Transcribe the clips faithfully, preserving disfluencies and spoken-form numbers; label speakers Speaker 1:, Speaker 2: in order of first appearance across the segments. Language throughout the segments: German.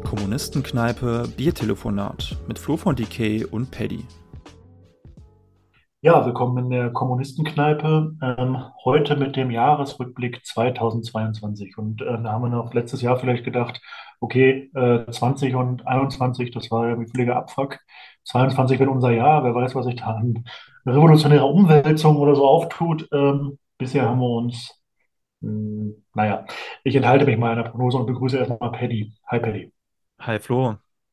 Speaker 1: Kommunistenkneipe Biertelefonat mit Flo von D K und Paddy.
Speaker 2: Ja, willkommen in der Kommunistenkneipe. Ähm, heute mit dem Jahresrückblick zweitausendzweiundzwanzig. Und äh, da haben wir noch letztes Jahr vielleicht gedacht, okay, äh, zwanzig und einundzwanzig, das war ja ein völliger Abfuck. zweiundzwanzig wird unser Jahr, wer weiß, was sich da an revolutionärer Umwälzung oder so auftut. Ähm, bisher haben wir uns, mh, naja, ich enthalte mich mal einer Prognose und begrüße erstmal Paddy. Hi, Paddy.
Speaker 1: Hi Flo,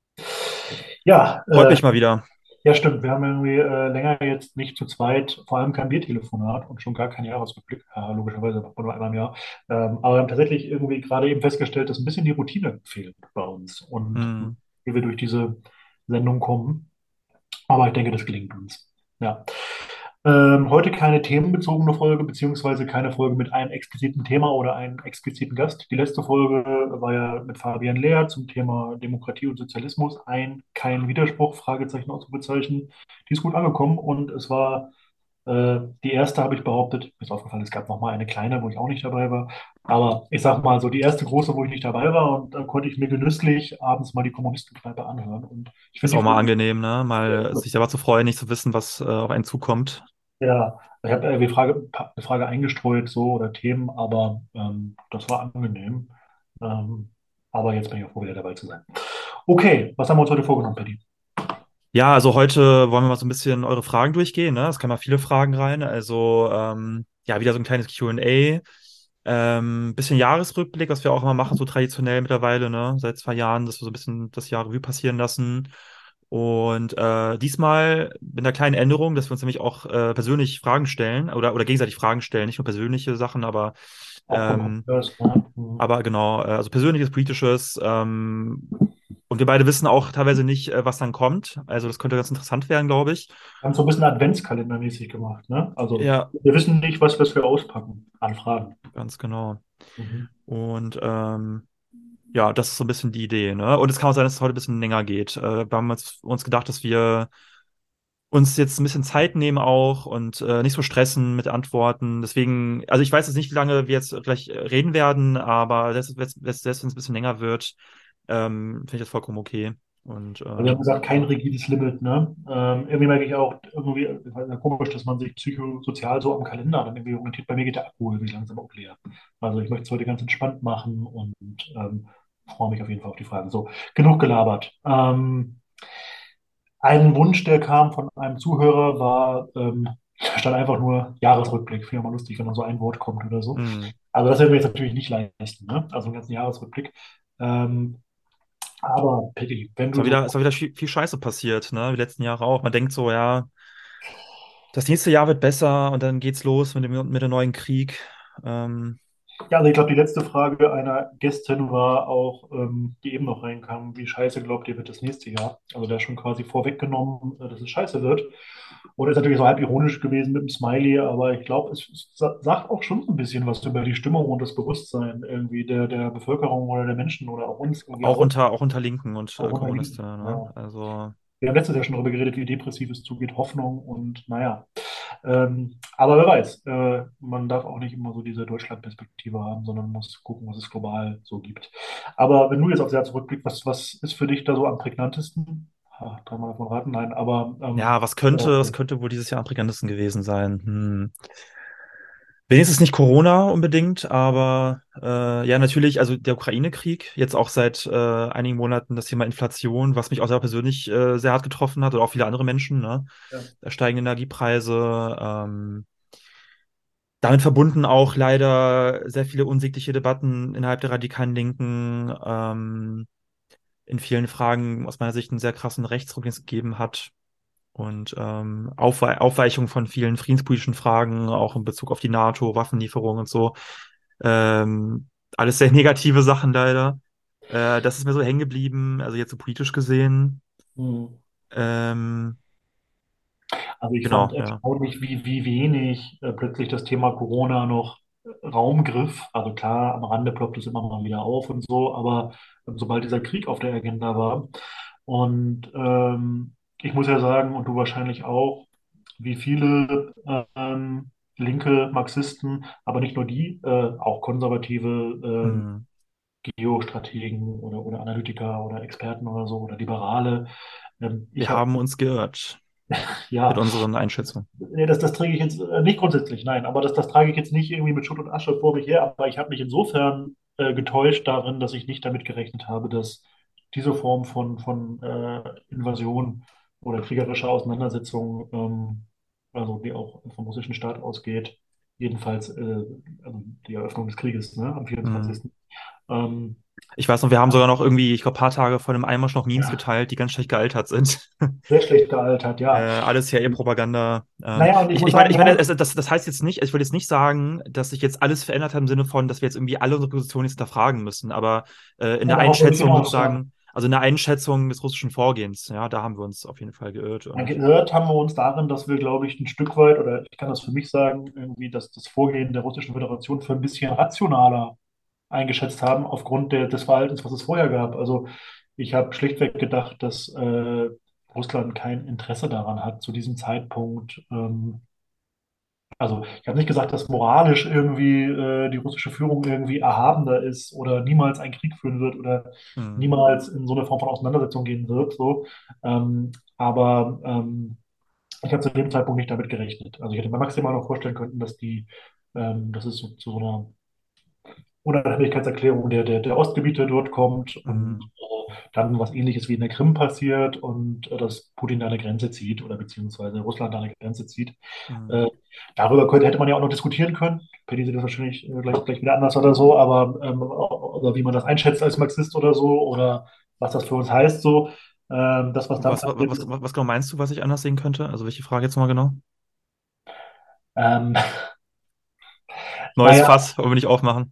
Speaker 2: Ja,
Speaker 1: freut
Speaker 2: äh,
Speaker 1: mich mal wieder.
Speaker 2: Ja, stimmt. Wir haben irgendwie äh, länger jetzt nicht zu zweit, vor allem kein Biertelefonat und schon gar keinen Jahresrückblick. Ja, logischerweise macht man nur einmal im Jahr. Ähm, aber wir haben tatsächlich irgendwie gerade eben festgestellt, dass ein bisschen die Routine fehlt bei uns und
Speaker 1: Hm.
Speaker 2: wie wir durch diese Sendung kommen. Aber ich denke, das gelingt uns. Ja. Ähm, heute keine themenbezogene Folge, beziehungsweise keine Folge mit einem expliziten Thema oder einem expliziten Gast. Die letzte Folge war ja mit Fabian Lehr zum Thema Demokratie und Sozialismus. Ein, kein Widerspruch, Fragezeichen, Ausrufezeichen. Die ist gut angekommen und es war äh, die erste, habe ich behauptet. Mir ist aufgefallen, es gab noch mal eine kleine, wo ich auch nicht dabei war. Aber ich sag mal so, die erste große, wo ich nicht dabei war und da konnte ich mir genüsslich abends mal die Kommunistenkneipe anhören. Und ich
Speaker 1: Ist
Speaker 2: finde
Speaker 1: auch
Speaker 2: die
Speaker 1: mal
Speaker 2: Folge.
Speaker 1: angenehm, ne? Mal sich selber zu freuen, nicht zu wissen, was äh, auf einen zukommt.
Speaker 2: Ja, ich habe irgendwie Frage, eine Frage eingestreut, so oder Themen, aber ähm, das war angenehm. Ähm, aber jetzt bin ich auch froh, wieder dabei zu sein. Okay, was haben wir uns heute vorgenommen, Paddy?
Speaker 1: Ja, also heute wollen wir mal so ein bisschen eure Fragen durchgehen, ne? Es kamen mal viele Fragen rein. Also ähm, ja, wieder so ein kleines Q und A. Ähm, bisschen Jahresrückblick, was wir auch immer machen, so traditionell mittlerweile, ne? Seit zwei Jahren, dass wir so ein bisschen das Jahr Revue passieren lassen. Und äh, diesmal mit einer kleinen Änderung, dass wir uns nämlich auch äh, persönlich Fragen stellen oder, oder gegenseitig Fragen stellen, nicht nur persönliche Sachen, aber,
Speaker 2: Auch
Speaker 1: ähm,
Speaker 2: kontrovers, ne? Hm.
Speaker 1: aber genau, äh, also persönliches, politisches. Ähm, und wir beide wissen auch teilweise nicht, äh, was dann kommt. Also das könnte ganz interessant werden, glaube ich.
Speaker 2: Wir haben so ein bisschen Adventskalendermäßig gemacht, ne? Also
Speaker 1: Ja,
Speaker 2: wir wissen nicht, was, was wir auspacken an Fragen.
Speaker 1: ganz genau.
Speaker 2: Mhm.
Speaker 1: Und ähm, ja, das ist so ein bisschen die Idee, ne? Und es kann auch sein, dass es heute ein bisschen länger geht. Äh, wir haben uns, uns gedacht, dass wir uns jetzt ein bisschen Zeit nehmen auch und äh, nicht so stressen mit Antworten. Deswegen, also ich weiß jetzt nicht, wie lange wir jetzt gleich äh, reden werden, aber selbst, selbst, selbst wenn es ein bisschen länger wird, ähm, finde ich das vollkommen okay. Und
Speaker 2: Also wir haben
Speaker 1: ähm,
Speaker 2: gesagt, kein rigides Limit, ne? Ähm, irgendwie merke ich auch, irgendwie ist halt komisch, dass man sich psychosozial so am Kalender dann irgendwie orientiert. Bei mir geht der Akku irgendwie langsam auch leer. Also ich möchte es heute ganz entspannt machen und ähm, freue mich auf jeden Fall auf die Fragen. So, genug gelabert. Ähm, ein Wunsch, der kam von einem Zuhörer, war, ähm, da stand einfach nur Jahresrückblick. Finde ich mal lustig, wenn dann so ein Wort kommt oder so.
Speaker 1: mh.
Speaker 2: Also das werden wir jetzt natürlich nicht leisten, ne? Also einen ganzen Jahresrückblick. Ähm, aber Peggy, wenn
Speaker 1: Es
Speaker 2: du
Speaker 1: war
Speaker 2: so.
Speaker 1: wieder, es war wieder viel, viel Scheiße passiert, ne? Die letzten Jahre auch. Man denkt so, ja, das nächste Jahr wird besser und dann geht's los mit dem, mit dem neuen Krieg. Ähm,
Speaker 2: Ja, also ich glaube, die letzte Frage einer Gästin war auch, ähm, die eben noch reinkam, wie scheiße glaubt ihr wird das nächste Jahr? Also der schon quasi vorweggenommen, äh, dass es scheiße wird. Oder ist natürlich so halb ironisch gewesen mit dem Smiley, aber ich glaube, es, es sa- sagt auch schon so ein bisschen was über die Stimmung und das Bewusstsein irgendwie der, der Bevölkerung oder der Menschen oder auch uns irgendwie
Speaker 1: auch
Speaker 2: aus,
Speaker 1: unter, auch unter Linken und
Speaker 2: auch
Speaker 1: äh,
Speaker 2: unterliegen.
Speaker 1: Kommunisten, ne?
Speaker 2: Ja.
Speaker 1: Also.
Speaker 2: Wir haben letztes Jahr schon darüber geredet, wie depressiv es zugeht, Hoffnung und naja. Ähm, aber wer weiß, äh, man darf auch nicht immer so diese Deutschland-Perspektive haben, sondern muss gucken, was es global so gibt. Aber wenn du jetzt aufs Jahr zurückblickst, was, was ist für dich da so am prägnantesten? Ha, dreimal davon raten, nein, aber ähm,
Speaker 1: Ja, was könnte, was könnte wohl dieses Jahr am prägnantesten gewesen sein? Hm. Wenigstens nicht Corona unbedingt, aber äh, ja, natürlich, also der Ukraine-Krieg, jetzt auch seit äh, einigen Monaten das Thema Inflation, was mich auch sehr persönlich äh, sehr hart getroffen hat oder auch viele andere Menschen, ne?
Speaker 2: ja.
Speaker 1: Da steigende Energiepreise, ähm, damit verbunden auch leider sehr viele unsägliche Debatten innerhalb der radikalen Linken, ähm, in vielen Fragen aus meiner Sicht einen sehr krassen Rechtsruck den es gegeben hat. Und ähm, Aufwe Aufweichung von vielen friedenspolitischen Fragen, auch in Bezug auf die NATO, Waffenlieferungen und so. Ähm, alles sehr negative Sachen leider. Äh, das ist mir so hängen geblieben, also jetzt so politisch gesehen.
Speaker 2: Hm.
Speaker 1: Ähm,
Speaker 2: Also ich fand
Speaker 1: genau, ja.
Speaker 2: erstaunlich, wie, wie wenig äh, plötzlich das Thema Corona noch äh, Raum griff. Also klar, am Rande ploppt es immer mal wieder auf und so, aber ähm, sobald dieser Krieg auf der Agenda war. Und ähm, ich muss ja sagen, und du wahrscheinlich auch, wie viele ähm, linke Marxisten, aber nicht nur die, äh, auch konservative, ähm,
Speaker 1: Hm.
Speaker 2: Geostrategen oder, oder Analytiker oder Experten oder so oder Liberale. Ähm,
Speaker 1: Wir
Speaker 2: ich habe,
Speaker 1: haben uns geirrt mit
Speaker 2: ja,
Speaker 1: unseren Einschätzungen.
Speaker 2: nee, das, das träge ich jetzt äh, nicht grundsätzlich, nein, aber das, das trage ich jetzt nicht irgendwie mit Schutt und Asche vor mich her, aber ich habe mich insofern äh, getäuscht darin, dass ich nicht damit gerechnet habe, dass diese Form von, von äh, Invasion oder kriegerischer Auseinandersetzung, ähm, also die auch vom russischen Staat ausgeht, jedenfalls äh, also die Eröffnung des Krieges, ne, am
Speaker 1: Hm.
Speaker 2: vierundzwanzigsten. Ähm,
Speaker 1: Ich weiß noch, wir haben sogar noch irgendwie, ich glaube, ein paar Tage vor dem Einmarsch noch Memes
Speaker 2: ja,
Speaker 1: geteilt, die ganz schlecht gealtert sind.
Speaker 2: sehr schlecht gealtert,
Speaker 1: Äh,
Speaker 2: ja.
Speaker 1: alles C I A-Propaganda. Ähm,
Speaker 2: Naja, und ich
Speaker 1: ich,
Speaker 2: muss
Speaker 1: ich meine,
Speaker 2: sagen,
Speaker 1: ich
Speaker 2: wir
Speaker 1: meine,
Speaker 2: haben,
Speaker 1: es, das, das heißt jetzt nicht, ich will jetzt nicht sagen, dass sich jetzt alles verändert hat im Sinne von, dass wir jetzt irgendwie alle unsere Positionen jetzt hinterfragen müssen. Aber äh, in
Speaker 2: ja,
Speaker 1: der
Speaker 2: darauf wollte ich
Speaker 1: Einschätzung
Speaker 2: hinaus, ja.
Speaker 1: sozusagen, also in der Einschätzung des russischen Vorgehens, ja, da haben wir uns auf jeden Fall geirrt. Und
Speaker 2: Gehört haben wir uns darin, dass wir, glaube ich, ein Stück weit, oder ich kann das für mich sagen, irgendwie, dass das Vorgehen der Russischen Föderation für ein bisschen rationaler eingeschätzt haben, aufgrund der, des Verhaltens, was es vorher gab. Also ich habe schlichtweg gedacht, dass äh, Russland kein Interesse daran hat, zu diesem Zeitpunkt ähm, also ich habe nicht gesagt, dass moralisch irgendwie äh, die russische Führung irgendwie erhabener ist oder niemals einen Krieg führen wird oder
Speaker 1: hm,
Speaker 2: niemals in so eine Form von Auseinandersetzung gehen wird. So. Ähm, aber ähm, ich habe zu dem Zeitpunkt nicht damit gerechnet. Also ich hätte mir maximal noch vorstellen können, dass die, ähm, dass es so, zu so einer Unabhängigkeitserklärung der, der, der Ostgebiete dort kommt und
Speaker 1: hm,
Speaker 2: äh, dann was Ähnliches wie in der Krim passiert und äh, dass Putin da eine Grenze zieht oder beziehungsweise Russland da eine Grenze zieht.
Speaker 1: hm.
Speaker 2: Äh, darüber könnte, hätte man ja auch noch diskutieren können. Paddy sieht das wahrscheinlich äh, gleich, gleich wieder anders oder so, aber ähm, oder wie man das einschätzt als Marxist oder so oder was das für uns heißt so. Ähm, das, was dann
Speaker 1: Was, was,
Speaker 2: passiert
Speaker 1: was,
Speaker 2: ist.
Speaker 1: was genau meinst du, was ich anders sehen könnte? Also welche Frage jetzt nochmal genau?
Speaker 2: Ähm,
Speaker 1: Neues
Speaker 2: naja,
Speaker 1: Fass, wollen wir nicht aufmachen.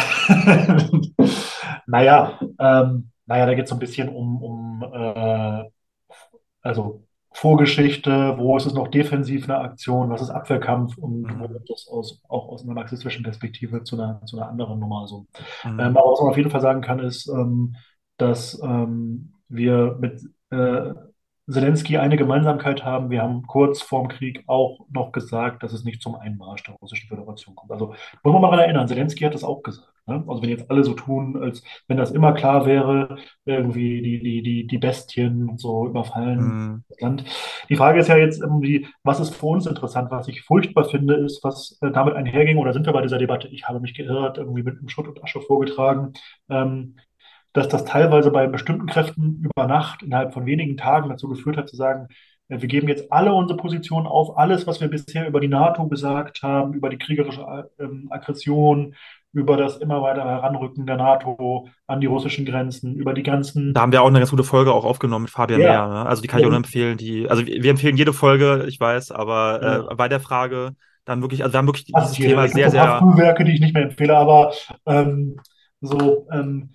Speaker 2: naja, ähm, naja, da geht es so ein bisschen um, um äh, also Vorgeschichte, wo ist es noch defensiv eine Aktion, was ist Abwehrkampf und wo
Speaker 1: Hm,
Speaker 2: ist das aus, auch aus einer marxistischen Perspektive zu einer, zu einer anderen Nummer so. Ähm,
Speaker 1: hm,
Speaker 2: aber was man auf jeden Fall sagen kann, ist, ähm, dass ähm, wir mit äh, Zelensky eine Gemeinsamkeit haben. Wir haben kurz vorm Krieg auch noch gesagt, dass es nicht zum Einmarsch der Russischen Föderation kommt. Also muss man mal daran erinnern, Zelensky hat das auch gesagt. Ne? Also wenn jetzt alle so tun, als wenn das immer klar wäre, irgendwie die, die, die, die Bestien und so überfallen
Speaker 1: hm,
Speaker 2: das Land. Die Frage ist ja jetzt irgendwie, was ist für uns interessant? Was ich furchtbar finde, ist, was äh, damit einherging, oder sind wir bei dieser Debatte, ich habe mich geirrt, irgendwie mit einem Schutt und Asche vorgetragen, ähm, dass das teilweise bei bestimmten Kräften über Nacht innerhalb von wenigen Tagen dazu geführt hat, zu sagen, äh, wir geben jetzt alle unsere Positionen auf, alles, was wir bisher über die NATO gesagt haben, über die kriegerische ähm, Aggression, über das immer weiter Heranrücken der NATO an die russischen Grenzen, über die
Speaker 1: Da
Speaker 2: ganzen,
Speaker 1: haben wir auch eine ganz gute Folge auch aufgenommen mit Fabian Mehr.
Speaker 2: ja,
Speaker 1: Ne? Also die kann ich auch nur
Speaker 2: und,
Speaker 1: empfehlen. Die, also wir, wir empfehlen jede Folge, ich weiß, aber
Speaker 2: äh,
Speaker 1: äh, bei der Frage dann wirklich, also wir haben wirklich
Speaker 2: fast
Speaker 1: dieses
Speaker 2: jede.
Speaker 1: Thema
Speaker 2: Es gibt
Speaker 1: sehr,
Speaker 2: so ein paar
Speaker 1: sehr,
Speaker 2: Frühwerke, die ich nicht mehr empfehle, aber ähm, so, ähm,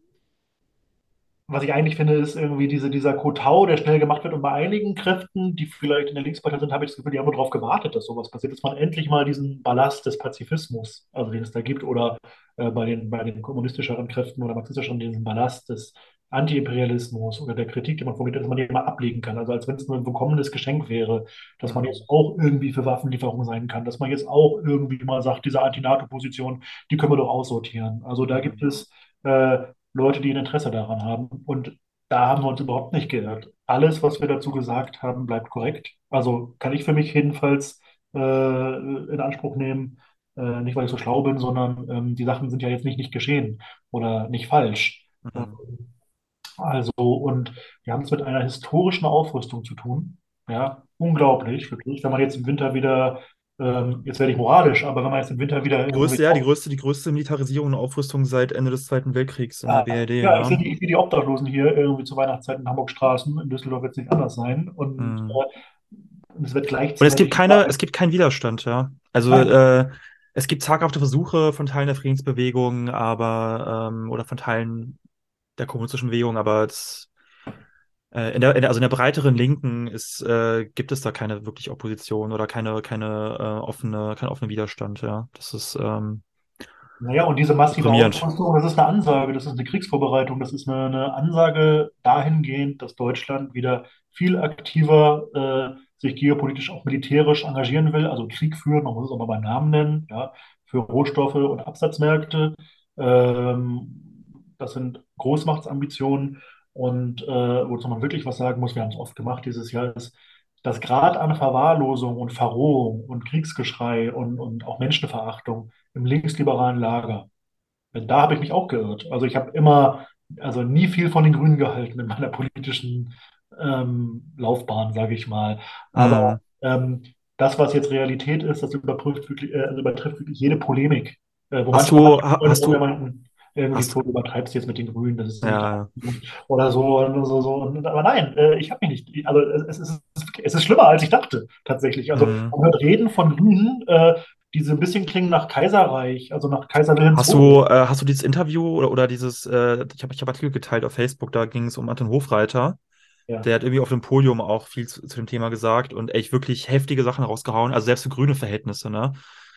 Speaker 2: was ich eigentlich finde, ist irgendwie diese, dieser Kotau, der schnell gemacht wird. Und bei einigen Kräften, die vielleicht in der Linkspartei sind, habe ich das Gefühl, die haben nur darauf gewartet, dass sowas passiert, dass man endlich mal diesen Ballast des Pazifismus, also den es da gibt, oder äh, bei den, bei den kommunistischeren Kräften oder marxistischeren, diesen Ballast des Anti-Imperialismus oder der Kritik, die man vorgeht, dass man die mal ablegen kann. Also als wenn es nur ein willkommenes Geschenk wäre, dass man
Speaker 1: hm,
Speaker 2: jetzt auch irgendwie für Waffenlieferungen sein kann, dass man jetzt auch irgendwie mal sagt, diese Anti-NATO-Position, die können wir doch aussortieren. Also da gibt
Speaker 1: hm,
Speaker 2: es äh, Leute, die ein Interesse daran haben. Und da haben wir uns überhaupt nicht geirrt. Alles, was wir dazu gesagt haben, bleibt korrekt. Also kann ich für mich jedenfalls äh, in Anspruch nehmen, äh, nicht weil ich so schlau bin, sondern ähm, die Sachen sind ja jetzt nicht nicht geschehen oder nicht falsch.
Speaker 1: hm.
Speaker 2: Also, und wir haben es mit einer historischen Aufrüstung zu tun. Ja, unglaublich, wirklich. Wenn man jetzt im Winter wieder, ähm, jetzt werde ich moralisch, aber wenn man jetzt im Winter wieder
Speaker 1: Die
Speaker 2: irgendwie
Speaker 1: größte, ja, die größte, die größte Militarisierung und Aufrüstung seit Ende des Zweiten Weltkriegs in der
Speaker 2: ah,
Speaker 1: B R D,
Speaker 2: ja, ich
Speaker 1: ja.
Speaker 2: sehe die, ich sehe die Obdachlosen hier irgendwie zur Weihnachtszeit in Hamburg Straßen. In Düsseldorf wird es nicht anders sein. Und
Speaker 1: Hm.
Speaker 2: äh, es wird
Speaker 1: Und es gibt
Speaker 2: gleichzeitig.
Speaker 1: keine, es gibt keinen Widerstand, ja. Also
Speaker 2: Nein,
Speaker 1: äh, es gibt zaghafte Versuche von Teilen der Friedensbewegung, aber ähm, oder von Teilen der kommunistischen Bewegung, aber es, äh, in der, in der, also in der breiteren Linken ist, äh, gibt es da keine wirklich Opposition oder keine, keine äh, offene, kein offener Widerstand, ja. Das ist ähm,
Speaker 2: naja, und diese massive
Speaker 1: deprimierend.
Speaker 2: Aufrüstung, das ist eine Ansage, das ist eine Kriegsvorbereitung, das ist eine, eine Ansage dahingehend, dass Deutschland wieder viel aktiver äh, sich geopolitisch, auch militärisch engagieren will, also Krieg führen, man muss es auch mal beim Namen nennen, ja, für Rohstoffe und Absatzmärkte. Ähm, das sind Großmachtsambitionen. Und äh, wozu man wirklich was sagen muss, wir haben es oft gemacht dieses Jahr, ist, das Grad an Verwahrlosung und Verrohung und Kriegsgeschrei und, und auch Menschenverachtung im linksliberalen Lager, da habe ich mich auch geirrt. Also ich habe immer, also nie viel von den Grünen gehalten in meiner politischen ähm, Laufbahn, sage ich mal. Aber
Speaker 1: Mhm.
Speaker 2: ähm, das, was jetzt Realität ist, das überprüft wirklich, äh, also übertrifft wirklich jede Polemik. Äh, wo
Speaker 1: Hast
Speaker 2: manche,
Speaker 1: du,
Speaker 2: manche
Speaker 1: ha-
Speaker 2: Freunde
Speaker 1: hast
Speaker 2: von mir
Speaker 1: du,
Speaker 2: meinten, irgendwie,
Speaker 1: hast,
Speaker 2: Flo, du übertreibst jetzt mit den Grünen, das ist nicht
Speaker 1: ja,
Speaker 2: oder so und so, so. Und, aber nein, äh, ich habe mich nicht. Also es ist, es ist schlimmer, als ich dachte, tatsächlich. Also
Speaker 1: mhm.
Speaker 2: man hört Reden von Grünen, äh, die so ein bisschen klingen nach Kaiserreich, also nach Kaiser Wilhelm
Speaker 1: Hast
Speaker 2: zweiten.
Speaker 1: du, äh, hast du dieses Interview oder, oder dieses, äh, ich habe ich hab Artikel geteilt auf Facebook, da ging es um Anton Hofreiter.
Speaker 2: Ja.
Speaker 1: Der hat irgendwie auf dem Podium auch viel zu, zu dem Thema gesagt und echt wirklich heftige Sachen rausgehauen, also selbst für grüne Verhältnisse, ne?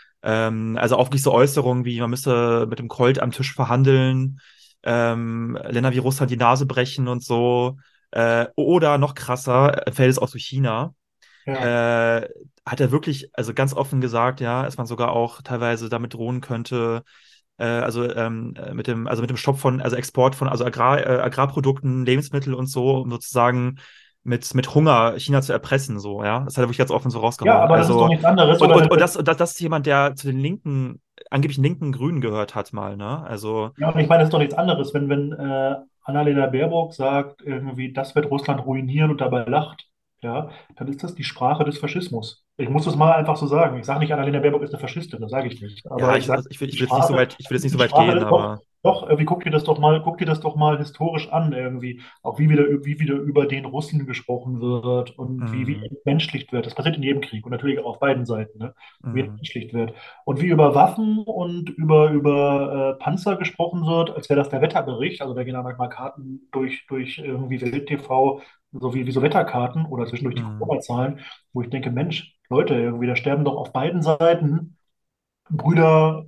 Speaker 1: Ähm, also auch wirklich so Äußerungen wie, man müsste mit dem Colt am Tisch verhandeln, ähm, Länder wie Russland die Nase brechen und so. Äh, oder noch krasser, äh, fällt es aus so China.
Speaker 2: Ja.
Speaker 1: Äh, hat er wirklich, also ganz offen gesagt, ja, dass man sogar auch teilweise damit drohen könnte, äh, also ähm, äh, mit dem, also mit dem Stopp von, also Export von, also Agrar, äh, Agrarprodukten, Lebensmittel und so, um sozusagen mit, mit Hunger China zu erpressen, so, ja. Das hat er wirklich ganz offen so
Speaker 2: Ja,
Speaker 1: rausgehauen.
Speaker 2: aber das ist doch
Speaker 1: Also,
Speaker 2: nichts anderes.
Speaker 1: und,
Speaker 2: Oder
Speaker 1: und,
Speaker 2: wenn,
Speaker 1: und
Speaker 2: wenn,
Speaker 1: das, und das, das ist jemand, der zu den linken, angeblichen linken Grünen gehört hat mal, ne? Also,
Speaker 2: ja, und ich meine, das ist doch nichts anderes, wenn, wenn äh, Annalena Baerbock sagt, irgendwie, das wird Russland ruinieren und dabei lacht, ja, dann ist das die Sprache des Faschismus. Ich muss das mal einfach so sagen. Ich sage nicht, Annalena Baerbock ist eine Faschistin, das sage ich nicht.
Speaker 1: ja,
Speaker 2: Aber ich
Speaker 1: ich,
Speaker 2: sage,
Speaker 1: also ich will,
Speaker 2: die
Speaker 1: ich will jetzt nicht so
Speaker 2: Sprache,
Speaker 1: weit, ich will jetzt
Speaker 2: das
Speaker 1: nicht
Speaker 2: ist
Speaker 1: so
Speaker 2: die
Speaker 1: weit
Speaker 2: Sprache
Speaker 1: gehen,
Speaker 2: des, doch,
Speaker 1: aber
Speaker 2: doch, irgendwie guck dir das doch mal, guck dir das doch mal historisch an, irgendwie. Auch wie wieder, wie wieder über den Russen gesprochen wird und wie, wie
Speaker 1: mm,
Speaker 2: entmenschlicht wird. Das passiert in jedem Krieg und natürlich auch auf beiden Seiten, ne? Wie
Speaker 1: mm,
Speaker 2: entmenschlicht wird. Und wie über Waffen und über, über äh, Panzer gesprochen wird, als wäre das der Wetterbericht. Also da gehen dann manchmal Karten durch, durch irgendwie Welt-T V, so wie, wie so Wetterkarten oder zwischendurch die
Speaker 1: mm,
Speaker 2: Corona-Zahlen, wo ich denke, Mensch, Leute, irgendwie, da sterben doch auf beiden Seiten Brüder,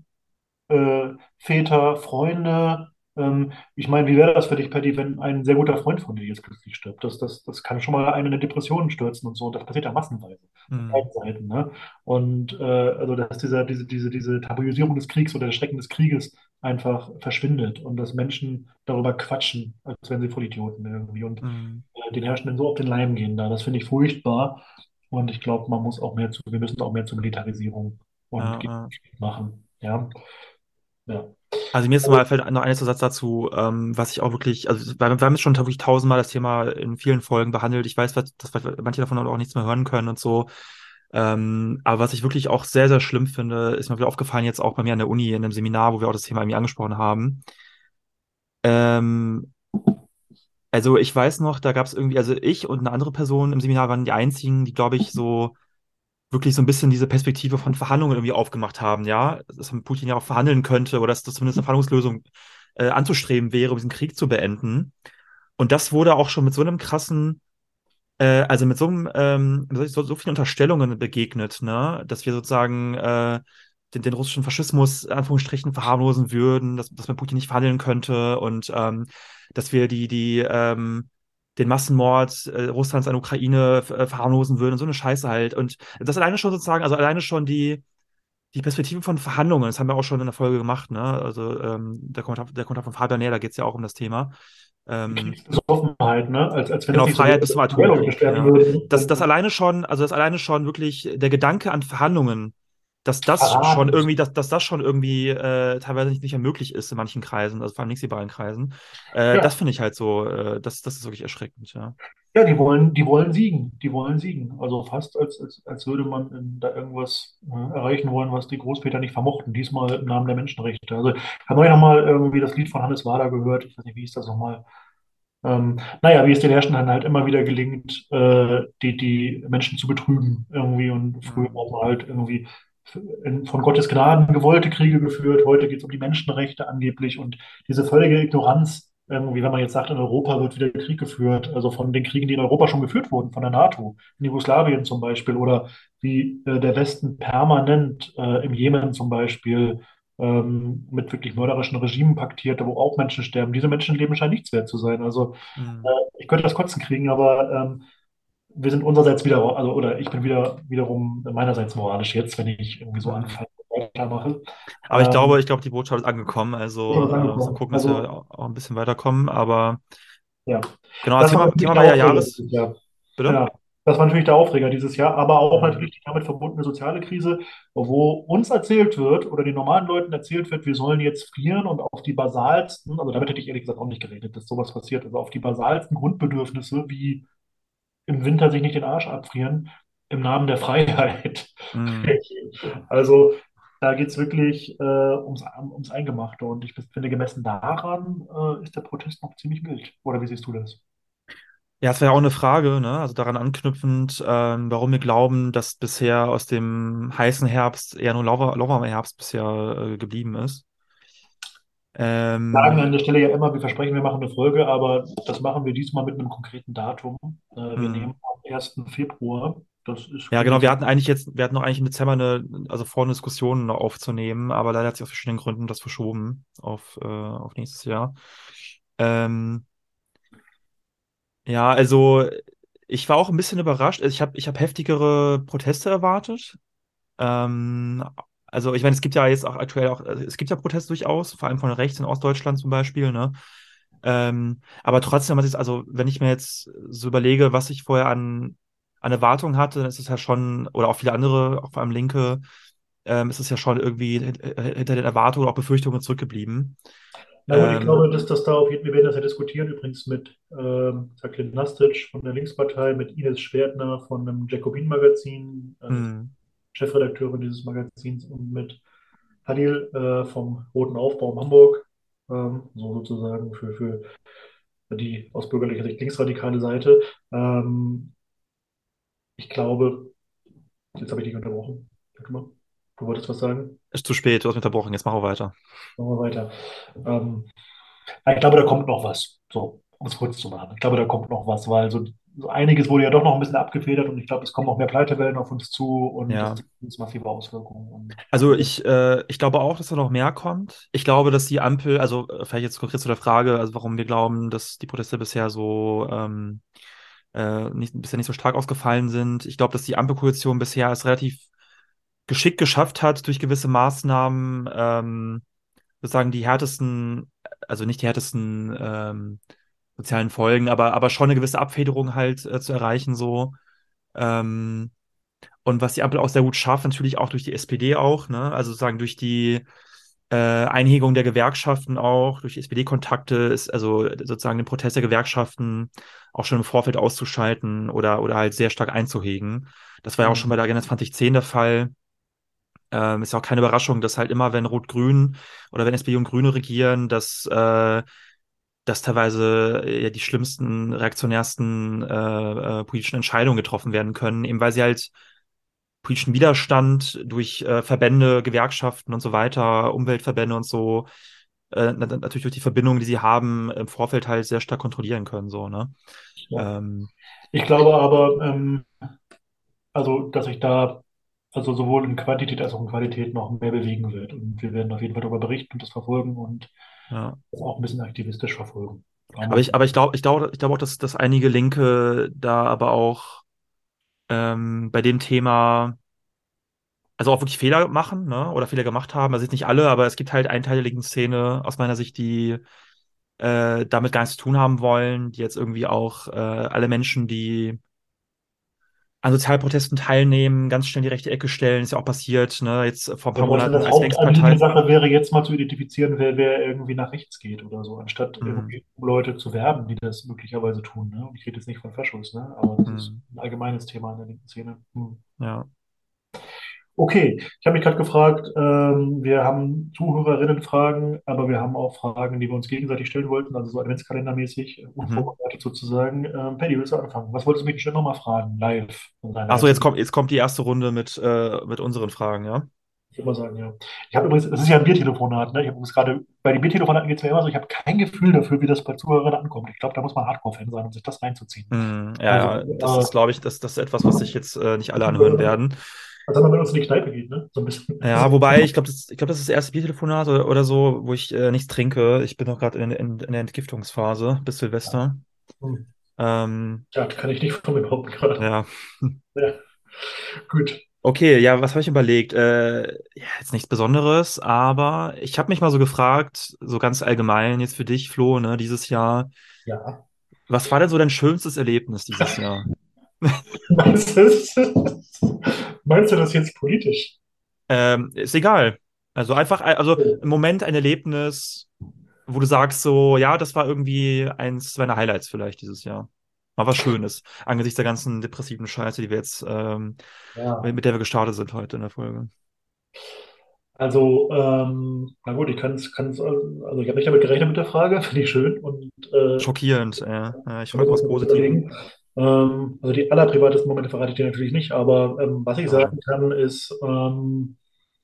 Speaker 2: äh, Väter, Freunde. Ähm, ich meine, wie wäre das für dich, Patty, wenn ein sehr guter Freund von dir jetzt plötzlich stirbt? Das, das, das kann schon mal einen in eine Depression stürzen und so. Und das passiert ja massenweise auf
Speaker 1: mm,
Speaker 2: beiden Seiten. Ne? Und äh, also, dass dieser, diese, diese, diese Tabuisierung des Kriegs oder der Schrecken des Krieges einfach verschwindet und dass Menschen darüber quatschen, als wären sie Vollidioten irgendwie und
Speaker 1: mm,
Speaker 2: äh, den Herrschenden so auf den Leim gehen da. Das finde ich furchtbar. Und ich glaube, man muss auch mehr zu, wir müssen auch mehr zur Militarisierung und
Speaker 1: ja,
Speaker 2: Krieg
Speaker 1: ja.
Speaker 2: machen. Ja. Ja.
Speaker 1: Also mir ist
Speaker 2: Also,
Speaker 1: mal fällt noch ein letzter Satz dazu, ähm, was ich auch wirklich, also wir, wir haben jetzt schon wirklich tausendmal das Thema in vielen Folgen behandelt. Ich weiß, dass, dass manche davon auch nichts mehr hören können und so. Ähm, aber was ich wirklich auch sehr, sehr schlimm finde, ist mir wieder aufgefallen, jetzt auch bei mir an der Uni, in einem Seminar, wo wir auch das Thema irgendwie angesprochen haben. Ähm, also ich weiß noch, da gab es irgendwie, also ich und eine andere Person im Seminar waren die einzigen, die, glaube ich, so wirklich so ein bisschen diese Perspektive von Verhandlungen irgendwie aufgemacht haben, ja, dass man Putin ja auch verhandeln könnte oder dass das zumindest eine Verhandlungslösung äh, anzustreben wäre, um diesen Krieg zu beenden. Und das wurde auch schon mit so einem krassen, äh, also mit so einem, ähm, so, so vielen Unterstellungen begegnet, ne, dass wir sozusagen äh, den, den russischen Faschismus in Anführungsstrichen verharmlosen würden, dass, dass man Putin nicht verhandeln könnte und ähm, dass wir die, die, ähm, den Massenmord äh, Russlands an Ukraine äh, verharmlosen würden und so eine Scheiße halt. Und das alleine schon sozusagen, also alleine schon die, die Perspektive von Verhandlungen, das haben wir auch schon in der Folge gemacht, ne? Also ähm, der Kommentar, der Kommentar von Fabian Näher, da geht es ja auch um das Thema.
Speaker 2: die
Speaker 1: Ähm,
Speaker 2: Kriegsbesoffenheit, ne? Als, als wenn
Speaker 1: Genau,
Speaker 2: es nicht so
Speaker 1: Freiheit
Speaker 2: wäre,
Speaker 1: bis zum
Speaker 2: dass mehr Leute
Speaker 1: Atomkrieg,
Speaker 2: sterben
Speaker 1: ja.
Speaker 2: würden.
Speaker 1: Das,
Speaker 2: Wenn
Speaker 1: das
Speaker 2: es
Speaker 1: alleine schon, also das alleine schon wirklich, der Gedanke an Verhandlungen, dass das
Speaker 2: Verrat
Speaker 1: schon
Speaker 2: ist.
Speaker 1: irgendwie, dass, dass das schon irgendwie äh, teilweise nicht, nicht mehr möglich ist in manchen Kreisen, also vor allem linksliberalen Kreisen. Äh, das
Speaker 2: Ja,
Speaker 1: finde ich halt so, äh, das, das ist wirklich erschreckend, ja.
Speaker 2: ja, die wollen, die wollen siegen. Die wollen siegen. Also fast als, als, als würde man in, da irgendwas äh, erreichen wollen, was die Großväter nicht vermochten. Diesmal im Namen der Menschenrechte. Also ich habe neulich nochmal irgendwie das Lied von Hannes Wader gehört. Ich weiß nicht, wie hieß das nochmal? Ähm, naja, wie es den Herrschenden halt immer wieder gelingt, äh, die, die Menschen zu betrügen irgendwie. Und früher
Speaker 1: Mhm.
Speaker 2: haben wir halt irgendwie in, von Gottes Gnaden gewollte Kriege geführt. Heute geht es um die Menschenrechte angeblich. Und diese völlige Ignoranz, irgendwie, wenn man jetzt sagt, in Europa wird wieder Krieg geführt, also von den Kriegen, die in Europa schon geführt wurden, von der NATO, in Jugoslawien zum Beispiel, oder wie äh, der Westen permanent äh, im Jemen zum Beispiel ähm, mit wirklich mörderischen Regimen paktiert, wo auch Menschen sterben. Diese Menschenleben scheinen nichts wert zu sein. Also äh,
Speaker 1: Mhm.
Speaker 2: ich könnte das Kotzen kriegen, aber ähm, wir sind unsererseits wieder, also oder ich bin wieder wiederum meinerseits moralisch jetzt, wenn ich irgendwie so
Speaker 1: Mhm.
Speaker 2: anfange, klar mache.
Speaker 1: Aber ich glaube,
Speaker 2: Ähm,
Speaker 1: ich glaube, die Botschaft ist angekommen.
Speaker 2: ist schon
Speaker 1: Also
Speaker 2: was
Speaker 1: äh, so
Speaker 2: angekommen.
Speaker 1: gucken, dass wir
Speaker 2: Also,
Speaker 1: auch auch ein bisschen weiterkommen. Aber
Speaker 2: ja,
Speaker 1: genau, das
Speaker 2: das war
Speaker 1: Thema,
Speaker 2: natürlich
Speaker 1: Thema
Speaker 2: der
Speaker 1: war ja
Speaker 2: Aufreger
Speaker 1: Jahres.
Speaker 2: dieses Jahr.
Speaker 1: Bitte?
Speaker 2: Ja, das war natürlich der Aufreger dieses Jahr, aber auch
Speaker 1: Hm.
Speaker 2: natürlich die damit verbundene soziale Krise, wo uns erzählt wird oder den normalen Leuten erzählt wird, wir sollen jetzt frieren und auf die basalsten, also damit hätte ich ehrlich gesagt auch nicht gerechnet, dass sowas passiert, also auf die basalsten Grundbedürfnisse wie im Winter sich nicht den Arsch abfrieren, im Namen der Freiheit.
Speaker 1: Hm.
Speaker 2: Also da geht es wirklich äh, ums, ums Eingemachte und ich finde, gemessen daran äh, ist der Protest noch ziemlich mild. Oder wie siehst du das?
Speaker 1: Ja, es wäre ja auch eine Frage, ne? Also daran anknüpfend, ähm, warum wir glauben, dass bisher aus dem heißen Herbst eher nur lauer, lauwarmer Herbst bisher äh, geblieben ist.
Speaker 2: Sagen
Speaker 1: Ähm,
Speaker 2: an der Stelle ja immer, wir versprechen, wir machen eine Folge, aber das machen wir diesmal mit einem konkreten Datum. Äh, wir nehmen
Speaker 1: hm.
Speaker 2: am ersten Februar. Das ist,
Speaker 1: Ja,
Speaker 2: klingt
Speaker 1: genau,
Speaker 2: jetzt,
Speaker 1: wir hatten eigentlich jetzt, wir hatten noch eigentlich im Dezember eine, also vor, eine Diskussion noch aufzunehmen, aber leider hat sich aus verschiedenen Gründen das verschoben auf, äh, auf nächstes Jahr. Ähm, ja, also ich war auch ein bisschen überrascht. Also ich habe ich hab heftigere Proteste erwartet. Ähm, also ich meine, es gibt ja jetzt auch aktuell auch, also es gibt ja Proteste durchaus, vor allem von rechts in Ostdeutschland zum Beispiel, ne? Ähm, aber trotzdem, was ich, also wenn ich mir jetzt so überlege, was ich vorher an, an Erwartungen hatte, dann ist es ja schon, oder auch viele andere, auch vor allem Linke, ähm, ist es ja schon irgendwie hint- äh, hinter den Erwartungen, auch Befürchtungen zurückgeblieben.
Speaker 2: na gut, ich
Speaker 1: Ähm,
Speaker 2: glaube, dass das da auf jeden Fall, wir werden das ja diskutieren, übrigens mit ähm, Jacqueline Nastic von der Linkspartei, mit Ines Schwertner von einem Jacobin-Magazin, äh, das
Speaker 1: hm,
Speaker 2: Chefredakteurin dieses Magazins, und mit Halil äh, vom Roten Aufbau in Hamburg, ähm, so sozusagen für, für die aus bürgerlicher Sicht linksradikale Seite. Ähm, ich glaube, jetzt habe ich dich unterbrochen. Sag mal, du wolltest was sagen?
Speaker 1: ist zu spät, du hast mich unterbrochen, jetzt machen wir weiter.
Speaker 2: Machen wir weiter. Ähm, ja, ich glaube, da kommt noch was. So, um es kurz zu machen. Ich glaube, da kommt noch was, weil so, so einiges wurde ja doch noch ein bisschen abgefedert und ich glaube, es kommen noch mehr Pleitewellen auf uns zu und das
Speaker 1: Ja.
Speaker 2: hat ganz massive Auswirkungen. Und
Speaker 1: Also
Speaker 2: ja,
Speaker 1: ich, äh, ich glaube auch, dass da noch mehr kommt. Ich glaube, dass die Ampel, also äh, vielleicht jetzt konkret zu der Frage, also warum wir glauben, dass die Proteste bisher so ähm, äh, nicht, bisher nicht so stark ausgefallen sind. Ich glaube, dass die Ampelkoalition bisher es relativ geschickt geschafft hat, durch gewisse Maßnahmen ähm, sozusagen die härtesten, also nicht die härtesten ähm, sozialen Folgen, aber, aber schon eine gewisse Abfederung halt äh, zu erreichen, so. Ähm, und was die Ampel auch sehr gut schafft, natürlich auch durch die S P D auch, ne? Also sozusagen durch die äh, Einhegung der Gewerkschaften auch, durch die S P D-Kontakte, ist also sozusagen den Protest der Gewerkschaften auch schon im Vorfeld auszuschalten oder, oder halt sehr stark einzuhegen. Das war ja auch schon
Speaker 2: hm,
Speaker 1: bei der Agenda zwanzig zehn der Fall. Ähm, ist ja auch keine Überraschung, dass halt immer, wenn Rot-Grün oder wenn S P D und Grüne regieren, dass, äh, dass teilweise äh, ja, die schlimmsten, reaktionärsten äh, äh, politischen Entscheidungen getroffen werden können, eben weil sie halt politischen Widerstand durch äh, Verbände, Gewerkschaften und so weiter, Umweltverbände und so, äh, na- natürlich durch die Verbindungen, die sie haben, im Vorfeld halt sehr stark kontrollieren können, so, ne?
Speaker 2: ja.
Speaker 1: Ähm,
Speaker 2: Ich glaube aber, ähm, also, dass sich da also sowohl in Quantität als auch in Qualität noch mehr bewegen wird. Und wir werden auf jeden Fall darüber berichten und das verfolgen und
Speaker 1: ja.
Speaker 2: das auch ein bisschen aktivistisch verfolgen. Da
Speaker 1: Aber
Speaker 2: muss
Speaker 1: ich,
Speaker 2: man.
Speaker 1: aber ich glaube, ich glaube, ich glaube auch, dass, dass einige Linke da aber auch ähm, bei dem Thema also auch wirklich Fehler machen, ne? Oder Fehler gemacht haben. Also jetzt nicht alle, aber es gibt halt einen Teil der linken Szene aus meiner Sicht, die äh, damit gar nichts zu tun haben wollen, die jetzt irgendwie auch äh, alle Menschen, die an Sozialprotesten teilnehmen, ganz schnell in die rechte Ecke stellen. Ist ja auch passiert, ne? Jetzt vor ein
Speaker 2: Ja,
Speaker 1: paar
Speaker 2: du meinst,
Speaker 1: Monaten,
Speaker 2: das
Speaker 1: als die
Speaker 2: Hauptanliegen der
Speaker 1: Linkspartei.
Speaker 2: Sache wäre jetzt mal zu identifizieren, wer, wer irgendwie nach rechts geht oder so, anstatt
Speaker 1: Hm,
Speaker 2: irgendwie um Leute zu werben, die das möglicherweise tun. Ne? Und ich rede jetzt nicht von Faschos, ne? Aber das ist
Speaker 1: hm,
Speaker 2: ein allgemeines Thema in der linken Szene. Hm.
Speaker 1: ja.
Speaker 2: Okay, ich habe mich gerade gefragt, ähm, wir haben Zuhörerinnenfragen, aber wir haben auch Fragen, die wir uns gegenseitig stellen wollten, also so adventskalendermäßig, äh,
Speaker 1: Mhm.
Speaker 2: unvorbereitet sozusagen. Ähm, Paddy, willst du anfangen? Was wolltest du mich denn schon nochmal fragen, live von deiner
Speaker 1: Achso, jetzt
Speaker 2: Erzählung?
Speaker 1: kommt, jetzt kommt die erste Runde mit, äh, mit unseren Fragen, ja?
Speaker 2: Ich würde mal sagen, ja. Ich habe übrigens, es ist ja ein Biertelefonat, ne? Ich habe übrigens gerade, bei den Biertelefonaten geht es mir immer so, ich habe kein Gefühl dafür, wie das bei Zuhörern ankommt. Ich glaube, da muss man Hardcore-Fan sein, um sich das reinzuziehen.
Speaker 1: Hm, ja, ja, das ist,
Speaker 2: Also,
Speaker 1: glaube ich, das, das ist etwas, was sich jetzt äh, nicht alle
Speaker 2: äh,
Speaker 1: anhören werden.
Speaker 2: als wenn man mit uns in die Kneipe geht, ne? So ein bisschen.
Speaker 1: Ja, wobei, ich glaube, das, ich glaube, das ist das erste Biertelefonat oder, oder so, wo ich äh, nichts trinke. Ich bin noch gerade in, in, in der Entgiftungsphase bis Silvester.
Speaker 2: Hm.
Speaker 1: Ähm,
Speaker 2: Ja, kann ich nicht von mir behaupten gerade.
Speaker 1: ja.
Speaker 2: Ja, gut.
Speaker 1: Okay, ja, was habe ich überlegt? Äh, ja, jetzt nichts Besonderes, aber ich habe mich mal so gefragt, so ganz allgemein jetzt für dich, Flo, ne, dieses Jahr,
Speaker 2: Ja.
Speaker 1: was war denn so dein schönstes Erlebnis dieses Jahr?
Speaker 2: Meinst du, das- meinst du das jetzt politisch?
Speaker 1: Ähm, ist egal. Also einfach, also im
Speaker 2: Oh.
Speaker 1: Moment ein Erlebnis, wo du sagst so, ja, das war irgendwie eins deiner Highlights vielleicht dieses Jahr. Mal was Schönes, angesichts der ganzen depressiven Scheiße, die wir jetzt, ähm, mit,
Speaker 2: Ja.
Speaker 1: mit der wir gestartet sind heute in der Folge.
Speaker 2: Also, ähm, na gut, ich kann es, kann es, also ich habe nicht damit gerechnet mit der Frage, finde ich schön. Und äh,
Speaker 1: Schockierend, ja. Ja, ich
Speaker 2: da muss
Speaker 1: frage
Speaker 2: man
Speaker 1: was
Speaker 2: sich kurz
Speaker 1: Positives.
Speaker 2: überlegen. Ähm, also die allerprivatesten Momente verrate ich dir natürlich nicht, aber ähm, was ich
Speaker 1: Schade.
Speaker 2: sagen kann, ist, ähm,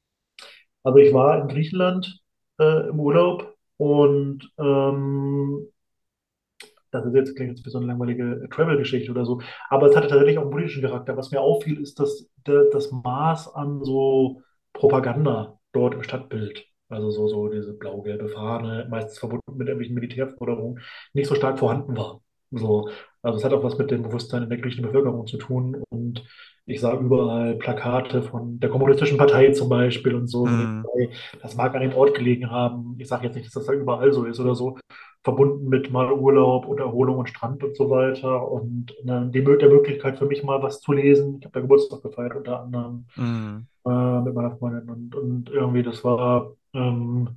Speaker 2: also ich war in Griechenland äh, im Urlaub und ähm, das ist jetzt, klingt jetzt wie so eine langweilige Travel-Geschichte oder so, aber es hatte tatsächlich auch einen politischen Charakter. Was mir auffiel, ist, dass der, das Maß an so Propaganda dort im Stadtbild, also so, so diese blau-gelbe Fahne, meistens verbunden mit irgendwelchen Militärforderungen, nicht so stark vorhanden war. So, also es hat auch was mit dem Bewusstsein in der griechischen Bevölkerung zu tun. Und ich sah überall Plakate von der Kommunistischen Partei zum Beispiel und so. Und ich,
Speaker 1: Hm,
Speaker 2: das mag an dem Ort gelegen haben. Ich sage jetzt nicht, dass das da überall so ist oder so, verbunden mit mal Urlaub und Erholung und Strand und so weiter. Und ne, die, Mö- der Möglichkeit für mich mal was zu lesen. Ich habe da Geburtstag gefeiert unter anderem
Speaker 1: hm,
Speaker 2: äh, mit meiner Freundin und, und irgendwie das war, ähm,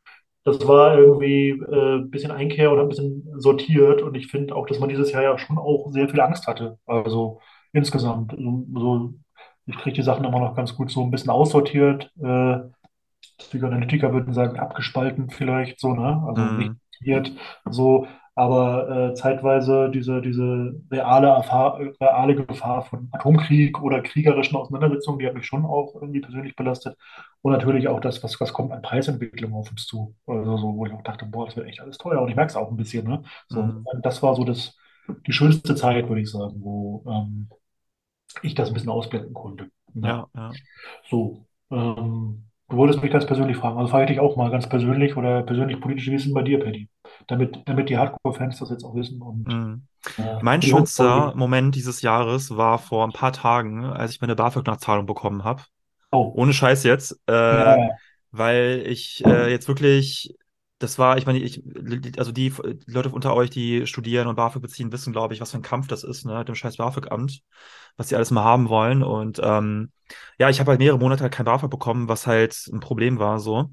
Speaker 2: das war irgendwie äh, ein bisschen Einkehr und ein bisschen sortiert. Und ich finde auch, dass man dieses Jahr ja schon auch sehr viel Angst hatte. Also insgesamt. So, so, ich kriege die Sachen immer noch ganz gut so ein bisschen aussortiert. Äh, Psychoanalytiker würden sagen, abgespalten vielleicht so, ne? Also nicht
Speaker 1: hm,
Speaker 2: sortiert, so, aber äh, zeitweise diese, diese reale, Erfahr reale Gefahr von Atomkrieg oder kriegerischen Auseinandersetzungen, die hat mich schon auch irgendwie persönlich belastet. Und natürlich auch das, was, was kommt an Preisentwicklung auf uns zu. Also so, wo ich auch dachte, boah, das wird echt alles teuer. Und ich merke es auch ein bisschen, ne? So, und
Speaker 1: hm.
Speaker 2: das war so das, die schönste Zeit, würde ich sagen, wo ähm, ich das ein bisschen ausblenden konnte. Ja.
Speaker 1: Ja, ja.
Speaker 2: So, ähm, du wolltest mich ganz persönlich fragen. Also frage ich dich auch mal ganz persönlich oder persönlich politisch, wie ist denn bei dir, Paddy? Damit, damit die Hardcore-Fans das jetzt auch wissen und
Speaker 1: Hm.
Speaker 2: äh,
Speaker 1: Mein
Speaker 2: für die
Speaker 1: schönster
Speaker 2: Home-Story.
Speaker 1: Moment dieses Jahres war vor ein paar Tagen, als ich meine BAföG-Nachzahlung bekommen habe.
Speaker 2: Oh,
Speaker 1: Ohne Scheiß jetzt,
Speaker 2: ja,
Speaker 1: äh,
Speaker 2: ja.
Speaker 1: weil ich äh, jetzt wirklich, das war, ich meine, ich, also die Leute unter euch, die studieren und BAföG beziehen, wissen, glaube ich, was für ein Kampf das ist, ne, mit dem scheiß BAföG-Amt, was die alles mal haben wollen. Und ähm, ja, ich habe halt mehrere Monate halt kein BAföG bekommen, was halt ein Problem war, so.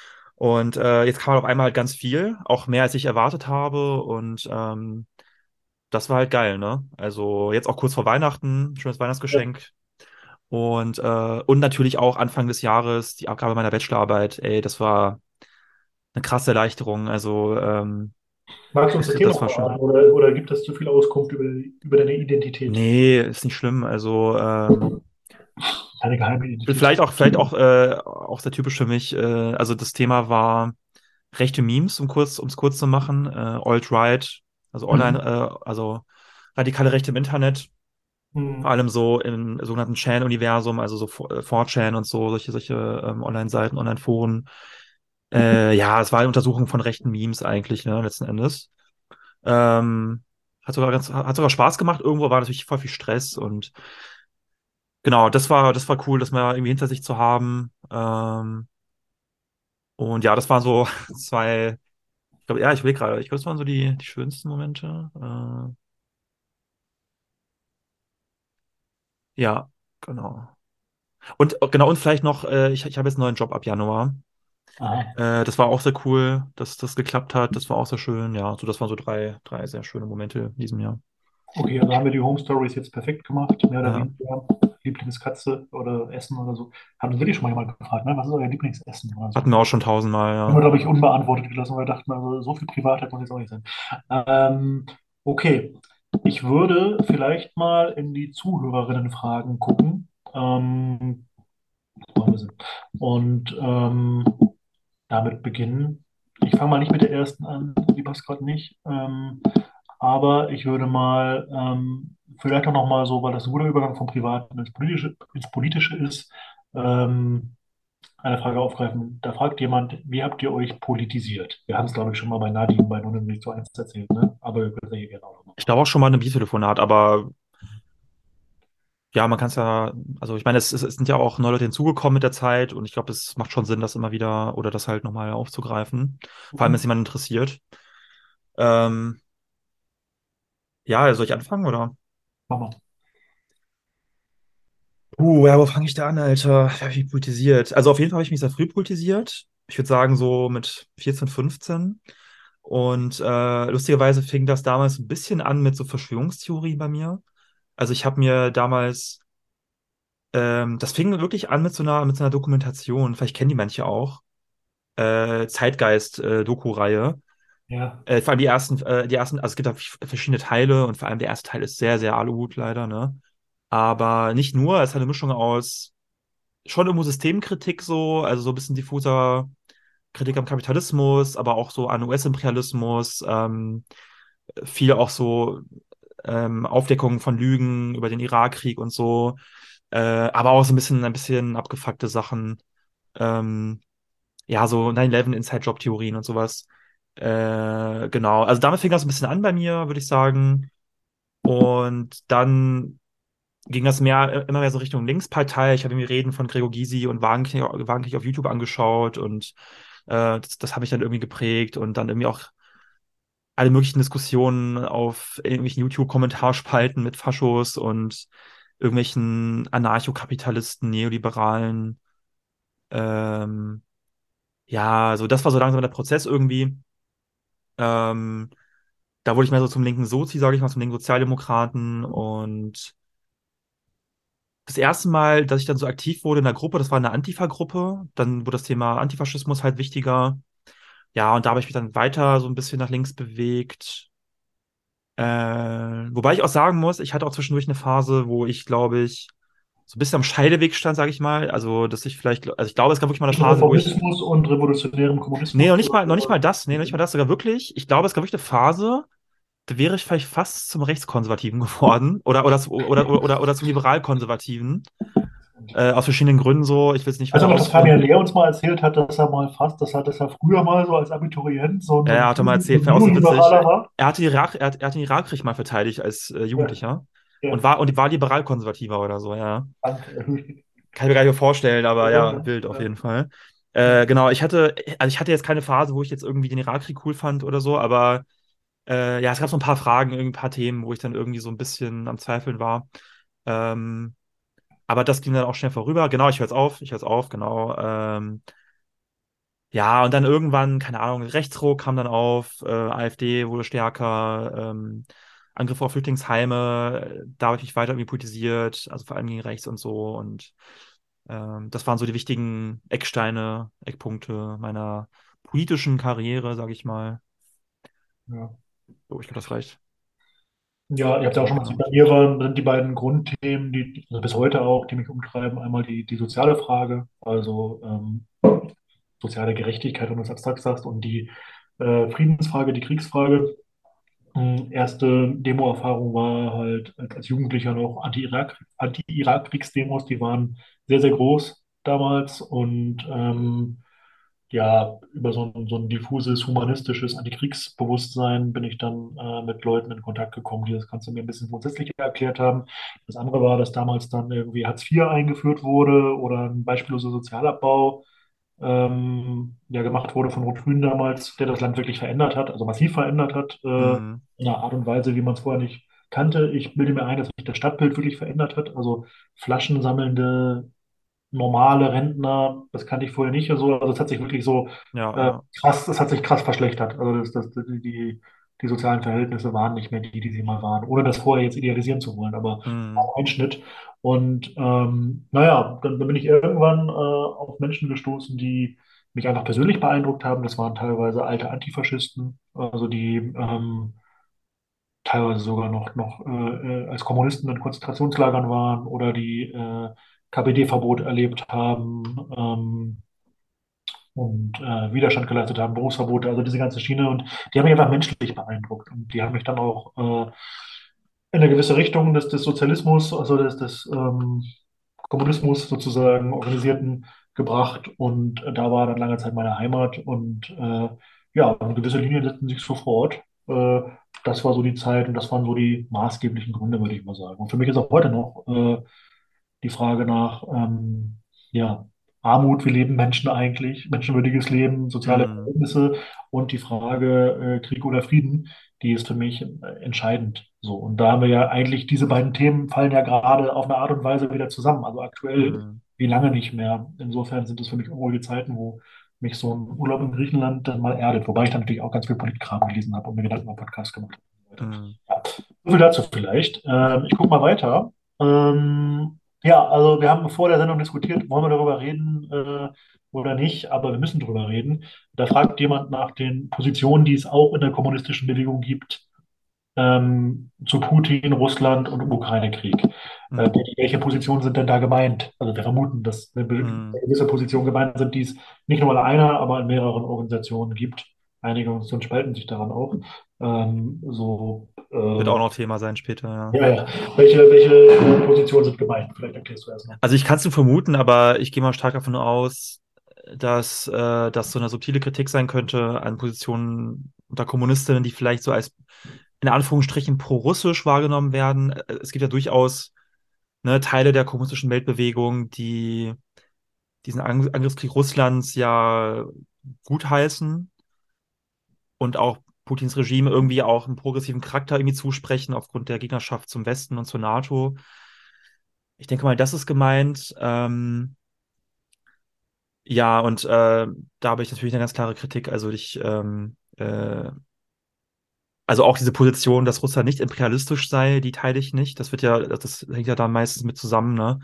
Speaker 1: Und äh, jetzt kam halt auf einmal halt ganz viel, auch mehr als ich erwartet habe. Und ähm, das war halt geil, ne? Also jetzt auch kurz vor Weihnachten, schönes
Speaker 2: Ja.
Speaker 1: Weihnachtsgeschenk. Und, äh, und natürlich auch Anfang des Jahres die Abgabe meiner Bachelorarbeit. Ey, das war eine krasse Erleichterung. Also, ähm,
Speaker 2: Magst du uns
Speaker 1: das,
Speaker 2: das Thema
Speaker 1: das war schön.
Speaker 2: verraten oder, oder gibt es zu viel Auskunft über, über deine Identität?
Speaker 1: Nee, ist nicht schlimm. Also, ähm,
Speaker 2: Deine geheime Identität.
Speaker 1: vielleicht auch, vielleicht auch, äh, auch sehr typisch für mich. Äh, also, das Thema war rechte Memes, um kurz, um es kurz zu machen. Äh, Alt-Right, also online,
Speaker 2: Mhm.
Speaker 1: äh, also radikale Rechte im Internet. Vor
Speaker 2: Mhm.
Speaker 1: allem so im sogenannten Chan-Universum, also so four chan und so, solche, solche ähm, Online-Seiten, Online-Foren. Äh, ja, es war eine Untersuchung von rechten Memes eigentlich, ne, letzten Endes. Ähm, hat sogar ganz, hat sogar Spaß gemacht. Irgendwo war natürlich voll viel Stress und genau, das war, das war cool, das mal irgendwie hinter sich zu haben. Ähm, und ja, das waren so zwei, ich glaube, ja, ich will gerade, ich glaube, das waren so die, die schönsten Momente. Äh, ja, genau. Und genau, und vielleicht noch, äh, ich, ich habe jetzt einen neuen Job ab Januar.
Speaker 2: Aha.
Speaker 1: Äh, das war auch sehr cool, dass das geklappt hat. Das war auch sehr schön. Ja, so das waren so drei, drei sehr schöne Momente in diesem Jahr.
Speaker 2: Okay, also haben wir die Home Stories jetzt perfekt gemacht, mehr oder
Speaker 1: Ja.
Speaker 2: weniger. Lieblingskatze oder Essen oder so. Haben wir dich schon mal jemand gefragt, ne? Was ist euer Lieblingsessen oder so?
Speaker 1: Hatten wir auch schon tausendmal,
Speaker 2: Haben wir,
Speaker 1: ja.
Speaker 2: glaube ich, unbeantwortet gelassen, weil wir dachten, also so viel Privatheit muss jetzt auch nicht sein. Ähm, okay, ich würde vielleicht mal in die Zuhörerinnenfragen gucken. Ähm, wo haben wir sie? Und ähm, damit beginnen. Ich fange mal nicht mit der ersten an, die passt gerade nicht. Ähm, aber ich würde mal ähm, vielleicht auch noch mal so, weil das ein guter Übergang vom Privaten ins Politische, ins Politische ist, ähm, eine Frage aufgreifen. Da fragt jemand, wie habt ihr euch politisiert? Wir haben es, glaube ich, schon mal bei Nadine bei null null zu eins erzählt, ne? Aber wir können es ja hier gerne auch noch mal
Speaker 1: Ich
Speaker 2: machen.
Speaker 1: glaube auch schon mal in einem Videotelefonat, aber Ja, man kann es ja, also ich meine, es, es, es sind ja auch neue Leute hinzugekommen mit der Zeit und ich glaube, es macht schon Sinn, das immer wieder oder das halt nochmal aufzugreifen. Vor allem, wenn es
Speaker 2: Mhm.
Speaker 1: jemand interessiert. Ähm, ja, soll ich anfangen oder?
Speaker 2: Mach mal.
Speaker 1: Uh, ja, wo fange ich da an, Alter? Wer hat mich politisiert? Also auf jeden Fall habe ich mich sehr früh politisiert. Ich würde sagen so mit vierzehn, fünfzehn. Und äh, lustigerweise fing das damals ein bisschen an mit so Verschwörungstheorien bei mir. Also ich habe mir damals, ähm, das fing wirklich an mit so einer, mit so einer Dokumentation, vielleicht kennen die manche auch, äh, Zeitgeist-Doku-Reihe.
Speaker 2: Ja,
Speaker 1: Äh, vor allem die ersten, äh, die ersten, also es gibt da f- verschiedene Teile und vor allem der erste Teil ist sehr, sehr Aluhut leider, ne? Aber nicht nur, es hat eine Mischung aus schon irgendwo Systemkritik so, also so ein bisschen diffuser Kritik am Kapitalismus, aber auch so an U S-Imperialismus, ähm, viel auch so ähm, Aufdeckung von Lügen über den Irakkrieg und so, äh, aber auch so ein bisschen, ein bisschen abgefuckte Sachen, ähm, ja, so neun elf Inside-Job-Theorien und sowas. Äh, genau, also damit fing das ein bisschen an bei mir, würde ich sagen. Und dann ging das mehr, immer mehr so Richtung Linkspartei. Ich habe mir Reden von Gregor Gysi und Wagenknecht, Wagenknecht auf YouTube angeschaut und äh, das, das habe ich dann irgendwie geprägt und dann irgendwie auch alle möglichen Diskussionen auf irgendwelchen YouTube-Kommentarspalten mit Faschos und irgendwelchen Anarchokapitalisten, Neoliberalen. Ähm, ja, also das war so langsam der Prozess irgendwie. Ähm, Da wurde ich mehr so zum linken Sozi, sage ich mal, zum linken Sozialdemokraten und das erste Mal, dass ich dann so aktiv wurde in der Gruppe, das war eine Antifa-Gruppe. Dann wurde das Thema Antifaschismus halt wichtiger. Ja, und da habe ich mich dann weiter so ein bisschen nach links bewegt. Äh, wobei ich auch sagen muss, ich hatte auch zwischendurch eine Phase, wo ich, glaube ich, so ein bisschen am Scheideweg stand, sage ich mal. Also, dass ich vielleicht, also ich glaube, es gab wirklich mal eine
Speaker 2: zwischen
Speaker 1: Phase, wo ich,
Speaker 2: Reformismus und revolutionärem
Speaker 1: nee, noch
Speaker 2: Kommunismus
Speaker 1: nicht
Speaker 2: oder
Speaker 1: mal, noch nicht mal das, nee, noch nicht mal das, sogar wirklich, ich glaube, es gab wirklich eine Phase, da wäre ich vielleicht fast zum Rechtskonservativen geworden oder, oder, oder, oder, oder, oder zum Liberalkonservativen. Äh, aus verschiedenen Gründen so. Ich will es nicht
Speaker 2: Also
Speaker 1: weiter
Speaker 2: noch, dass Fabian
Speaker 1: ausführen.
Speaker 2: Lehr uns mal erzählt hat, dass er mal fast, das hat, dass er früher mal so als Abiturient so, ein- so
Speaker 1: Er
Speaker 2: ein
Speaker 1: hat doch mal
Speaker 2: Fusi- so
Speaker 1: erzählt,
Speaker 2: ein
Speaker 1: wäre auch so witzig.
Speaker 2: Neoliberaler war.
Speaker 1: Er hatte, Irak, er hat, er hat den Irakkrieg mal verteidigt als äh,
Speaker 2: Ja,
Speaker 1: Jugendlicher und
Speaker 2: ja,
Speaker 1: war, und war liberal-konservativer oder so, ja.
Speaker 2: spannend irgendwie.
Speaker 1: Kann ich mir gar nicht mehr vorstellen, aber ja,
Speaker 2: Ja,
Speaker 1: wild auf
Speaker 2: ja,
Speaker 1: jeden Fall.
Speaker 2: ja,
Speaker 1: Äh, genau, ich hatte, also ich hatte jetzt keine Phase, wo ich jetzt irgendwie den Irakkrieg cool fand oder so, aber äh, ja, es gab so ein paar Fragen, irgendwie ein paar Themen, wo ich dann irgendwie so ein bisschen am Zweifeln war. Ähm, aber das ging dann auch schnell vorüber. Genau, ich höre jetzt auf, ich höre jetzt auf, genau. Ähm, Ja, und dann irgendwann, keine Ahnung, Rechtsruck kam dann auf, äh, AfD wurde stärker, ähm, Angriffe auf Flüchtlingsheime, äh, da habe ich mich weiter irgendwie politisiert, also vor allem gegen rechts und so. Und ähm, das waren so die wichtigen Ecksteine, Eckpunkte meiner politischen Karriere, sage ich mal.
Speaker 2: ja.
Speaker 1: So, ich glaube, das reicht.
Speaker 2: Ja, ihr habt ja auch
Speaker 1: Äh,
Speaker 2: schon mal,
Speaker 1: genau.
Speaker 2: bei mir waren sind die beiden Grundthemen, die also bis heute auch, die mich umtreiben, einmal die, die soziale Frage, also ähm, soziale Gerechtigkeit, wenn du es abstrakt sagst, und die äh, Friedensfrage, die Kriegsfrage. Ähm, Erste Demo-Erfahrung war halt als als Jugendlicher noch Anti-Irak, Anti-Irak-Kriegsdemos, die waren sehr, sehr groß damals und ähm, ja, über so ein, so ein diffuses humanistisches Antikriegsbewusstsein bin ich dann äh, mit Leuten in Kontakt gekommen, die das Ganze mir ein bisschen grundsätzlicher erklärt haben. Das andere war, dass damals dann irgendwie Hartz vier eingeführt wurde oder ein beispielloser Sozialabbau ähm, ja, gemacht wurde von Rot-Grün damals, der das Land wirklich verändert hat, also massiv verändert hat, äh,
Speaker 1: Mhm.
Speaker 2: in einer Art und Weise, wie man es vorher nicht kannte. Ich bilde mir ein, dass sich das Stadtbild wirklich verändert hat. Also flaschensammelnde, normale Rentner, das kannte ich vorher nicht. Also, also es hat sich wirklich so
Speaker 1: Ja,
Speaker 2: äh,
Speaker 1: ja.
Speaker 2: krass, es hat sich krass verschlechtert. Also das, das, die, die die sozialen Verhältnisse waren nicht mehr die, die sie mal waren, ohne das vorher jetzt idealisieren zu wollen, aber
Speaker 1: Mhm.
Speaker 2: ein Einschnitt. Und ähm, naja, dann, dann bin ich irgendwann äh, auf Menschen gestoßen, die mich einfach persönlich beeindruckt haben. Das waren teilweise alte Antifaschisten, also die ähm, teilweise sogar noch, noch äh, äh, als Kommunisten in Konzentrationslagern waren oder die äh, K P D-Verbot erlebt haben ähm, und äh, Widerstand geleistet haben, Berufsverbote, also diese ganze Schiene. Und die haben mich einfach menschlich beeindruckt. Und die haben mich dann auch äh, in eine gewisse Richtung des, des Sozialismus, also des, des ähm, Kommunismus sozusagen organisierten, gebracht. Und äh, da war dann lange Zeit meine Heimat. Und äh, ja, eine gewisse Linie setzten sich sofort. Äh, das war so die Zeit und das waren so die maßgeblichen Gründe, würde ich mal sagen. Und für mich ist auch heute noch äh, die Frage nach ähm, ja, Armut, wie leben Menschen eigentlich, menschenwürdiges Leben, soziale
Speaker 1: Mhm.
Speaker 2: Verhältnisse und die Frage äh, Krieg oder Frieden, die ist für mich äh, entscheidend. So, und da haben wir ja eigentlich, diese beiden Themen fallen ja gerade auf eine Art und Weise wieder zusammen. Also aktuell
Speaker 1: Mhm.
Speaker 2: wie lange nicht mehr. Insofern sind es für mich unruhige Zeiten, wo mich so ein Urlaub in Griechenland dann mal erdet. Wobei ich dann natürlich auch ganz viel Politkram gelesen habe und mir Gedanken über Podcast gemacht habe und so weiter.
Speaker 1: Mhm.
Speaker 2: Ja, so viel dazu vielleicht. Ähm, ich gucke mal weiter. Ähm, ja, also wir haben vor der Sendung diskutiert, wollen wir darüber reden äh, oder nicht, aber wir müssen darüber reden. Da fragt jemand nach den Positionen, die es auch in der kommunistischen Bewegung gibt, ähm, zu Putin, Russland und dem Ukraine-Krieg. Äh,
Speaker 1: Mhm.
Speaker 2: welche Positionen sind denn da gemeint? Also wir vermuten, dass eine be-
Speaker 1: Mhm.
Speaker 2: gewisse Positionen gemeint sind, die es nicht nur in einer, aber in mehreren Organisationen gibt. Einige Organisationen spalten sich daran auch. Ähm, so,
Speaker 1: Wird
Speaker 2: äh,
Speaker 1: auch noch Thema sein später, ja.
Speaker 2: ja, ja. Welche, welche äh, Positionen sind gemeint? Vielleicht erklärst du erst noch.
Speaker 1: Also ich kann es nur vermuten, aber ich gehe mal stark davon aus, dass äh, das so eine subtile Kritik sein könnte an Positionen unter Kommunistinnen, die vielleicht so als in Anführungsstrichen pro-russisch wahrgenommen werden. Äh, Es gibt ja durchaus ne, Teile der kommunistischen Weltbewegung, die diesen Ang Angriffskrieg Russlands ja gutheißen und auch Putins Regime irgendwie auch einen progressiven Charakter irgendwie zusprechen aufgrund der Gegnerschaft zum Westen und zur NATO. Ich denke mal, das ist gemeint. Ähm, ja, und äh, da habe ich natürlich eine ganz klare Kritik. Also ich, ähm, äh, also auch diese Position, dass Russland nicht imperialistisch sei, die teile ich nicht. Das wird ja, das hängt ja da meistens mit zusammen, ne?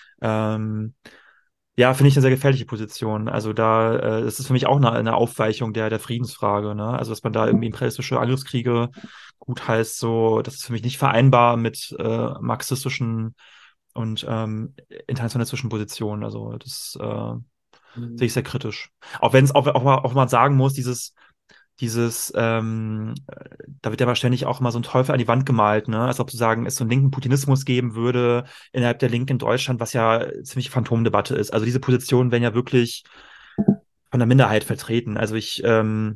Speaker 1: Ähm, ja, finde ich eine sehr gefährliche Position. Also da, äh, das ist für mich auch eine, eine Aufweichung der, der Friedensfrage, ne? Also dass man da irgendwie imperialistische Angriffskriege gut heißt, so, das ist für mich nicht vereinbar mit äh, marxistischen und ähm, internationalistischen Positionen. Also das äh, sehe ich sehr kritisch. Auch wenn es auch, auch, mal- auch mal sagen muss, dieses dieses, ähm, äh, da wird ja wahrscheinlich auch immer so ein Teufel an die Wand gemalt, ne? Als ob zu sagen, es so einen linken Putinismus geben würde innerhalb der Linken in Deutschland, was ja ziemlich Phantomdebatte ist. Also diese Positionen werden ja wirklich von der Minderheit vertreten. Also ich, ähm,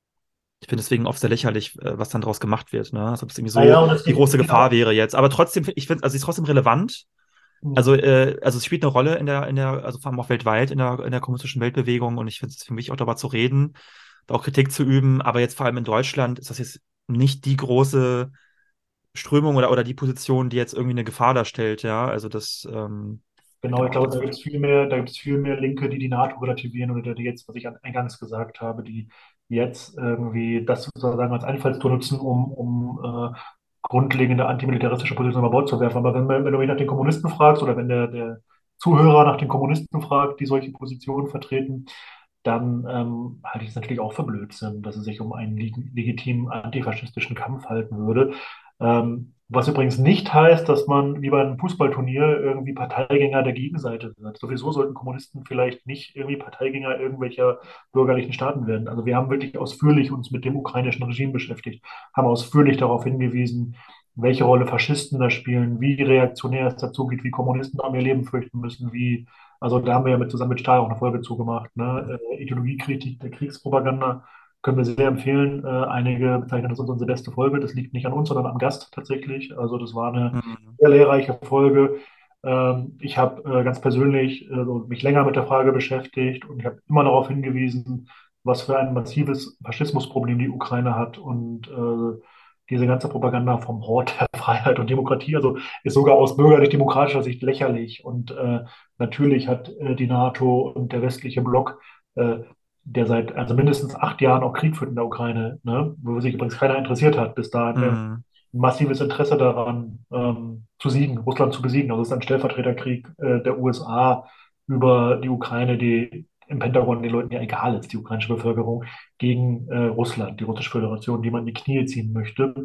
Speaker 1: ich finde deswegen oft sehr lächerlich, äh, was dann daraus gemacht wird, ne? Als ob es irgendwie
Speaker 2: Naja,
Speaker 1: so
Speaker 2: und es
Speaker 1: die
Speaker 2: geht,
Speaker 1: große
Speaker 2: es geht
Speaker 1: Gefahr
Speaker 2: auch.
Speaker 1: wäre jetzt. Aber trotzdem, ich finde, also sie ist trotzdem relevant. Also, äh, also es spielt eine Rolle in der, in der, also vor allem auch weltweit in der, in der kommunistischen Weltbewegung und ich finde es für mich auch darüber zu reden, da auch Kritik zu üben, aber jetzt vor allem in Deutschland ist das jetzt nicht die große Strömung oder, oder die Position, die jetzt irgendwie eine Gefahr darstellt, ja. Also das, ähm,
Speaker 2: Genau, ich
Speaker 1: genau,
Speaker 2: glaube, da
Speaker 1: das
Speaker 2: gibt
Speaker 1: wird.
Speaker 2: es viel mehr, da gibt es viel mehr Linke, die die NATO relativieren oder die jetzt, was ich an- eingangs gesagt habe, die jetzt irgendwie das sozusagen als Einfallstor nutzen, um, um äh, grundlegende antimilitaristische Positionen über Bord zu werfen. Aber wenn, wenn du mich nach den Kommunisten fragst oder wenn der, der Zuhörer nach den Kommunisten fragt, die solche Positionen vertreten, dann ähm, halte ich es natürlich auch für Blödsinn, dass es sich um einen leg legitimen antifaschistischen Kampf halten würde. Ähm, was übrigens nicht heißt, dass man wie bei einem Fußballturnier irgendwie Parteigänger der Gegenseite wird. Sowieso sollten Kommunisten vielleicht nicht irgendwie Parteigänger irgendwelcher bürgerlichen Staaten werden. Also wir haben wirklich ausführlich uns mit dem ukrainischen Regime beschäftigt, haben ausführlich darauf hingewiesen, welche Rolle Faschisten da spielen, wie reaktionär es dazu geht, wie Kommunisten um ihr Leben fürchten müssen, wie, also da haben wir ja mit, zusammen mit Stahl auch eine Folge zugemacht, ne? Äh, Ideologiekritik der Kriegspropaganda können wir sehr empfehlen. Äh, einige bezeichnen das als unsere beste Folge. Das liegt nicht an uns, sondern am Gast tatsächlich. Also das war eine
Speaker 1: Mhm.
Speaker 2: sehr lehrreiche Folge. Ähm, ich habe äh, ganz persönlich äh, so mich länger mit der Frage beschäftigt und ich habe immer darauf hingewiesen, was für ein massives Faschismusproblem die Ukraine hat und äh, diese ganze Propaganda vom Hort der Freiheit und Demokratie, also ist sogar aus bürgerlich-demokratischer Sicht lächerlich. Und äh, natürlich hat äh, die NATO und der westliche Block äh, der seit also mindestens acht Jahren auch Krieg führt in der Ukraine, ne? Wo sich übrigens keiner interessiert hat, bis dahin ein
Speaker 1: Mhm.
Speaker 2: massives Interesse daran, ähm, zu siegen, Russland zu besiegen. Also es ist ein Stellvertreterkrieg äh, der U S A über die Ukraine, die im Pentagon den Leuten ja egal ist, die ukrainische Bevölkerung, gegen äh, Russland, die Russische Föderation, die man in die Knie ziehen möchte.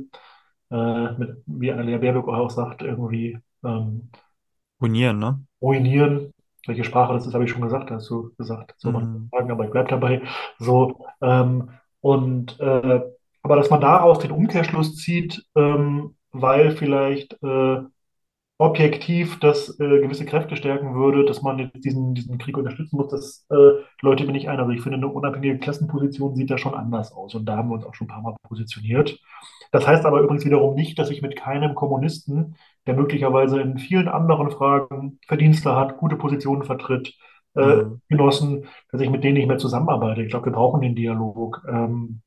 Speaker 2: Äh, mit, wie Annalena Baerbock auch sagt, irgendwie ähm,
Speaker 1: Ruinieren, ne?
Speaker 2: ruinieren. Welche Sprache das ist, habe ich schon gesagt, hast du gesagt. Soll man nicht
Speaker 1: Mhm.
Speaker 2: sagen, aber ich bleibe dabei. So, ähm, und äh, aber dass man daraus den Umkehrschluss zieht, ähm, weil vielleicht äh, objektiv das äh, gewisse Kräfte stärken würde, dass man jetzt diesen, diesen Krieg unterstützen muss, das äh, leuchtet mir nicht ein. Also ich finde, eine unabhängige Klassenposition sieht da schon anders aus. Und da haben wir uns auch schon ein paar Mal positioniert. Das heißt aber übrigens wiederum nicht, dass ich mit keinem Kommunisten, der möglicherweise in vielen anderen Fragen Verdienste hat, gute Positionen vertritt, äh,
Speaker 1: Hm,
Speaker 2: Genossen, dass ich mit denen nicht mehr zusammenarbeite. Ich glaube, wir brauchen den Dialog. Ähm,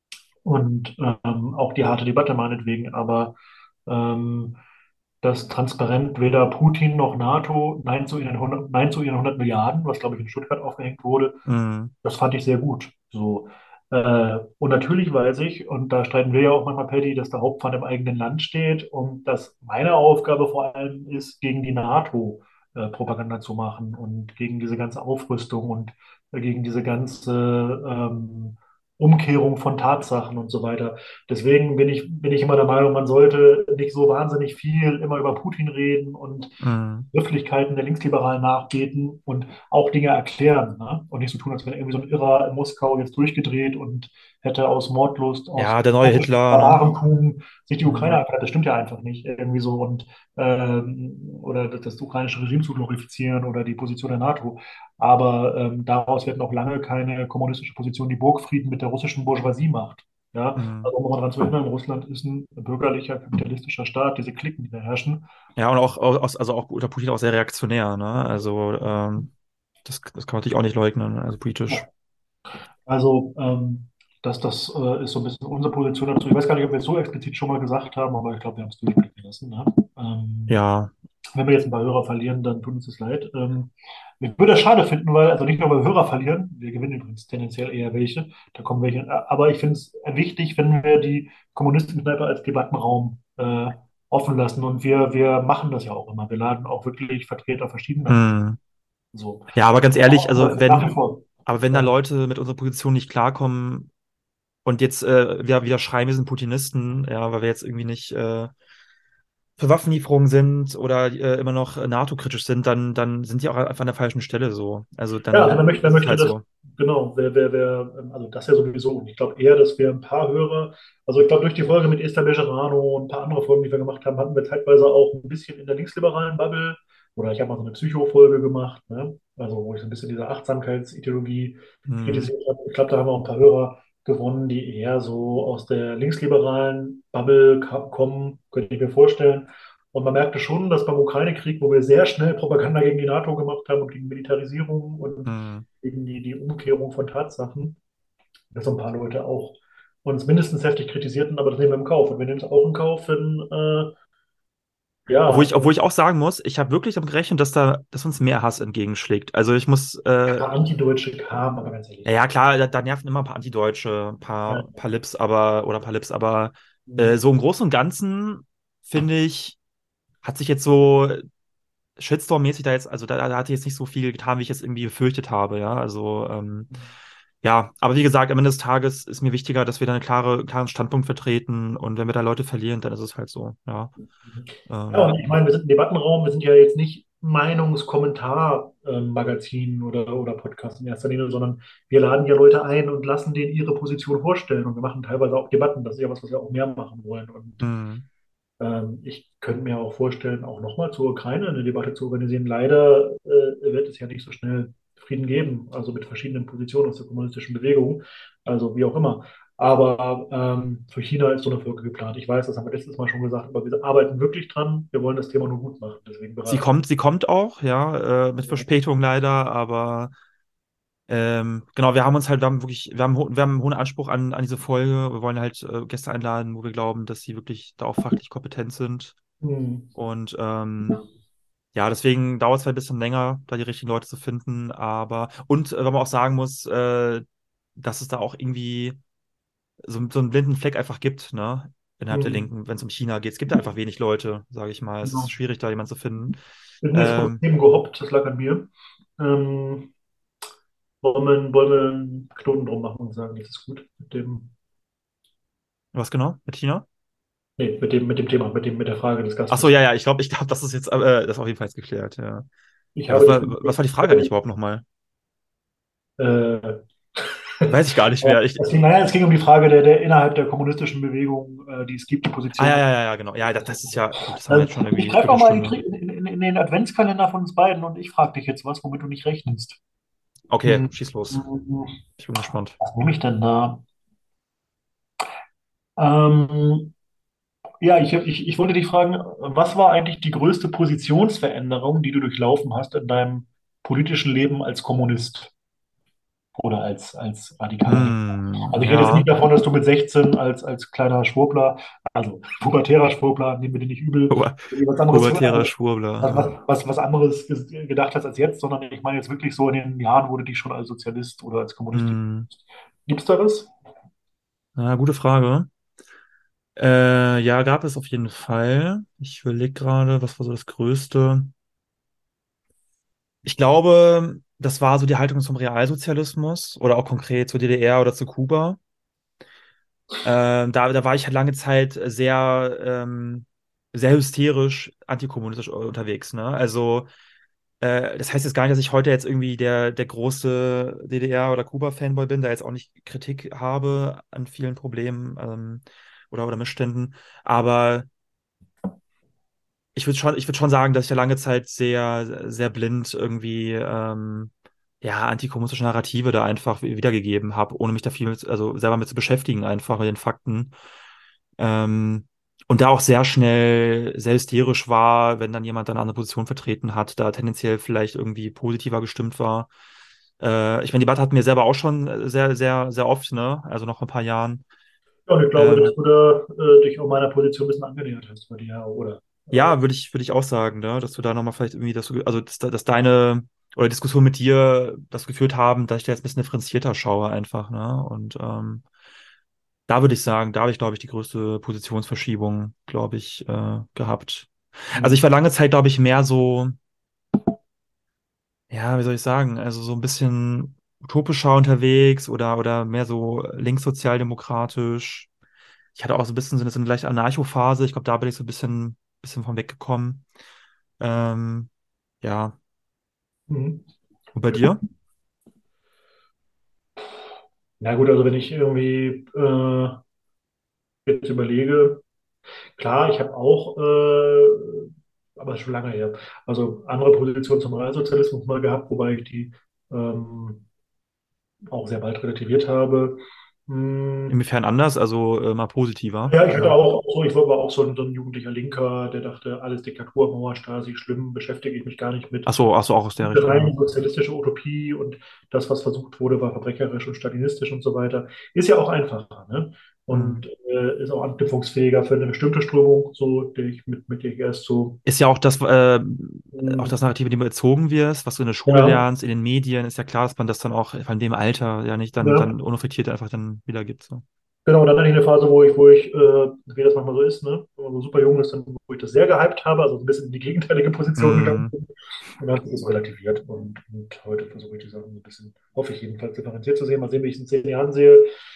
Speaker 2: und ähm, auch die harte Debatte meinetwegen, aber ähm, dass transparent weder Putin noch NATO Nein zu ihren hundert, Nein zu ihren hundert Milliarden, was glaube ich in Stuttgart aufgehängt wurde,
Speaker 1: hm,
Speaker 2: das fand ich sehr gut. So. Äh, und natürlich weiß ich, und da streiten wir ja auch manchmal, Paddy, dass der Hauptfeind im eigenen Land steht und dass meine Aufgabe vor allem ist, gegen die NATO äh, Propaganda zu machen und gegen diese ganze Aufrüstung und äh, gegen diese ganze ähm, Umkehrung von Tatsachen und so weiter. Deswegen bin ich, bin ich immer der Meinung, man sollte nicht so wahnsinnig viel immer über Putin reden und
Speaker 1: hm.
Speaker 2: Grifflichkeiten der Linksliberalen nachbeten und auch Dinge erklären, ne? Und nicht so tun, als wäre irgendwie so ein Irrer in Moskau jetzt durchgedreht und hätte aus Mordlust, aus
Speaker 1: Ja, der neue
Speaker 2: russischem
Speaker 1: Hitler, ne?
Speaker 2: Barbarentum sich die Ukraine
Speaker 1: Hm,
Speaker 2: erklärt. Das stimmt ja einfach nicht irgendwie so und ähm, oder das, das ukrainische Regime zu glorifizieren oder die Position der NATO. Aber ähm, daraus wird noch lange keine kommunistische Position, die Burgfrieden mit der russischen Bourgeoisie macht. Ja,
Speaker 1: hm.
Speaker 2: also um mal daran zu erinnern, Russland ist ein bürgerlicher, kapitalistischer Staat, diese Klicken, die da herrschen.
Speaker 1: Ja, und auch, auch, also auch unter Putin auch sehr reaktionär, ne? Also, ähm, das, das kann man natürlich auch nicht leugnen, also politisch.
Speaker 2: Ja. Also, ähm, das, das äh, ist so ein bisschen unsere Position dazu. Ich weiß gar nicht, ob wir es so explizit schon mal gesagt haben, aber ich glaube, wir haben es durchblicken lassen. Ne? Ähm,
Speaker 1: Ja,
Speaker 2: wenn wir jetzt ein paar Hörer verlieren, dann tut uns das leid. Ähm, ich würde es schade finden, weil, also nicht nur, weil wir Hörer verlieren, wir gewinnen übrigens tendenziell eher welche, da kommen welche, äh, aber ich finde es wichtig, wenn wir die Kommunisten-Kneipe als Debattenraum äh, offen lassen und wir, wir machen das ja auch immer. Wir laden auch wirklich Vertreter verschiedener Gruppen.
Speaker 1: hm.
Speaker 2: So.
Speaker 1: Ja, aber ganz ehrlich,
Speaker 2: Aber
Speaker 1: also
Speaker 2: für nach wie
Speaker 1: wenn,
Speaker 2: vor.
Speaker 1: aber wenn da
Speaker 2: Ja.
Speaker 1: Leute mit unserer Position nicht klarkommen und jetzt äh, wir wieder schreien, wir sind Putinisten, ja, weil wir jetzt irgendwie nicht äh, für Waffenlieferungen sind oder äh, immer noch äh, NATO-kritisch sind, dann, dann sind die auch einfach an der falschen Stelle so. Also
Speaker 2: Ja, also wer
Speaker 1: dann
Speaker 2: möchte, wer
Speaker 1: ist es
Speaker 2: möchte
Speaker 1: halt
Speaker 2: das,
Speaker 1: so.
Speaker 2: genau, wer, wer, wer, ähm, also das ja sowieso. Und ich glaube eher, dass wir ein paar Hörer, also ich glaube, durch die Folge mit Esther Bejerano und ein paar andere Folgen, die wir gemacht haben, hatten wir zeitweise auch ein bisschen in der linksliberalen Bubble, oder ich habe mal so eine Psycho-Folge gemacht, ne? Also wo ich so ein bisschen diese Achtsamkeitsideologie
Speaker 1: Hm,
Speaker 2: kritisiert habe. Ich glaube, da haben wir auch ein paar Hörer gewonnen, die eher so aus der linksliberalen Bubble ka- kommen, könnte ich mir vorstellen. Und man merkte schon, dass beim Ukraine-Krieg, wo wir sehr schnell Propaganda gegen die NATO gemacht haben und gegen Militarisierung und
Speaker 1: hm.
Speaker 2: gegen die, die Umkehrung von Tatsachen, dass so ein paar Leute auch uns mindestens heftig kritisierten, aber das nehmen wir im Kauf. Und wir nehmen es auch in Kauf, wenn, äh,
Speaker 1: Obwohl
Speaker 2: ja,
Speaker 1: ich, obwohl ich auch sagen muss, ich habe wirklich damit gerechnet, dass da, dass uns mehr Hass entgegenschlägt. Also ich muss,
Speaker 2: ein
Speaker 1: äh,
Speaker 2: paar Antideutsche kamen, aber ganz
Speaker 1: ja,
Speaker 2: ehrlich.
Speaker 1: ja klar, da, da nerven immer ein paar Antideutsche, ein
Speaker 2: Ja.
Speaker 1: paar, paar Lips, aber, oder ein paar Lips, aber äh,
Speaker 2: Mhm.
Speaker 1: so im Großen und Ganzen, finde ich, hat sich jetzt so Shitstorm-mäßig da jetzt, also da, da hat jetzt nicht so viel getan, wie ich es irgendwie befürchtet habe, ja. Also, ähm, ja, aber wie gesagt, am Ende des Tages ist mir wichtiger, dass wir da einen klare, klaren Standpunkt vertreten und wenn wir da Leute verlieren, dann ist es halt so, ja.
Speaker 2: Ja,
Speaker 1: Ähm,
Speaker 2: und ich meine, wir sind ein Debattenraum, wir sind ja jetzt nicht Meinungskommentar-Magazin oder, oder Podcast in erster Linie, sondern wir laden ja Leute ein und lassen denen ihre Position vorstellen. Und wir machen teilweise auch Debatten. Das ist ja was, was wir auch mehr machen wollen. Und
Speaker 1: mh,
Speaker 2: ähm, ich könnte mir auch vorstellen, auch nochmal zur Ukraine eine Debatte zu organisieren. Leider äh, wird es ja nicht so schnell Frieden geben, also mit verschiedenen Positionen aus der kommunistischen Bewegung, also wie auch immer. Aber ähm, für China ist so eine Folge geplant. Ich weiß, das haben wir letztes Mal schon gesagt, aber wir arbeiten wirklich dran. Wir wollen das Thema nur gut machen. Deswegen
Speaker 1: sie
Speaker 2: beraten
Speaker 1: kommt, sie kommt auch, ja, äh, mit
Speaker 2: wir.
Speaker 1: Verspätung leider, aber ähm, genau, wir haben uns halt, wir haben wirklich, wir haben, ho- wir haben einen hohen Anspruch an, an diese Folge. Wir wollen halt äh, Gäste einladen, wo wir glauben, dass sie wirklich da auch fachlich kompetent sind.
Speaker 2: Hm.
Speaker 1: Und ähm, ja, deswegen dauert es halt ein bisschen länger, da die richtigen Leute zu finden. Aber, und äh, weil man auch sagen muss, äh, dass es da auch irgendwie so, so einen blinden Fleck einfach gibt, ne? Innerhalb der
Speaker 2: Hm.
Speaker 1: Linken, wenn es um China geht. Es gibt da einfach wenig Leute, sage ich mal. Es ist
Speaker 2: Genau.
Speaker 1: schwierig, da jemanden zu finden.
Speaker 2: Bin nicht von
Speaker 1: Ähm,
Speaker 2: Themen gehoppt, das lag an mir. Ähm, wollen wir, wollen wir einen Knoten drum machen und sagen, das ist gut mit dem,
Speaker 1: was genau? Mit China?
Speaker 2: nee, mit dem, mit dem Thema, mit dem, mit der Frage des
Speaker 1: Ach so,
Speaker 2: Gastes.
Speaker 1: ja, ja, ich glaube, ich glaube, das ist jetzt, äh, das ist auf jeden Fall jetzt geklärt, ja.
Speaker 2: Ich
Speaker 1: Ja, was
Speaker 2: habe dich
Speaker 1: war, was war die Frage eigentlich
Speaker 2: gebeten,
Speaker 1: überhaupt nochmal?
Speaker 2: äh,
Speaker 1: Weiß ich gar nicht mehr. Ich,
Speaker 2: es ging, naja, es ging um die Frage der, der innerhalb der kommunistischen Bewegung, äh, die es gibt, die
Speaker 1: ah, ja,
Speaker 2: Position.
Speaker 1: ja, ja, ja, genau. Ja, das, das ist ja, gut, das haben wir
Speaker 2: Ähm,
Speaker 1: jetzt schon
Speaker 2: ich
Speaker 1: irgendwie eine
Speaker 2: greife noch mal in,
Speaker 1: Viertelstunde.
Speaker 2: die- in, in, in den Adventskalender von uns beiden und ich frage dich jetzt was, womit du nicht rechnest.
Speaker 1: Okay,
Speaker 2: Hm,
Speaker 1: schieß los.
Speaker 2: hm,
Speaker 1: Ich bin gespannt.
Speaker 2: was nehme ich denn da? Ähm, ja, ich, ich, ich wollte dich fragen, was war eigentlich die größte Positionsveränderung, die du durchlaufen hast in deinem politischen Leben als Kommunist oder als, als radikaler Linker?
Speaker 1: Hm,
Speaker 2: Also ich rede jetzt
Speaker 1: ja,
Speaker 2: nicht davon, dass du mit sechzehn als, als kleiner Schwurbler, also pubertärer Schwurbler, nehmen wir den nicht übel,
Speaker 1: Pu-
Speaker 2: was anderes,
Speaker 1: pubertärer
Speaker 2: also
Speaker 1: Schwurbler,
Speaker 2: was, was,
Speaker 1: ja.
Speaker 2: was, was anderes ges- gedacht hast als jetzt, sondern ich meine jetzt wirklich so in den Jahren, wo du dich schon als Sozialist oder als Kommunist.
Speaker 1: Hm,
Speaker 2: Gibt es da was?
Speaker 1: ja, gute Frage. Äh, ja, gab es auf jeden Fall. Ich überlege gerade, was war so das Größte? Ich glaube, das war so die Haltung zum Realsozialismus oder auch konkret zur D D R oder zu Kuba. Ähm, da, da war ich halt lange Zeit sehr, ähm, sehr hysterisch antikommunistisch unterwegs, ne? Also, äh, das heißt jetzt gar nicht, dass ich heute jetzt irgendwie der, der große D D R- oder Kuba-Fanboy bin, da jetzt auch nicht Kritik habe an vielen Problemen, ähm, oder, oder Missständen. Aber ich würde schon, ich würde schon sagen, dass ich da lange Zeit sehr, sehr blind irgendwie, ähm, ja, antikommunistische Narrative da einfach wiedergegeben habe, ohne mich da viel mit, also selber mit zu beschäftigen, einfach mit den Fakten. Ähm, und da auch sehr schnell sehr hysterisch war, wenn dann jemand dann eine andere Position vertreten hat, da tendenziell vielleicht irgendwie positiver gestimmt war. Äh, ich meine, die Debatte hatten wir selber auch schon sehr, sehr, sehr oft, ne? Also noch vor ein paar Jahren.
Speaker 2: Ja, und ich glaube, dass
Speaker 1: Ähm,
Speaker 2: du da äh, dich auch meiner Position ein bisschen angenähert hast bei dir, oder? Äh,
Speaker 1: Ja, würde ich, würde ich auch sagen, ne? Dass du da nochmal vielleicht irgendwie, dass du, also dass, dass deine oder Diskussion mit dir das geführt haben, dass ich da jetzt ein bisschen differenzierter schaue einfach, ne? Und ähm, da würde ich sagen, da habe ich, glaube ich, die größte Positionsverschiebung, glaube ich, äh, gehabt. Also ich
Speaker 2: hm,
Speaker 1: war lange Zeit, glaube ich, mehr so, ja, wie soll ich sagen, also so ein bisschen utopischer unterwegs oder, oder mehr so linkssozialdemokratisch. Ich hatte auch so ein bisschen so eine, so eine leichte Anarcho-Phase. Ich glaube, da bin ich so ein bisschen, bisschen von weggekommen. Ähm, ja.
Speaker 2: hm.
Speaker 1: Und bei dir?
Speaker 2: Na gut, also wenn ich irgendwie äh, jetzt überlege, klar, ich habe auch, äh, aber ist schon lange her, also andere Positionen zum Realsozialismus mal gehabt, wobei ich die ähm, auch sehr bald relativiert habe. Hm,
Speaker 1: Inwiefern anders? Also äh, mal positiver,
Speaker 2: ja, ich hatte
Speaker 1: oder?
Speaker 2: auch so, ich war aber auch so ein, so ein jugendlicher Linker, der dachte, alles Diktatur, Mauer, Stasi, schlimm, beschäftige ich mich gar nicht mit.
Speaker 1: Ach so, ach so, auch aus der
Speaker 2: Eine
Speaker 1: Richtung, ja.
Speaker 2: rein sozialistische Utopie und das, was versucht wurde, war verbrecherisch und stalinistisch und so weiter. Ist ja auch einfacher, ne?
Speaker 1: Hm.
Speaker 2: Und äh, ist auch anknüpfungsfähiger für eine bestimmte Strömung, so, der ich, mit, mit der ich erst so,
Speaker 1: Ist ja auch das, äh, auch das
Speaker 2: mh,
Speaker 1: Narrativ, in dem du erzogen wirst, was du in der Schule
Speaker 2: ja,
Speaker 1: lernst, in den Medien, ist ja klar, dass man das dann auch von dem Alter ja nicht dann,
Speaker 2: ja,
Speaker 1: dann unreflektiert einfach dann wiedergibt. So.
Speaker 2: genau. Und dann hatte ich eine Phase, wo ich, wo ich, äh, wie das manchmal so ist, ne, wenn man so super jung ist, dann, wo ich das sehr gehypt habe, also ein bisschen in die gegenteilige Position gegangen
Speaker 1: Hm.
Speaker 2: bin. Und dann hat sich das relativiert. Und, und heute versuche ich die Sachen so ein bisschen, hoffe ich jedenfalls, differenziert zu sehen. Mal sehen, wie ich es in zehn Jahren sehe.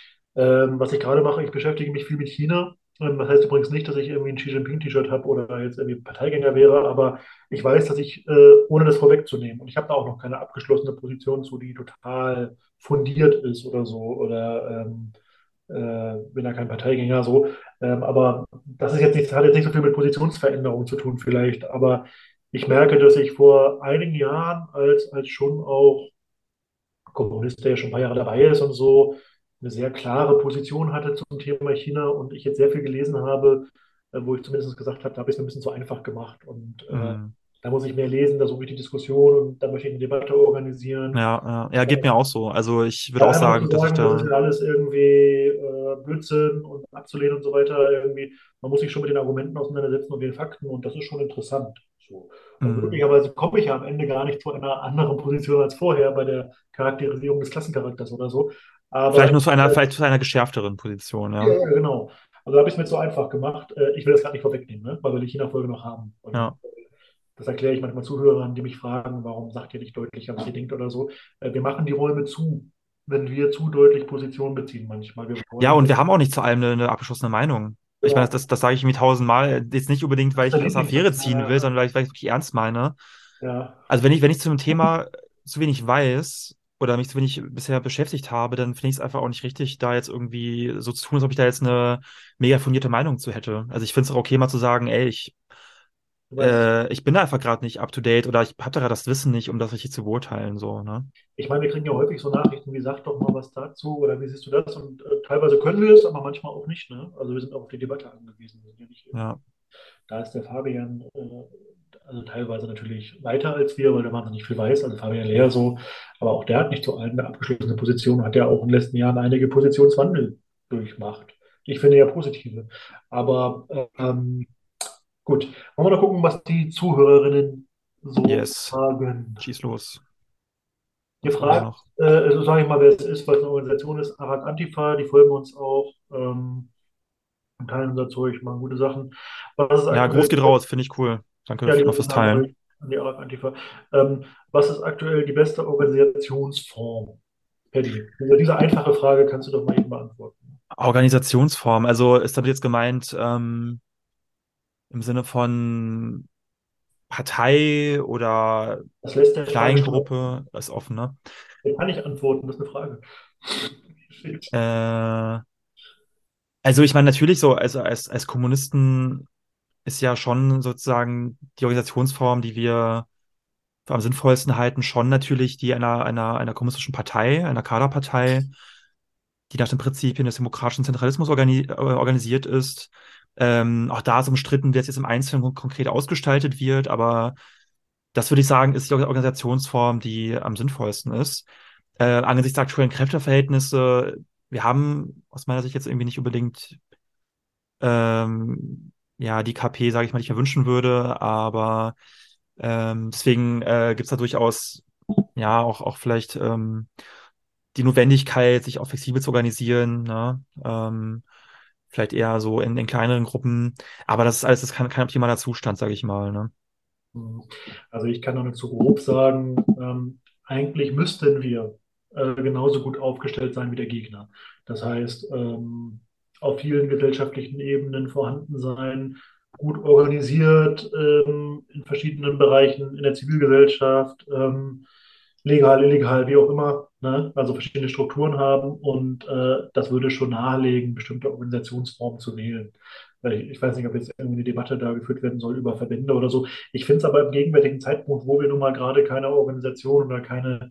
Speaker 2: Ähm, was ich gerade mache, ich beschäftige mich viel mit China. Ähm, das heißt übrigens nicht, dass ich irgendwie ein Xi Jinping-T-Shirt habe oder jetzt irgendwie Parteigänger wäre, aber ich weiß, dass ich, äh, ohne das vorwegzunehmen, und ich habe da auch noch keine abgeschlossene Position zu, die total fundiert ist oder so, oder ähm, äh, bin da kein Parteigänger so. Ähm, aber das ist jetzt nicht, hat jetzt nicht so viel mit Positionsveränderung zu tun, vielleicht. Aber ich merke, dass ich vor einigen Jahren als, als schon auch Kommunist, der ja schon ein paar Jahre dabei ist und so, eine sehr klare Position hatte zum Thema China und ich jetzt sehr viel gelesen habe, äh, wo ich zumindest gesagt habe, da habe ich es mir ein bisschen zu einfach gemacht und äh,
Speaker 1: Hm.
Speaker 2: da muss ich mehr lesen, da suche ich die Diskussion und da möchte ich eine Debatte organisieren.
Speaker 1: Ja, ja, ja, geht mir auch so. Also ich würde
Speaker 2: Ja,
Speaker 1: auch
Speaker 2: einfach
Speaker 1: sagen,
Speaker 2: zu
Speaker 1: dass ich
Speaker 2: sagen, das ist
Speaker 1: da,
Speaker 2: ja alles irgendwie äh, Blödsinn und abzulehnen und so weiter, irgendwie, man muss sich schon mit den Argumenten auseinandersetzen und den Fakten und das ist schon interessant. So. Und
Speaker 1: hm,
Speaker 2: möglicherweise komme ich ja am Ende gar nicht zu einer anderen Position als vorher bei der Charakterisierung des Klassencharakters oder so.
Speaker 1: vielleicht
Speaker 2: Aber
Speaker 1: nur zu einer, vielleicht zu einer geschärfteren Position,
Speaker 2: ja,
Speaker 1: ja.
Speaker 2: ja, genau. Also da habe ich es mir so einfach gemacht. Äh, Ich will das gerade nicht vorwegnehmen, ne? Weil wir die China-Folge noch haben. Und
Speaker 1: Ja.
Speaker 2: das erkläre ich manchmal Zuhörern, die mich fragen, warum sagt ihr nicht deutlicher, was ihr denkt oder so. Äh, Wir machen die Räume zu, wenn wir zu deutlich Position beziehen manchmal. Wir
Speaker 1: Ja,
Speaker 2: wollen
Speaker 1: und
Speaker 2: das,
Speaker 1: wir haben auch nicht zu allem eine, eine abgeschlossene Meinung. Ich meine, das,
Speaker 2: genau,
Speaker 1: das, das sage ich mir tausendmal. Jetzt nicht unbedingt,
Speaker 2: das
Speaker 1: weil
Speaker 2: ist
Speaker 1: ich
Speaker 2: der
Speaker 1: mich aus einer Affäre
Speaker 2: Lieblingssatz
Speaker 1: ziehen will,
Speaker 2: meiner,
Speaker 1: sondern weil ich, weil ich es wirklich ernst meine.
Speaker 2: ja,
Speaker 1: Also wenn ich, wenn ich zu einem Thema zu wenig weiß oder mich zu wenig bisher beschäftigt habe, dann finde ich es einfach auch nicht richtig, da jetzt irgendwie so zu tun, als ob ich da jetzt eine mega fundierte Meinung zu hätte. Also ich finde es auch okay, mal zu sagen, ey, ich
Speaker 2: Du meinst,
Speaker 1: Äh, ich bin da einfach gerade nicht up to date oder ich habe da gerade das Wissen nicht, um das richtig zu beurteilen, so, ne?
Speaker 2: ich meine, wir kriegen ja häufig so Nachrichten wie, sag doch mal was dazu oder wie siehst du das? Und äh, teilweise können wir es, aber manchmal auch nicht. Ne? Also wir sind auch auf die Debatte angewiesen. Wir sind ja nicht
Speaker 1: Ja,
Speaker 2: irgendwie, da ist der Fabian äh, also teilweise natürlich weiter als wir, weil der wahnsinnig viel weiß, also Fabian Lehr so, aber auch der hat nicht zu allen eine abgeschlossene Position, hat ja auch in den letzten Jahren einige Positionswandel durchgemacht. Ich finde ja positive. Aber ähm, gut, wollen wir noch gucken, was die Zuhörerinnen so
Speaker 1: yes.
Speaker 2: sagen.
Speaker 1: Schieß los.
Speaker 2: Ihr
Speaker 1: Was haben wir
Speaker 2: fragt,
Speaker 1: noch?
Speaker 2: äh, also sage ich mal, wer es ist, was eine Organisation ist, Arad Antifa, die folgen uns auch, ähm, und teilen unser Zeug, machen gute Sachen. Was ist
Speaker 1: Ja, Gruß
Speaker 2: aktuell,
Speaker 1: geht raus, finde ich cool. Danke
Speaker 2: ja,
Speaker 1: noch
Speaker 2: liebe
Speaker 1: fürs
Speaker 2: Grüße an
Speaker 1: Teilen.
Speaker 2: euch, an die Arad Antifa. Ähm, was ist aktuell die beste Organisationsform? Paddy, diese, diese einfache Frage kannst du doch mal eben beantworten.
Speaker 1: Organisationsform, also ist damit jetzt gemeint, ähm, im Sinne von Partei oder
Speaker 2: Das lässt der Fragesteller,
Speaker 1: Kleingruppe, ist offen, ne?
Speaker 2: der kann nicht antworten, das ist eine Frage. Shit.
Speaker 1: Äh, also ich meine natürlich so, also als, als Kommunisten ist ja schon sozusagen die Organisationsform, die wir für am sinnvollsten halten, schon natürlich die einer, einer, einer kommunistischen Partei, einer Kaderpartei, die nach den Prinzipien des demokratischen Zentralismus organi äh, organisiert ist. Ähm, auch da ist umstritten, wie es jetzt im Einzelnen kon- konkret ausgestaltet wird, aber das würde ich sagen, ist die Organisationsform, die am sinnvollsten ist. Äh, angesichts der aktuellen Kräfteverhältnisse, wir haben aus meiner Sicht jetzt irgendwie nicht unbedingt ähm, ja, die K P, sage ich mal, die ich mir wünschen würde, aber ähm, deswegen äh, gibt es da durchaus ja auch, auch vielleicht ähm, die Notwendigkeit, sich auch flexibel zu organisieren, ne? Ähm, vielleicht eher so in, in kleineren Gruppen. Aber das ist alles, das kann kein optimaler Zustand, sage ich mal, ne?
Speaker 2: Hm. Also ich kann noch nicht so grob sagen, ähm, eigentlich müssten wir äh, genauso gut aufgestellt sein wie der Gegner. Das heißt, ähm, auf vielen gesellschaftlichen Ebenen vorhanden sein, gut organisiert, ähm, in verschiedenen Bereichen in der Zivilgesellschaft, ähm, legal, illegal, wie auch immer, ne? Also verschiedene Strukturen haben und äh, das würde schon nahelegen, bestimmte Organisationsformen zu wählen. Weil Ich, ich weiß nicht, ob jetzt irgendwie eine Debatte da geführt werden soll über Verbände oder so. Ich finde es aber im gegenwärtigen Zeitpunkt, wo wir nun mal gerade keine Organisation oder keine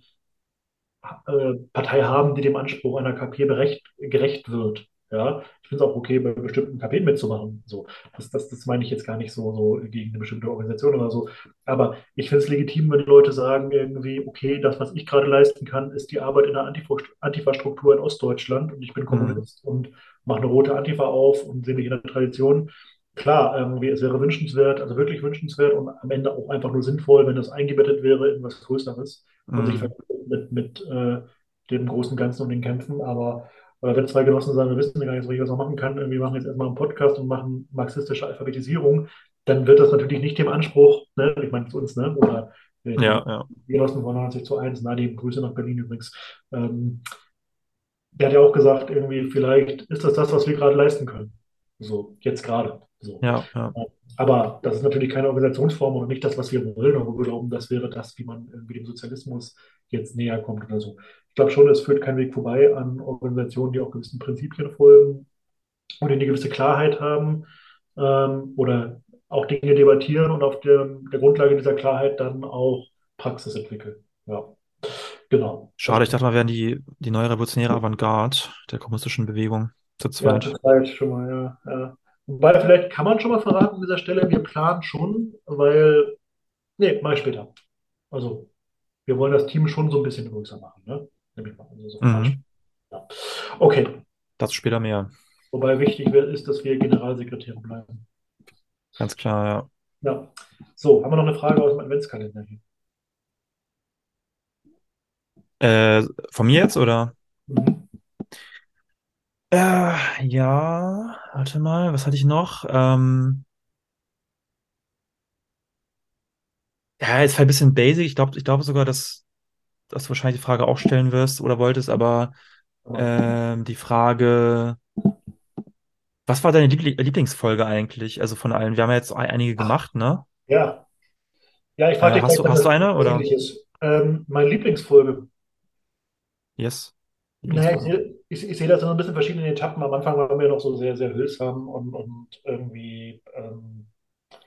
Speaker 2: äh, Partei haben, die dem Anspruch einer K P berecht, gerecht wird. Ja, ich finde es auch okay, bei bestimmten K P mitzumachen. So, das, das, das meine ich jetzt gar nicht so, so gegen eine bestimmte Organisation oder so. Aber ich finde es legitim, wenn Leute sagen irgendwie, okay, das, was ich gerade leisten kann, ist die Arbeit in der Antifa- Antifa-Struktur in Ostdeutschland und ich bin
Speaker 1: Mhm.
Speaker 2: Kommunist und mache eine rote Antifa auf und sehe mich in der Tradition. Klar, irgendwie, es wäre wünschenswert, also wirklich wünschenswert und am Ende auch einfach nur sinnvoll, wenn das eingebettet wäre in was Größeres und sich
Speaker 1: Mhm.
Speaker 2: mit, mit äh, dem großen Ganzen und den Kämpfen. Aber oder wenn zwei Genossen sagen, wir wissen gar nicht so richtig, was man machen kann, wir machen jetzt erstmal einen Podcast und machen marxistische Alphabetisierung, dann wird das natürlich nicht dem Anspruch, ne, ich meine zu uns, ne, oder äh,
Speaker 1: Ja,
Speaker 2: die
Speaker 1: ja.
Speaker 2: Genossen von neunzig zu eins, Nadim, Grüße nach Berlin übrigens, ähm, der hat ja auch gesagt, irgendwie, vielleicht ist das das, was wir gerade leisten können. So, jetzt gerade. So.
Speaker 1: Ja, ja.
Speaker 2: Aber das ist natürlich keine Organisationsform und nicht das, was wir wollen, aber wir glauben, das wäre das, wie man irgendwie dem Sozialismus jetzt näher kommt oder so. Ich glaube schon, es führt kein Weg vorbei an Organisationen, die auch gewissen Prinzipien folgen und die eine gewisse Klarheit haben ähm, oder auch Dinge debattieren und auf der, der Grundlage dieser Klarheit dann auch Praxis entwickeln. Ja, genau. Das
Speaker 1: Schade, ich dachte mal, wären die, die neue revolutionäre Avantgarde der kommunistischen Bewegung zu
Speaker 2: Ja, zu
Speaker 1: zweit.
Speaker 2: zweit schon mal, ja, ja. Wobei, vielleicht kann man schon mal verraten an dieser Stelle, wir planen schon, weil, nee, mach ich später. Also, wir wollen das Team schon so ein bisschen größer machen, ne? Nehme ich mal, also so falsch.
Speaker 1: Mhm.
Speaker 2: Ja. Okay,
Speaker 1: Dazu später mehr.
Speaker 2: wobei wichtig wär- ist, dass wir Generalsekretäre bleiben.
Speaker 1: Ganz klar, ja.
Speaker 2: Ja, so, haben wir noch eine Frage aus dem Adventskalender hier?
Speaker 1: Äh, von mir jetzt, oder?
Speaker 2: Mhm.
Speaker 1: Äh, ja, warte mal, was hatte ich noch? Ähm, ja, ist halt ein bisschen basic. Ich glaube, ich glaube sogar, dass, dass du wahrscheinlich die Frage auch stellen wirst oder wolltest, aber ähm, die Frage, was war deine Liebli Lieblingsfolge eigentlich? Also von allen. Wir haben ja jetzt ein- einige
Speaker 2: Ach,
Speaker 1: gemacht, ne?
Speaker 2: ja, ja, ich frage
Speaker 1: Äh,
Speaker 2: dich
Speaker 1: hast
Speaker 2: gleich
Speaker 1: du,
Speaker 2: was
Speaker 1: hast du eine oder?
Speaker 2: Ähnliches. Ähm, meine Lieblingsfolge.
Speaker 1: Yes.
Speaker 2: Naja, ich
Speaker 1: Lieblingsfolge.
Speaker 2: sehe, ich, ich sehe das in so ein bisschen verschiedenen Etappen. Am Anfang waren wir noch so sehr, sehr hülsam und, und irgendwie ähm,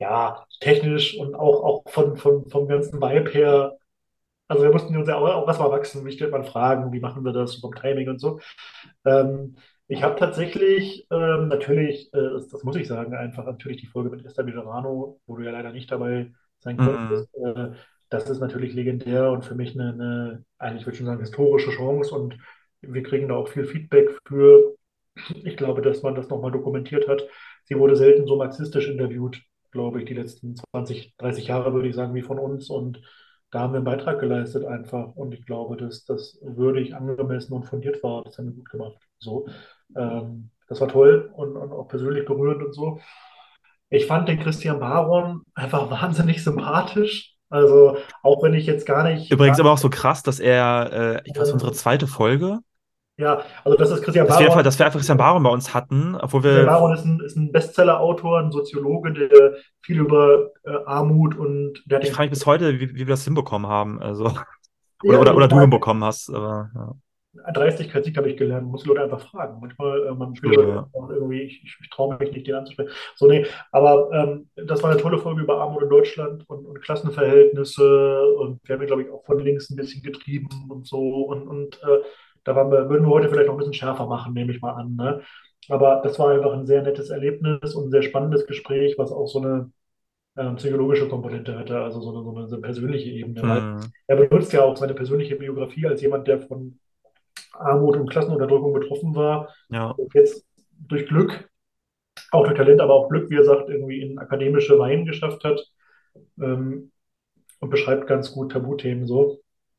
Speaker 2: ja, technisch und auch, auch von, von, vom ganzen Vibe her. Also wir mussten uns ja auch, auch erstmal wachsen. Wie stellt man Fragen? Wie machen wir das vom Timing und so? Ähm, Ich habe tatsächlich, ähm, natürlich, äh, das, das muss ich sagen, einfach natürlich die Folge mit Esther Bejarano, wo du ja leider nicht dabei sein
Speaker 1: Mhm.
Speaker 2: konntest. Äh, das ist natürlich legendär und für mich eine, eine, eigentlich würde ich schon sagen, historische Chance. Und wir kriegen da auch viel Feedback für. Ich glaube, dass man das nochmal dokumentiert hat. Sie wurde selten so marxistisch interviewt, glaube ich, die letzten zwanzig, dreißig Jahre, würde ich sagen, wie von uns. Und da haben wir einen Beitrag geleistet einfach. Und ich glaube, dass das würdig, angemessen und fundiert war. Das haben wir gut gemacht. So, ähm, das war toll und, und auch persönlich berührend und so. Ich fand den Christian Baron einfach wahnsinnig sympathisch. Also, auch wenn ich jetzt gar nicht,
Speaker 1: Übrigens
Speaker 2: gar
Speaker 1: aber auch so krass, dass er, äh, ich weiß, unsere
Speaker 2: nicht,
Speaker 1: zweite Folge,
Speaker 2: ja, also das ist Christian
Speaker 1: dass wir einfach,
Speaker 2: Baron.
Speaker 1: dass wir einfach Christian Baron bei uns hatten, obwohl
Speaker 2: Der
Speaker 1: wir,
Speaker 2: Baron ist ein, ist ein Bestseller-Autor, ein Soziologe, der viel über äh, Armut und der hat
Speaker 1: ich
Speaker 2: den,
Speaker 1: frage mich bis heute, wie, wie wir das hinbekommen haben. Also, oder,
Speaker 2: ja,
Speaker 1: oder,
Speaker 2: ich
Speaker 1: oder du
Speaker 2: meine,
Speaker 1: hinbekommen hast. Aber, ja.
Speaker 2: Dreistigkeitssieg habe ich gelernt, muss die Leute einfach fragen. Manchmal, äh, man, viele
Speaker 1: True,
Speaker 2: Leute
Speaker 1: ja.
Speaker 2: auch irgendwie, ich, ich, ich traue mich nicht, den anzusprechen. So, nee, aber ähm, das war eine tolle Folge über Armut in Deutschland und, und Klassenverhältnisse und wir haben ihn, glaube ich, auch von links ein bisschen getrieben und so und, und äh, da waren wir, würden wir heute vielleicht noch ein bisschen schärfer machen, nehme ich mal an. Ne? Aber das war einfach ein sehr nettes Erlebnis und ein sehr spannendes Gespräch, was auch so eine ähm, psychologische Komponente hatte, also so eine, so eine, so eine persönliche Ebene, weil
Speaker 1: Hm,
Speaker 2: er benutzt ja auch seine persönliche Biografie als jemand, der von Armut und Klassenunterdrückung betroffen war
Speaker 1: ja.
Speaker 2: und jetzt durch Glück, auch durch Talent, aber auch Glück, wie er sagt, irgendwie in akademische Reihen geschafft hat, ähm, und beschreibt ganz gut Tabuthemen so.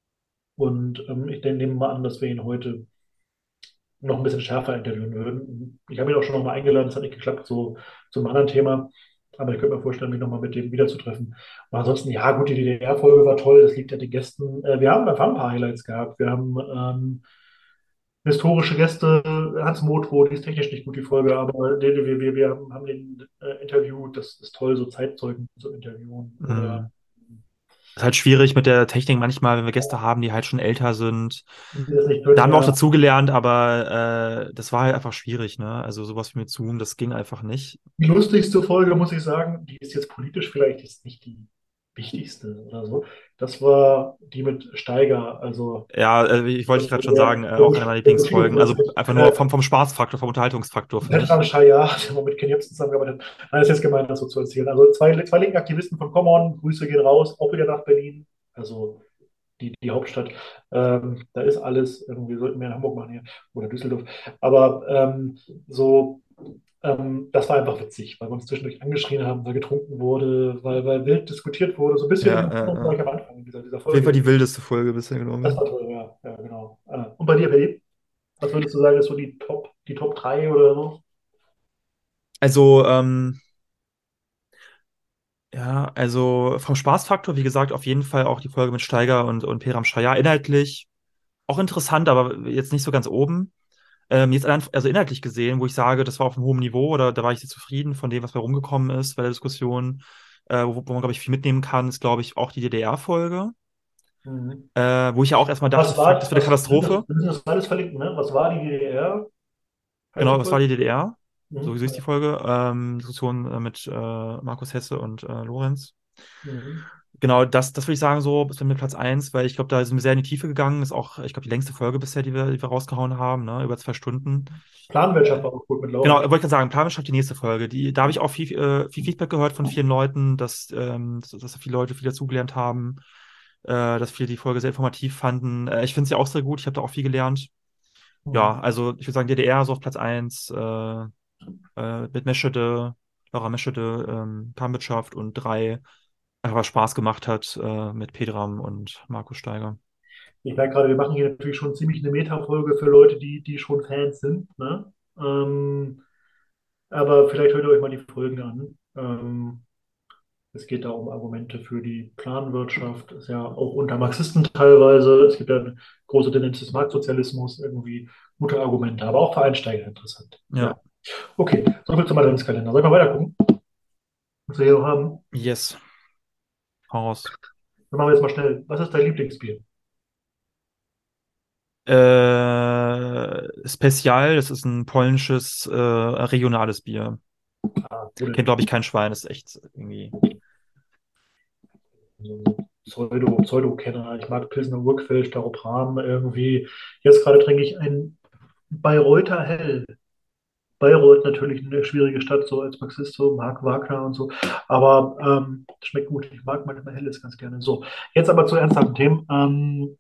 Speaker 2: Und ähm, ich denke, nehmen wir mal an, dass wir ihn heute noch ein bisschen schärfer interviewen würden. Ich habe ihn auch schon noch mal eingeladen, das hat nicht geklappt, so zu einem anderen Thema. Aber ich könnte mir vorstellen, mich nochmal mit dem wiederzutreffen. Und ansonsten, ja, gut, die D D R-Folge war toll, das liegt ja den Gästen. Äh, wir haben, wir haben ein paar Highlights gehabt. Wir haben ähm, historische Gäste, Hans Motro, die ist technisch nicht gut, die Folge, aber wir, wir, wir, wir haben, haben den äh, interviewt. Das ist toll, so Zeitzeugen zu interviewen. Oder
Speaker 1: Hm. Ist halt schwierig mit der Technik manchmal, wenn wir Gäste haben, die halt schon älter sind.
Speaker 2: die das nicht
Speaker 1: Da
Speaker 2: können,
Speaker 1: haben wir auch
Speaker 2: ja.
Speaker 1: dazugelernt, aber äh, das war halt einfach schwierig, ne? Also sowas wie mit Zoom, das ging einfach nicht.
Speaker 2: Die lustigste Folge, muss ich sagen, die ist jetzt politisch vielleicht jetzt nicht die wichtigste oder so. Das war die mit Steiger, also
Speaker 1: Ja, äh, ich wollte gerade schon
Speaker 2: der,
Speaker 1: sagen, äh,
Speaker 2: der,
Speaker 1: auch eine meiner
Speaker 2: der Bushido
Speaker 1: Lieblingsfolgen. Also einfach nur
Speaker 2: äh,
Speaker 1: vom, vom Spaßfaktor, vom Unterhaltungsfaktor für mich.
Speaker 2: Petran Shaya, der mal mit Ken Jebsen zusammengearbeitet hat. Nein, das ist jetzt gemein, das so zu erzählen. Also zwei, zwei linken Aktivisten von Common, Grüße gehen raus, auch wieder nach Berlin. Also die, die Hauptstadt. Ähm, da ist alles irgendwie, sollten wir in Hamburg machen hier oder Düsseldorf. Aber ähm, so, ähm, das war einfach witzig, weil wir uns zwischendurch angeschrien haben, weil getrunken wurde, weil, weil wild diskutiert wurde. So ein bisschen
Speaker 1: Ja, ja,
Speaker 2: emotionsreich
Speaker 1: ja.
Speaker 2: am Anfang dieser, dieser
Speaker 1: Auf jeden Fall
Speaker 2: Folge.
Speaker 1: die wildeste Folge bisher
Speaker 2: Das war
Speaker 1: genommen.
Speaker 2: toll, ja, ja genau. Äh, und bei dir, Paddy, was würdest du sagen, ist so die Top, die Top drei oder so?
Speaker 1: Also, ähm, ja, also vom Spaßfaktor, wie gesagt, auf jeden Fall auch die Folge mit Steiger und, und Peram Shaya. Inhaltlich auch interessant, aber jetzt nicht so ganz oben. Ähm, jetzt allein, also inhaltlich gesehen, wo ich sage, das war auf einem hohen Niveau oder da war ich sehr zufrieden von dem, was bei rumgekommen ist bei der Diskussion, äh, wo, wo man, glaube ich, viel mitnehmen kann, ist, glaube ich, auch die D D R-Folge,
Speaker 2: Mhm.
Speaker 1: äh, wo ich ja auch erstmal dachte,
Speaker 2: Was
Speaker 1: fuck, das
Speaker 2: war,
Speaker 1: wird eine
Speaker 2: was, wir müssen
Speaker 1: Katastrophe.
Speaker 2: das, wir müssen das alles verlinken, ne? Was war die D D R? Heißt
Speaker 1: Genau,
Speaker 2: die
Speaker 1: das war
Speaker 2: Folge?
Speaker 1: die D D R. So,
Speaker 2: Mhm.
Speaker 1: so ist die Folge. Ähm, Diskussion äh, mit äh, Markus Hesse und äh, Lorenz.
Speaker 2: Mhm.
Speaker 1: Genau, das, das würde ich sagen, so ist bei mir Platz eins, weil ich glaube, da sind wir sehr in die Tiefe gegangen. Ist auch, ich glaube, die längste Folge bisher, die wir, die wir rausgehauen haben, ne? Über zwei Stunden.
Speaker 2: Planwirtschaft
Speaker 1: Äh,
Speaker 2: war auch gut mit
Speaker 1: genau,
Speaker 2: Laura.
Speaker 1: wollte ich gerade sagen, Planwirtschaft, die nächste Folge. Die, da habe ich auch viel, äh, viel Feedback gehört von vielen Leuten, dass, ähm, dass, dass viele Leute viel dazugelernt haben, äh, dass viele die Folge sehr informativ fanden. Äh, ich finde sie auch sehr gut, ich habe da auch viel gelernt. Ja,
Speaker 2: Mhm.
Speaker 1: also ich würde sagen, D D R so auf Platz eins, äh, äh, mit Meschede, Laura Meschede, ähm, Planwirtschaft und drei einfach was Spaß gemacht hat äh, mit Pedram und Markus Steiger.
Speaker 2: Ich merke gerade, wir machen hier natürlich schon ziemlich eine Meta-Folge für Leute, die, die schon Fans sind. Ne? Ähm, aber vielleicht hört ihr euch mal die Folgen an. Ähm, es geht da um Argumente für die Planwirtschaft. Ist ja auch unter Marxisten teilweise. Es gibt ja eine große Tendenz des Marktsozialismus, irgendwie gute Argumente, aber auch für Einsteiger interessant. Ja.
Speaker 1: Ja,
Speaker 2: Okay, soviel zum Adventskalender. Soll ich mal weiter gucken, was wir hier noch haben?
Speaker 1: yes, Haus.
Speaker 2: Dann machen wir jetzt mal schnell. Was ist dein Lieblingsbier?
Speaker 1: Äh, Special, das ist ein polnisches äh, regionales Bier.
Speaker 2: Ja, wo
Speaker 1: Kennt,
Speaker 2: denn?
Speaker 1: glaube ich, kein Schwein. Das ist echt irgendwie.
Speaker 2: So Pseudo, Pseudo-Kenner. Ich mag Pilsner Urquell, Staropram irgendwie. Jetzt gerade trinke ich ein Bayreuther Hell. Bayreuth natürlich eine schwierige Stadt, so als Marxist, so mag Wagner und so. Aber ähm, schmeckt gut. Ich mag manchmal Helles ganz gerne. So, jetzt aber zu ernsthaften Themen. Ähm,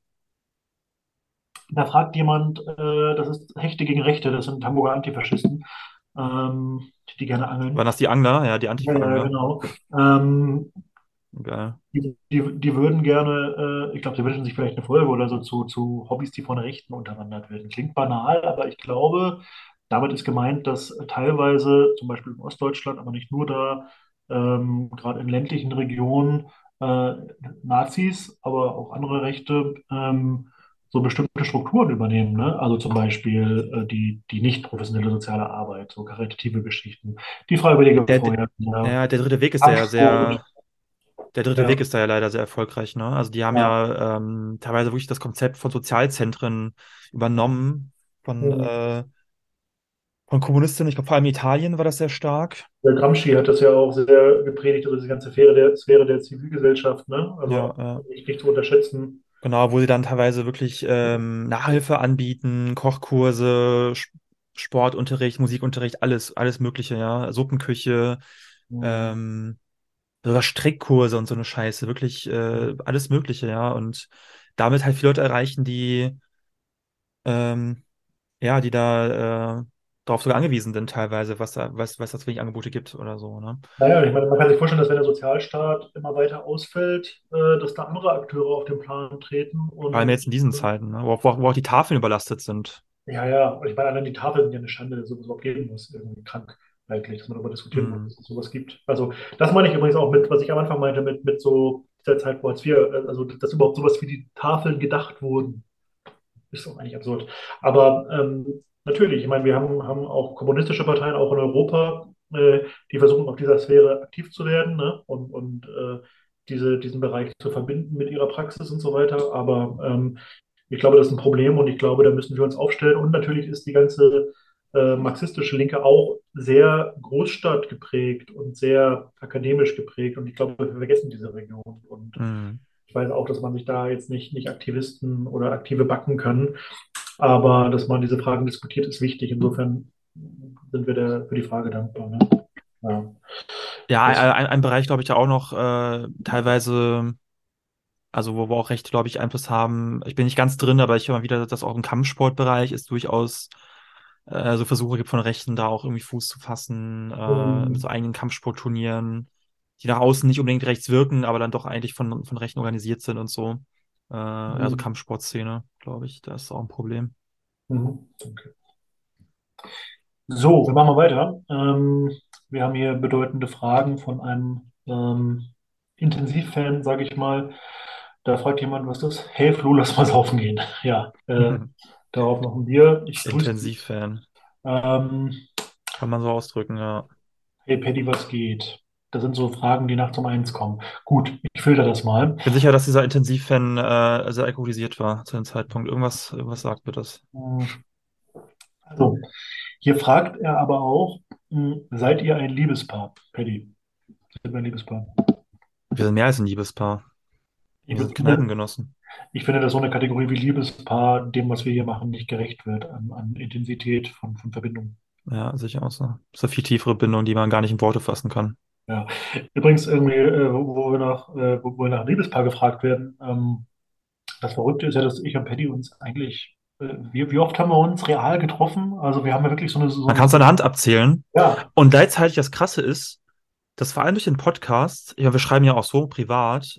Speaker 2: da fragt jemand, äh, das ist Hechte gegen Rechte, das sind Hamburger Antifaschisten, ähm, die gerne
Speaker 1: Waren
Speaker 2: angeln.
Speaker 1: das die Angler? Ja, die
Speaker 2: Ja, ja,
Speaker 1: Antifa-Angler.
Speaker 2: genau. Ähm,
Speaker 1: Geil.
Speaker 2: Die, die, die würden gerne, äh, ich glaube, sie wünschen sich vielleicht eine Folge oder so zu, zu Hobbys, die von Rechten unterwandert werden. Klingt banal, aber ich glaube, damit ist gemeint, dass teilweise, zum Beispiel in Ostdeutschland, aber nicht nur da, ähm, gerade in ländlichen Regionen, äh, Nazis, aber auch andere Rechte, ähm, so bestimmte Strukturen übernehmen. Ne? Also zum Beispiel äh, die, die nicht professionelle soziale Arbeit, so karitative Geschichten, die Freiwillige
Speaker 1: Der, der,
Speaker 2: Feuerwehr,
Speaker 1: ja, der dritte Weg ist da ja
Speaker 2: Kampfsport.
Speaker 1: sehr. Der dritte
Speaker 2: Ja,
Speaker 1: Weg ist da ja leider sehr erfolgreich, ne? Also die haben
Speaker 2: ja.
Speaker 1: ja ähm, teilweise wirklich das Konzept von Sozialzentren übernommen, von,
Speaker 2: Mhm.
Speaker 1: äh, von Kommunistinnen. Ich glaube, vor allem in Italien war das sehr stark.
Speaker 2: Der Gramsci hat das ja auch sehr gepredigt, über diese ganze Sphäre der, Sphäre der Zivilgesellschaft, ne?
Speaker 1: Ja,
Speaker 2: Also
Speaker 1: ja.
Speaker 2: nicht, nicht zu unterschätzen.
Speaker 1: Genau, wo sie dann teilweise wirklich ähm, Nachhilfe anbieten, Kochkurse, Sch- Sportunterricht, Musikunterricht, alles, alles Mögliche, ja. Suppenküche,
Speaker 2: Mhm.
Speaker 1: ähm, sogar Strickkurse und so eine Scheiße, wirklich äh, alles Mögliche, ja. Und damit halt viele Leute erreichen, die ähm, ja, die da äh, darauf sogar angewiesen sind teilweise, was da, was, was das für Angebote gibt oder so, ne?
Speaker 2: Naja, ich meine, man kann sich vorstellen, dass wenn der Sozialstaat immer weiter ausfällt, äh, dass da andere Akteure auf den Plan treten
Speaker 1: Vor
Speaker 2: und,
Speaker 1: allem jetzt
Speaker 2: und
Speaker 1: in diesen Zeiten, ne? Wo auch, wo auch wo auch die Tafeln überlastet sind.
Speaker 2: ja, ja, und ich meine, allein die Tafeln sind ja eine Schande, dass es sowas überhaupt geben muss, irgendwie krank eigentlich, dass man darüber diskutieren muss,
Speaker 1: Hm.
Speaker 2: dass es sowas gibt. Also das meine ich übrigens auch mit, was ich am Anfang meinte, mit, mit so der Zeit vor Hartz vier, äh, also dass überhaupt sowas wie die Tafeln gedacht wurden. Ist doch eigentlich absurd. Aber ähm, natürlich, ich meine, wir haben, haben auch kommunistische Parteien, auch in Europa, äh, die versuchen, auf dieser Sphäre aktiv zu werden, ne? Und, und äh, diese, diesen Bereich zu verbinden mit ihrer Praxis und so weiter. Aber ähm, ich glaube, das ist ein Problem und ich glaube, da müssen wir uns aufstellen. Und natürlich ist die ganze äh, marxistische Linke auch sehr Großstadt geprägt und sehr akademisch geprägt. Und ich glaube, wir vergessen diese Region. Und
Speaker 1: Hm.
Speaker 2: ich weiß auch, dass man sich da jetzt nicht, nicht Aktivisten oder Aktive backen können. Aber dass man diese Fragen diskutiert, ist wichtig. Insofern sind wir der, für die Frage dankbar. Ne? Ja.
Speaker 1: Ja,
Speaker 2: Das,
Speaker 1: ein, ein Bereich, glaube ich, da auch noch äh, teilweise, also wo wir auch recht, glaube ich, Einfluss haben. Ich bin nicht ganz drin, aber ich höre mal wieder, dass auch im Kampfsportbereich es durchaus äh, so Versuche gibt von Rechten, da auch irgendwie Fuß zu fassen, äh, mit so
Speaker 2: ähm,
Speaker 1: eigenen Kampfsportturnieren, die nach außen nicht unbedingt rechts wirken, aber dann doch eigentlich von, von Rechten organisiert sind und so. Äh, also
Speaker 2: ähm,
Speaker 1: Kampfsportszene, glaube ich, das ist auch ein Problem.
Speaker 2: mhm. Okay. So, wir machen mal weiter. Ähm, wir haben hier bedeutende Fragen von einem ähm, Intensivfan, sage ich mal. Da fragt jemand, was ist das? Hey Flo, lass mal saufen gehen. Ja, äh, darauf noch ein Bier. Ich grüße dich.
Speaker 1: Intensivfan,
Speaker 2: Ähm,
Speaker 1: kann man so ausdrücken, ja.
Speaker 2: Hey Paddy, was geht? Das sind so Fragen, die nachts um eins kommen. Gut, ich filter das mal.
Speaker 1: Bin sicher, dass dieser Intensivfan äh, sehr alkoholisiert war zu dem Zeitpunkt. Irgendwas, irgendwas sagt mir das.
Speaker 2: Hm, Also, hier fragt er aber auch, hm, seid ihr ein Liebespaar? Paddy, seid ihr ein Liebespaar?
Speaker 1: Wir sind mehr als ein Liebespaar.
Speaker 2: Ich
Speaker 1: Wir sind
Speaker 2: finde,
Speaker 1: Kneipengenossen.
Speaker 2: ich finde, dass so eine Kategorie wie Liebespaar dem, was wir hier machen, nicht gerecht wird an, an Intensität von, von Verbindung.
Speaker 1: Ja, sicher auch so. Das ist eine viel tiefere Bindung, die man gar nicht in Worte fassen kann.
Speaker 2: Ja. Übrigens, irgendwie, äh, wo, wo wir nach, äh, wo wir nach Liebespaar gefragt werden, ähm, das Verrückte ist ja, dass ich und Paddy uns eigentlich, äh, wie, wie oft haben wir uns real getroffen? Also wir haben ja wirklich so eine, so
Speaker 1: Man
Speaker 2: eine,
Speaker 1: kann es
Speaker 2: so
Speaker 1: an der
Speaker 2: eine
Speaker 1: Hand abzählen.
Speaker 2: ja,
Speaker 1: Und gleichzeitig das Krasse ist, dass vor allem durch den Podcast, ja, wir schreiben ja auch so privat,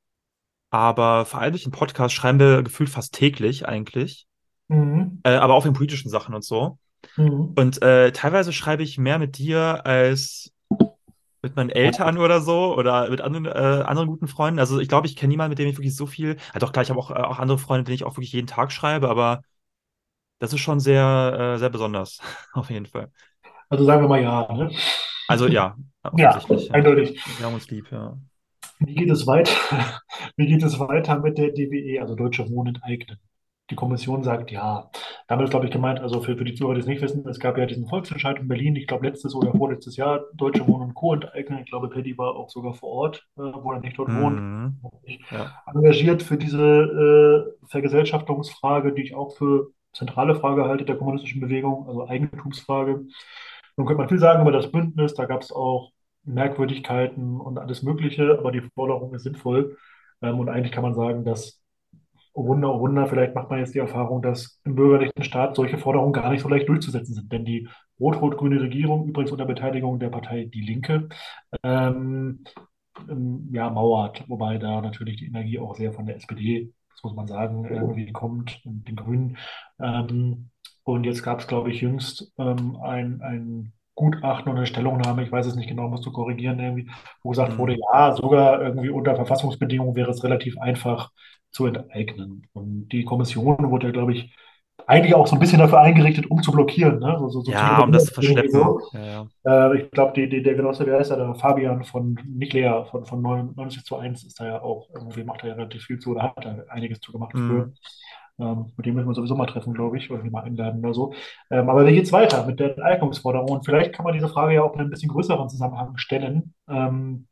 Speaker 1: aber vor allem durch den Podcast schreiben wir gefühlt fast täglich eigentlich,
Speaker 2: mhm,
Speaker 1: äh, aber auch in politischen Sachen und so.
Speaker 2: mhm.
Speaker 1: Und äh, teilweise schreibe ich mehr mit dir als mit meinen Eltern oder so oder mit anderen, äh, anderen guten Freunden. Also ich glaube, ich kenne niemanden, mit dem ich wirklich so viel. Ja, doch klar, ich habe auch, äh, auch andere Freunde, mit denen ich auch wirklich jeden Tag schreibe, aber das ist schon sehr, äh, sehr besonders, auf jeden Fall.
Speaker 2: Also sagen wir mal ja, ne?
Speaker 1: Also ja,
Speaker 2: Ja,
Speaker 1: offensichtlich, ja.
Speaker 2: eindeutig.
Speaker 1: Wir haben uns lieb, ja.
Speaker 2: Wie geht es weiter? Wie geht es weiter mit der D W E, also Deutsche Wohnen enteignen? die Kommission sagt ja. Damit ist, glaube ich, gemeint, also für, für die Zuhörer, die es nicht wissen, es gab ja diesen Volksentscheid in Berlin, ich glaube letztes oder vorletztes Jahr, Deutsche Wohnen und Co. enteignen. Ich glaube, Paddy war auch sogar vor Ort, äh, wo er nicht dort wohnt.
Speaker 1: Mhm. Ja.
Speaker 2: Engagiert für diese äh, Vergesellschaftungsfrage, die ich auch für zentrale Frage halte der kommunistischen Bewegung, also Eigentumsfrage. Nun könnte man viel sagen über das Bündnis, da gab es auch Merkwürdigkeiten und alles Mögliche, aber die Forderung ist sinnvoll. Ähm, und eigentlich kann man sagen, dass, oh Wunder, oh Wunder, vielleicht macht man jetzt die Erfahrung, dass im bürgerlichen Staat solche Forderungen gar nicht so leicht durchzusetzen sind. Denn die rot-rot-grüne Regierung, übrigens unter Beteiligung der Partei Die Linke, ähm, ähm, ja, mauert, wobei da natürlich die Energie auch sehr von der S P D, das muss man sagen, irgendwie kommt und den Grünen. Ähm, und jetzt gab es, glaube ich, jüngst ähm, ein, ein Gutachten oder eine Stellungnahme, ich weiß es nicht genau, musst du korrigieren, irgendwie, wo gesagt wurde,
Speaker 1: Mhm.
Speaker 2: ja, sogar irgendwie unter Verfassungsbedingungen wäre es relativ einfach zu enteignen. Und die Kommission wurde ja, glaube ich, eigentlich auch so ein bisschen dafür eingerichtet, um zu blockieren, ne? So, so, so zu
Speaker 1: Ja, um
Speaker 2: übernehmen,
Speaker 1: das zu
Speaker 2: irgendwie
Speaker 1: verschleppen.
Speaker 2: so.
Speaker 1: Ja, ja.
Speaker 2: Äh, ich glaube, die, die, der Genosse, wer ist er da? Fabian von, nicht Lea, von, von neunundneunzig zu eins ist da ja auch, irgendwie macht er ja relativ viel zu oder hat da einiges zu gemacht früher.
Speaker 1: Mhm.
Speaker 2: Ähm, mit dem müssen wir sowieso mal treffen, glaube ich, oder ihn mal einladen oder so. Ähm, aber wie geht's weiter mit der Enteignungsforderung? Und vielleicht kann man diese Frage ja auch in einem bisschen größeren Zusammenhang stellen. Ähm,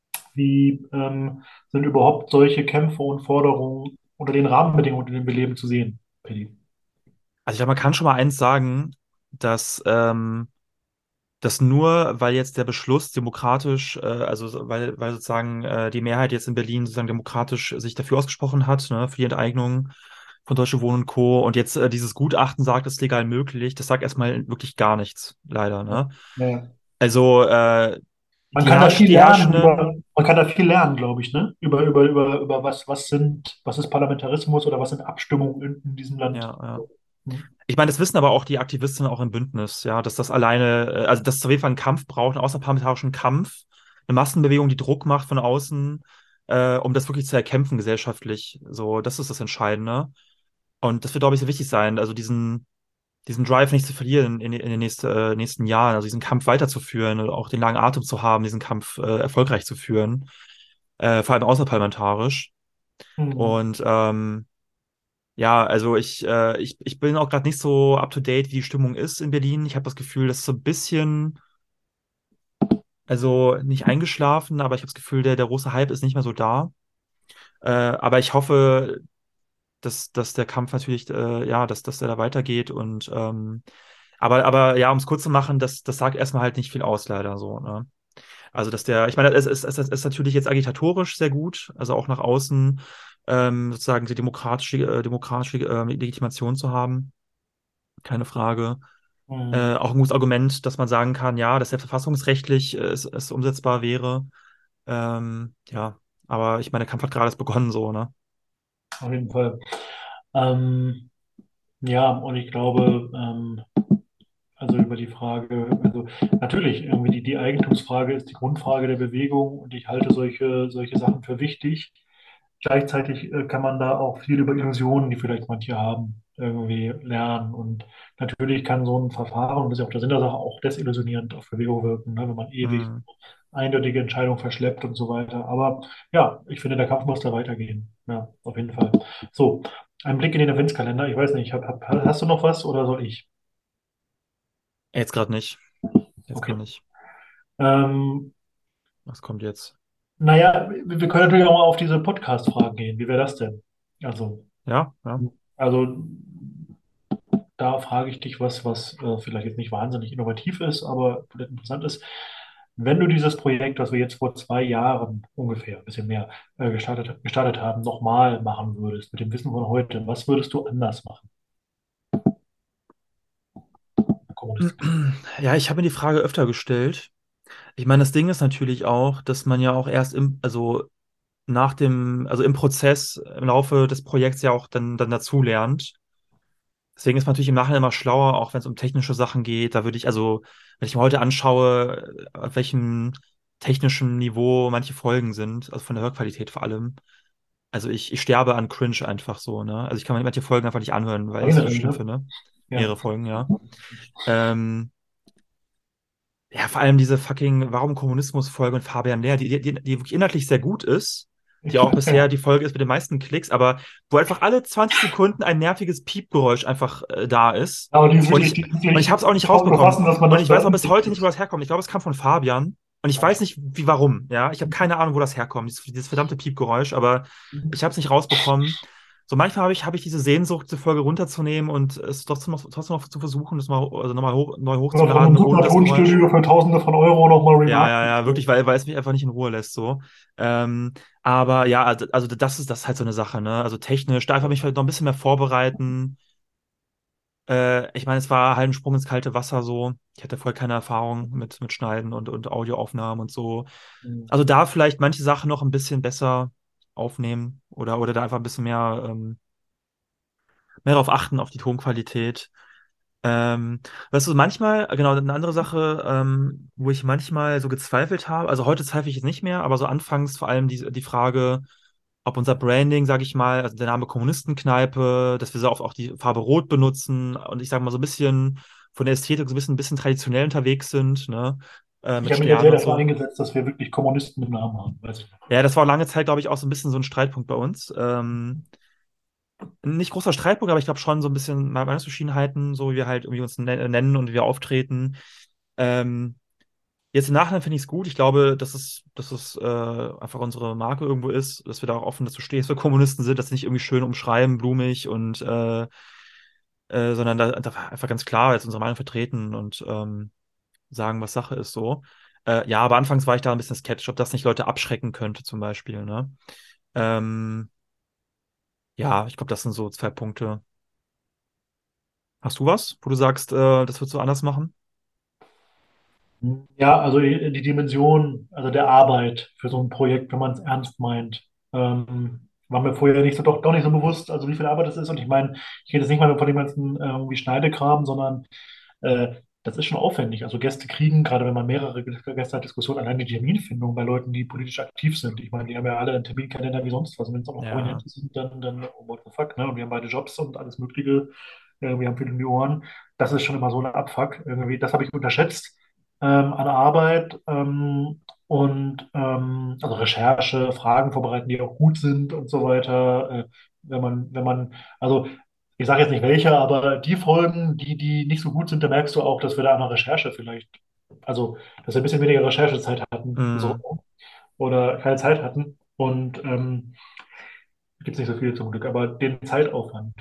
Speaker 2: wie ähm, sind überhaupt solche Kämpfe und Forderungen unter den Rahmenbedingungen, in denen wir leben, zu sehen, Paddy?
Speaker 1: Also ich glaube, man kann schon mal eins sagen, dass ähm, das nur, weil jetzt der Beschluss demokratisch, äh, also so- weil, weil sozusagen äh, die Mehrheit jetzt in Berlin sozusagen demokratisch sich dafür ausgesprochen hat, ne, für die Enteignung von Deutsche Wohnen und Co. Und jetzt äh, dieses Gutachten sagt, es ist legal möglich, das sagt erstmal wirklich gar nichts, leider, ne?
Speaker 2: Ja.
Speaker 1: Also äh,
Speaker 2: Man
Speaker 1: die
Speaker 2: kann da
Speaker 1: herrsch,
Speaker 2: viel
Speaker 1: die
Speaker 2: lernen über,
Speaker 1: Herrschenden,
Speaker 2: man kann da viel lernen, glaube ich, ne? Über, über, über, über was, was sind, was ist Parlamentarismus oder was sind Abstimmungen in, in diesem Land.
Speaker 1: ja, ja.
Speaker 2: Hm.
Speaker 1: Ich meine, das wissen aber auch die Aktivistinnen auch im Bündnis, ja, dass das alleine, äh, also dass es auf jeden Fall einen Kampf braucht, einen außerparlamentarischen Kampf, eine Massenbewegung, die Druck macht von außen, äh, um das wirklich zu erkämpfen gesellschaftlich. So, das ist das Entscheidende. Und das wird, glaube ich, sehr wichtig sein, also diesen, diesen Drive nicht zu verlieren in, in den nächsten, äh, nächsten Jahren, also diesen Kampf weiterzuführen und auch den langen Atem zu haben, diesen Kampf äh, erfolgreich zu führen, äh, vor allem außerparlamentarisch.
Speaker 2: Hm.
Speaker 1: Und ähm, ja, also ich, äh, ich, ich bin auch gerade nicht so up to date, wie die Stimmung ist in Berlin. Ich habe das Gefühl, das ist so ein bisschen, also nicht eingeschlafen, aber ich habe das Gefühl, der, der große Hype ist nicht mehr so da. Äh, aber ich hoffe, dass, dass der Kampf natürlich, äh, ja, dass, dass der da weitergeht und ähm, aber, aber ja, um es kurz zu machen, das, das sagt erstmal halt nicht viel aus, leider so, ne? Also, dass der, ich meine, es ist, es ist, es ist natürlich jetzt agitatorisch sehr gut, also auch nach außen ähm, sozusagen die demokratische, äh, demokratische äh, Legitimation zu haben, keine Frage. Äh,
Speaker 2: Hm.
Speaker 1: auch ein gutes Argument, dass man sagen kann, ja, dass selbst verfassungsrechtlich äh, es, es umsetzbar wäre. Ähm, ja, aber ich meine, der Kampf hat gerade erst begonnen, so, ne?
Speaker 2: Auf jeden Fall. Ähm, ja, und ich glaube, ähm, also über die Frage, also natürlich, irgendwie die, die Eigentumsfrage ist die Grundfrage der Bewegung und ich halte solche, solche Sachen für wichtig. Gleichzeitig äh, kann man da auch viel über Illusionen, die vielleicht manche haben, irgendwie lernen. Und natürlich kann so ein Verfahren, und das ist ja auch der Sinn der Sache, auch desillusionierend auf Bewegung wirken, ne, wenn man ewig
Speaker 1: Hm.
Speaker 2: eindeutige Entscheidungen verschleppt und so weiter. Aber ja, ich finde, der Kampf muss da weitergehen. Ja, auf jeden Fall. So, ein Blick in den Adventskalender. Ich weiß nicht, hab, hab, hast du noch was oder soll ich?
Speaker 1: Jetzt gerade nicht. Jetzt
Speaker 2: Okay.
Speaker 1: gerade nicht.
Speaker 2: Ähm,
Speaker 1: Was kommt jetzt?
Speaker 2: naja, wir wir können natürlich auch mal auf diese Podcast-Fragen gehen. Wie wäre das denn? Also,
Speaker 1: Ja, ja.
Speaker 2: also da frage ich dich was, was äh, vielleicht jetzt nicht wahnsinnig innovativ ist, aber vielleicht interessant ist. Wenn du dieses Projekt, das wir jetzt vor zwei Jahren ungefähr, ein bisschen mehr, äh, gestartet, gestartet haben, nochmal machen würdest, mit dem Wissen von heute, was würdest du anders machen? Kommunistik.
Speaker 1: Ja, ich habe mir die Frage öfter gestellt. Ich meine, das Ding ist natürlich auch, dass man ja auch erst im, also nach dem, also im Prozess, im Laufe des Projekts ja auch dann, dann dazu lernt. Deswegen ist man natürlich im Nachhinein immer schlauer, auch wenn es um technische Sachen geht. Da würde ich, also, wenn ich mir heute anschaue, auf welchem technischen Niveau manche Folgen sind, also von der Hörqualität vor allem. Also ich, ich sterbe an Cringe einfach so, ne? Also ich kann mir manche Folgen einfach nicht anhören, weil ich sie so
Speaker 2: Mehrere,
Speaker 1: schlimm
Speaker 2: ne?
Speaker 1: finde.
Speaker 2: Ja.
Speaker 1: Mehrere Folgen, ja. Ähm, ja, vor allem diese fucking Warum Kommunismus-Folge mit Fabian Lehr, die, die, die wirklich inhaltlich sehr gut ist, die auch bisher
Speaker 2: Ja,
Speaker 1: die Folge ist mit den meisten Klicks, aber wo einfach alle zwanzig Sekunden ein nerviges Piepgeräusch einfach äh, da ist.
Speaker 2: aber die ist
Speaker 1: Und
Speaker 2: wirklich,
Speaker 1: ich,
Speaker 2: die ist
Speaker 1: und ich
Speaker 2: wirklich
Speaker 1: habe es auch nicht
Speaker 2: kaum zu
Speaker 1: rausbekommen.
Speaker 2: fassen, dass man
Speaker 1: Und
Speaker 2: das
Speaker 1: ich weiß auch bis heute nicht, wo
Speaker 2: veröffentlicht.
Speaker 1: das herkommt. Ich glaube, es kam von Fabian. Und ich weiß nicht, wie, warum. Ja, ich habe keine Ahnung, wo das herkommt, dieses, dieses verdammte Piepgeräusch, aber ich habe es nicht rausbekommen. So manchmal habe ich, habe ich diese Sehnsucht, diese Folge runterzunehmen und es trotzdem noch, trotzdem noch zu versuchen, das mal, also nochmal hoch, neu
Speaker 2: Oder von einem
Speaker 1: hochzuladen, ohne
Speaker 2: super
Speaker 1: das Geräusch.
Speaker 2: Tonstudio für Tausende von Euro nochmal
Speaker 1: Ja, ja,
Speaker 2: remarken.
Speaker 1: ja, wirklich, weil, weil es mich einfach nicht in Ruhe lässt, so. Ähm, aber ja, also also das ist, das ist halt so eine Sache, ne? Also technisch, da einfach mich vielleicht noch ein bisschen mehr vorbereiten. Äh, ich meine, es war halt ein Sprung ins kalte Wasser, so. Ich hatte vorher keine Erfahrung mit, mit Schneiden und, und Audioaufnahmen und so.
Speaker 2: Mhm.
Speaker 1: Also da vielleicht manche Sachen noch ein bisschen besser aufnehmen oder, oder da einfach ein bisschen mehr, ähm, mehr darauf achten, auf die Tonqualität. Ähm, weißt du, manchmal, genau, eine andere Sache, ähm, wo ich manchmal so gezweifelt habe, also heute zweifle ich es nicht mehr, aber so anfangs vor allem die, die Frage, ob unser Branding, sage ich mal, also der Name Kommunistenkneipe, dass wir so oft auch die Farbe Rot benutzen und ich sage mal so ein bisschen von der Ästhetik so ein bisschen, ein bisschen traditionell unterwegs sind, ne, äh,
Speaker 2: Ich
Speaker 1: mit
Speaker 2: habe mich jetzt
Speaker 1: Sternen
Speaker 2: sehr
Speaker 1: und
Speaker 2: dafür
Speaker 1: so.
Speaker 2: eingesetzt, dass wir wirklich Kommunisten im Namen haben. Weiß ich noch.
Speaker 1: Ja, das war lange Zeit, glaube ich, auch so ein bisschen so ein Streitpunkt bei uns. Ähm, nicht großer Streitpunkt, aber ich glaube schon so ein bisschen Meinungsverschiedenheiten, so wie wir halt irgendwie uns nen- nennen und wie wir auftreten. Ähm, Jetzt im Nachhinein finde ich es gut. Ich glaube, dass es, dass es äh, einfach unsere Marke irgendwo ist, dass wir da auch offen dazu stehen, dass wir Kommunisten sind, das nicht irgendwie schön umschreiben, blumig und äh, äh, sondern da, da einfach ganz klar jetzt unsere Meinung vertreten und ähm, sagen, was Sache ist so. Äh, ja, aber anfangs war ich da ein bisschen skeptisch, ob das nicht Leute abschrecken könnte, zum Beispiel, ne? Ähm, ja, ich glaube, das sind so zwei Punkte. Hast du was, wo du sagst, äh, das würdest du anders machen?
Speaker 2: Ja, also die, die Dimension, also der Arbeit für so ein Projekt, wenn man es ernst meint, ähm, war mir vorher nicht so doch, doch nicht so bewusst, also wie viel Arbeit das ist. Und ich meine, ich rede jetzt nicht mal von dem ganzen äh, irgendwie Schneidekram, sondern äh, das ist schon aufwendig. Also Gäste kriegen, gerade wenn man mehrere Gäste hat, Diskussionen, allein die Terminfindung bei Leuten, die politisch aktiv sind. Ich meine, die haben ja alle einen Terminkalender wie sonst was. Und wenn es auch noch
Speaker 1: Ja.
Speaker 2: Prominente sind, dann, dann, oh, what the fuck, ne? Und wir haben beide Jobs und alles Mögliche. Äh, wir haben viel um die Ohren. Das ist schon immer so ein Abfuck. Irgendwie, das habe ich unterschätzt ähm, an Arbeit ähm, und ähm, also Recherche, Fragen vorbereiten, die auch gut sind und so weiter. Äh, wenn man, wenn man, also ich sage jetzt nicht welche, aber die Folgen, die, die nicht so gut sind, da merkst du auch, dass wir da an der Recherche vielleicht, also dass wir ein bisschen weniger Recherchezeit hatten, so,
Speaker 1: Mm,
Speaker 2: oder keine Zeit hatten. Und ähm, gibt es nicht so viel zum Glück, aber den Zeitaufwand,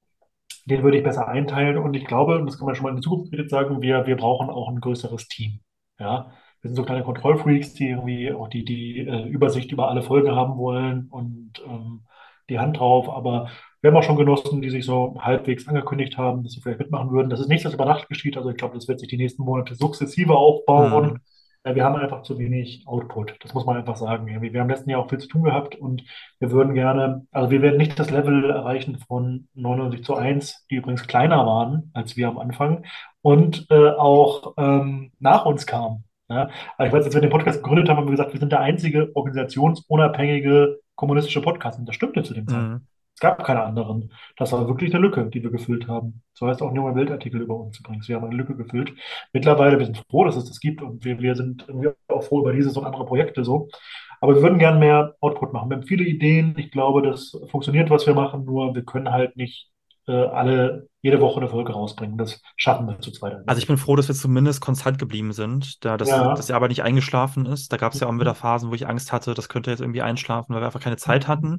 Speaker 2: den würde ich besser einteilen. Und ich glaube, und das kann man schon mal in die Zukunft jetzt sagen, wir, wir brauchen auch ein größeres Team. Ja, wir sind so kleine Kontrollfreaks, die irgendwie auch die, die äh, Übersicht über alle Folgen haben wollen und ähm, die Hand drauf. Aber wir haben auch schon Genossen, die sich so halbwegs angekündigt haben, dass sie vielleicht mitmachen würden. Das ist nichts, was über Nacht geschieht. Also ich glaube, das wird sich die nächsten Monate sukzessive aufbauen.
Speaker 1: mm,
Speaker 2: Äh, Wir haben einfach zu wenig Output. Das muss man einfach sagen. Irgendwie. Wir haben letzten Jahr auch viel zu tun gehabt und wir würden gerne, also wir werden nicht das Level erreichen von neunundneunzig zu eins, die übrigens kleiner waren als wir am Anfang und äh, auch ähm, nach uns kamen. Ja? Aber ich weiß, als wir den Podcast gegründet haben, haben wir gesagt, wir sind der einzige organisationsunabhängige kommunistische Podcast. Und das stimmte zu dem Zeitpunkt.
Speaker 1: mm.
Speaker 2: Es gab keine anderen. Das war wirklich eine Lücke, die wir gefüllt haben. So heißt auch ein junger Weltartikel über uns übrigens. Wir haben eine Lücke gefüllt. Mittlerweile, wir sind froh, dass es das gibt und wir, wir sind irgendwie auch froh über dieses und andere Projekte so. Aber wir würden gern mehr Output machen. Wir haben viele Ideen. Ich glaube, das funktioniert, was wir machen, nur wir können halt nicht äh, alle jede Woche eine Folge rausbringen. Das schaffen wir zu zweit einfach
Speaker 1: Also ich bin
Speaker 2: nicht.
Speaker 1: froh, dass wir zumindest konstant geblieben sind, da das, dass
Speaker 2: Ja.
Speaker 1: die Arbeit nicht eingeschlafen ist. Da gab es ja auch wieder
Speaker 2: Mhm.
Speaker 1: Phasen, wo ich Angst hatte, das könnte jetzt irgendwie einschlafen, weil wir einfach keine Zeit hatten.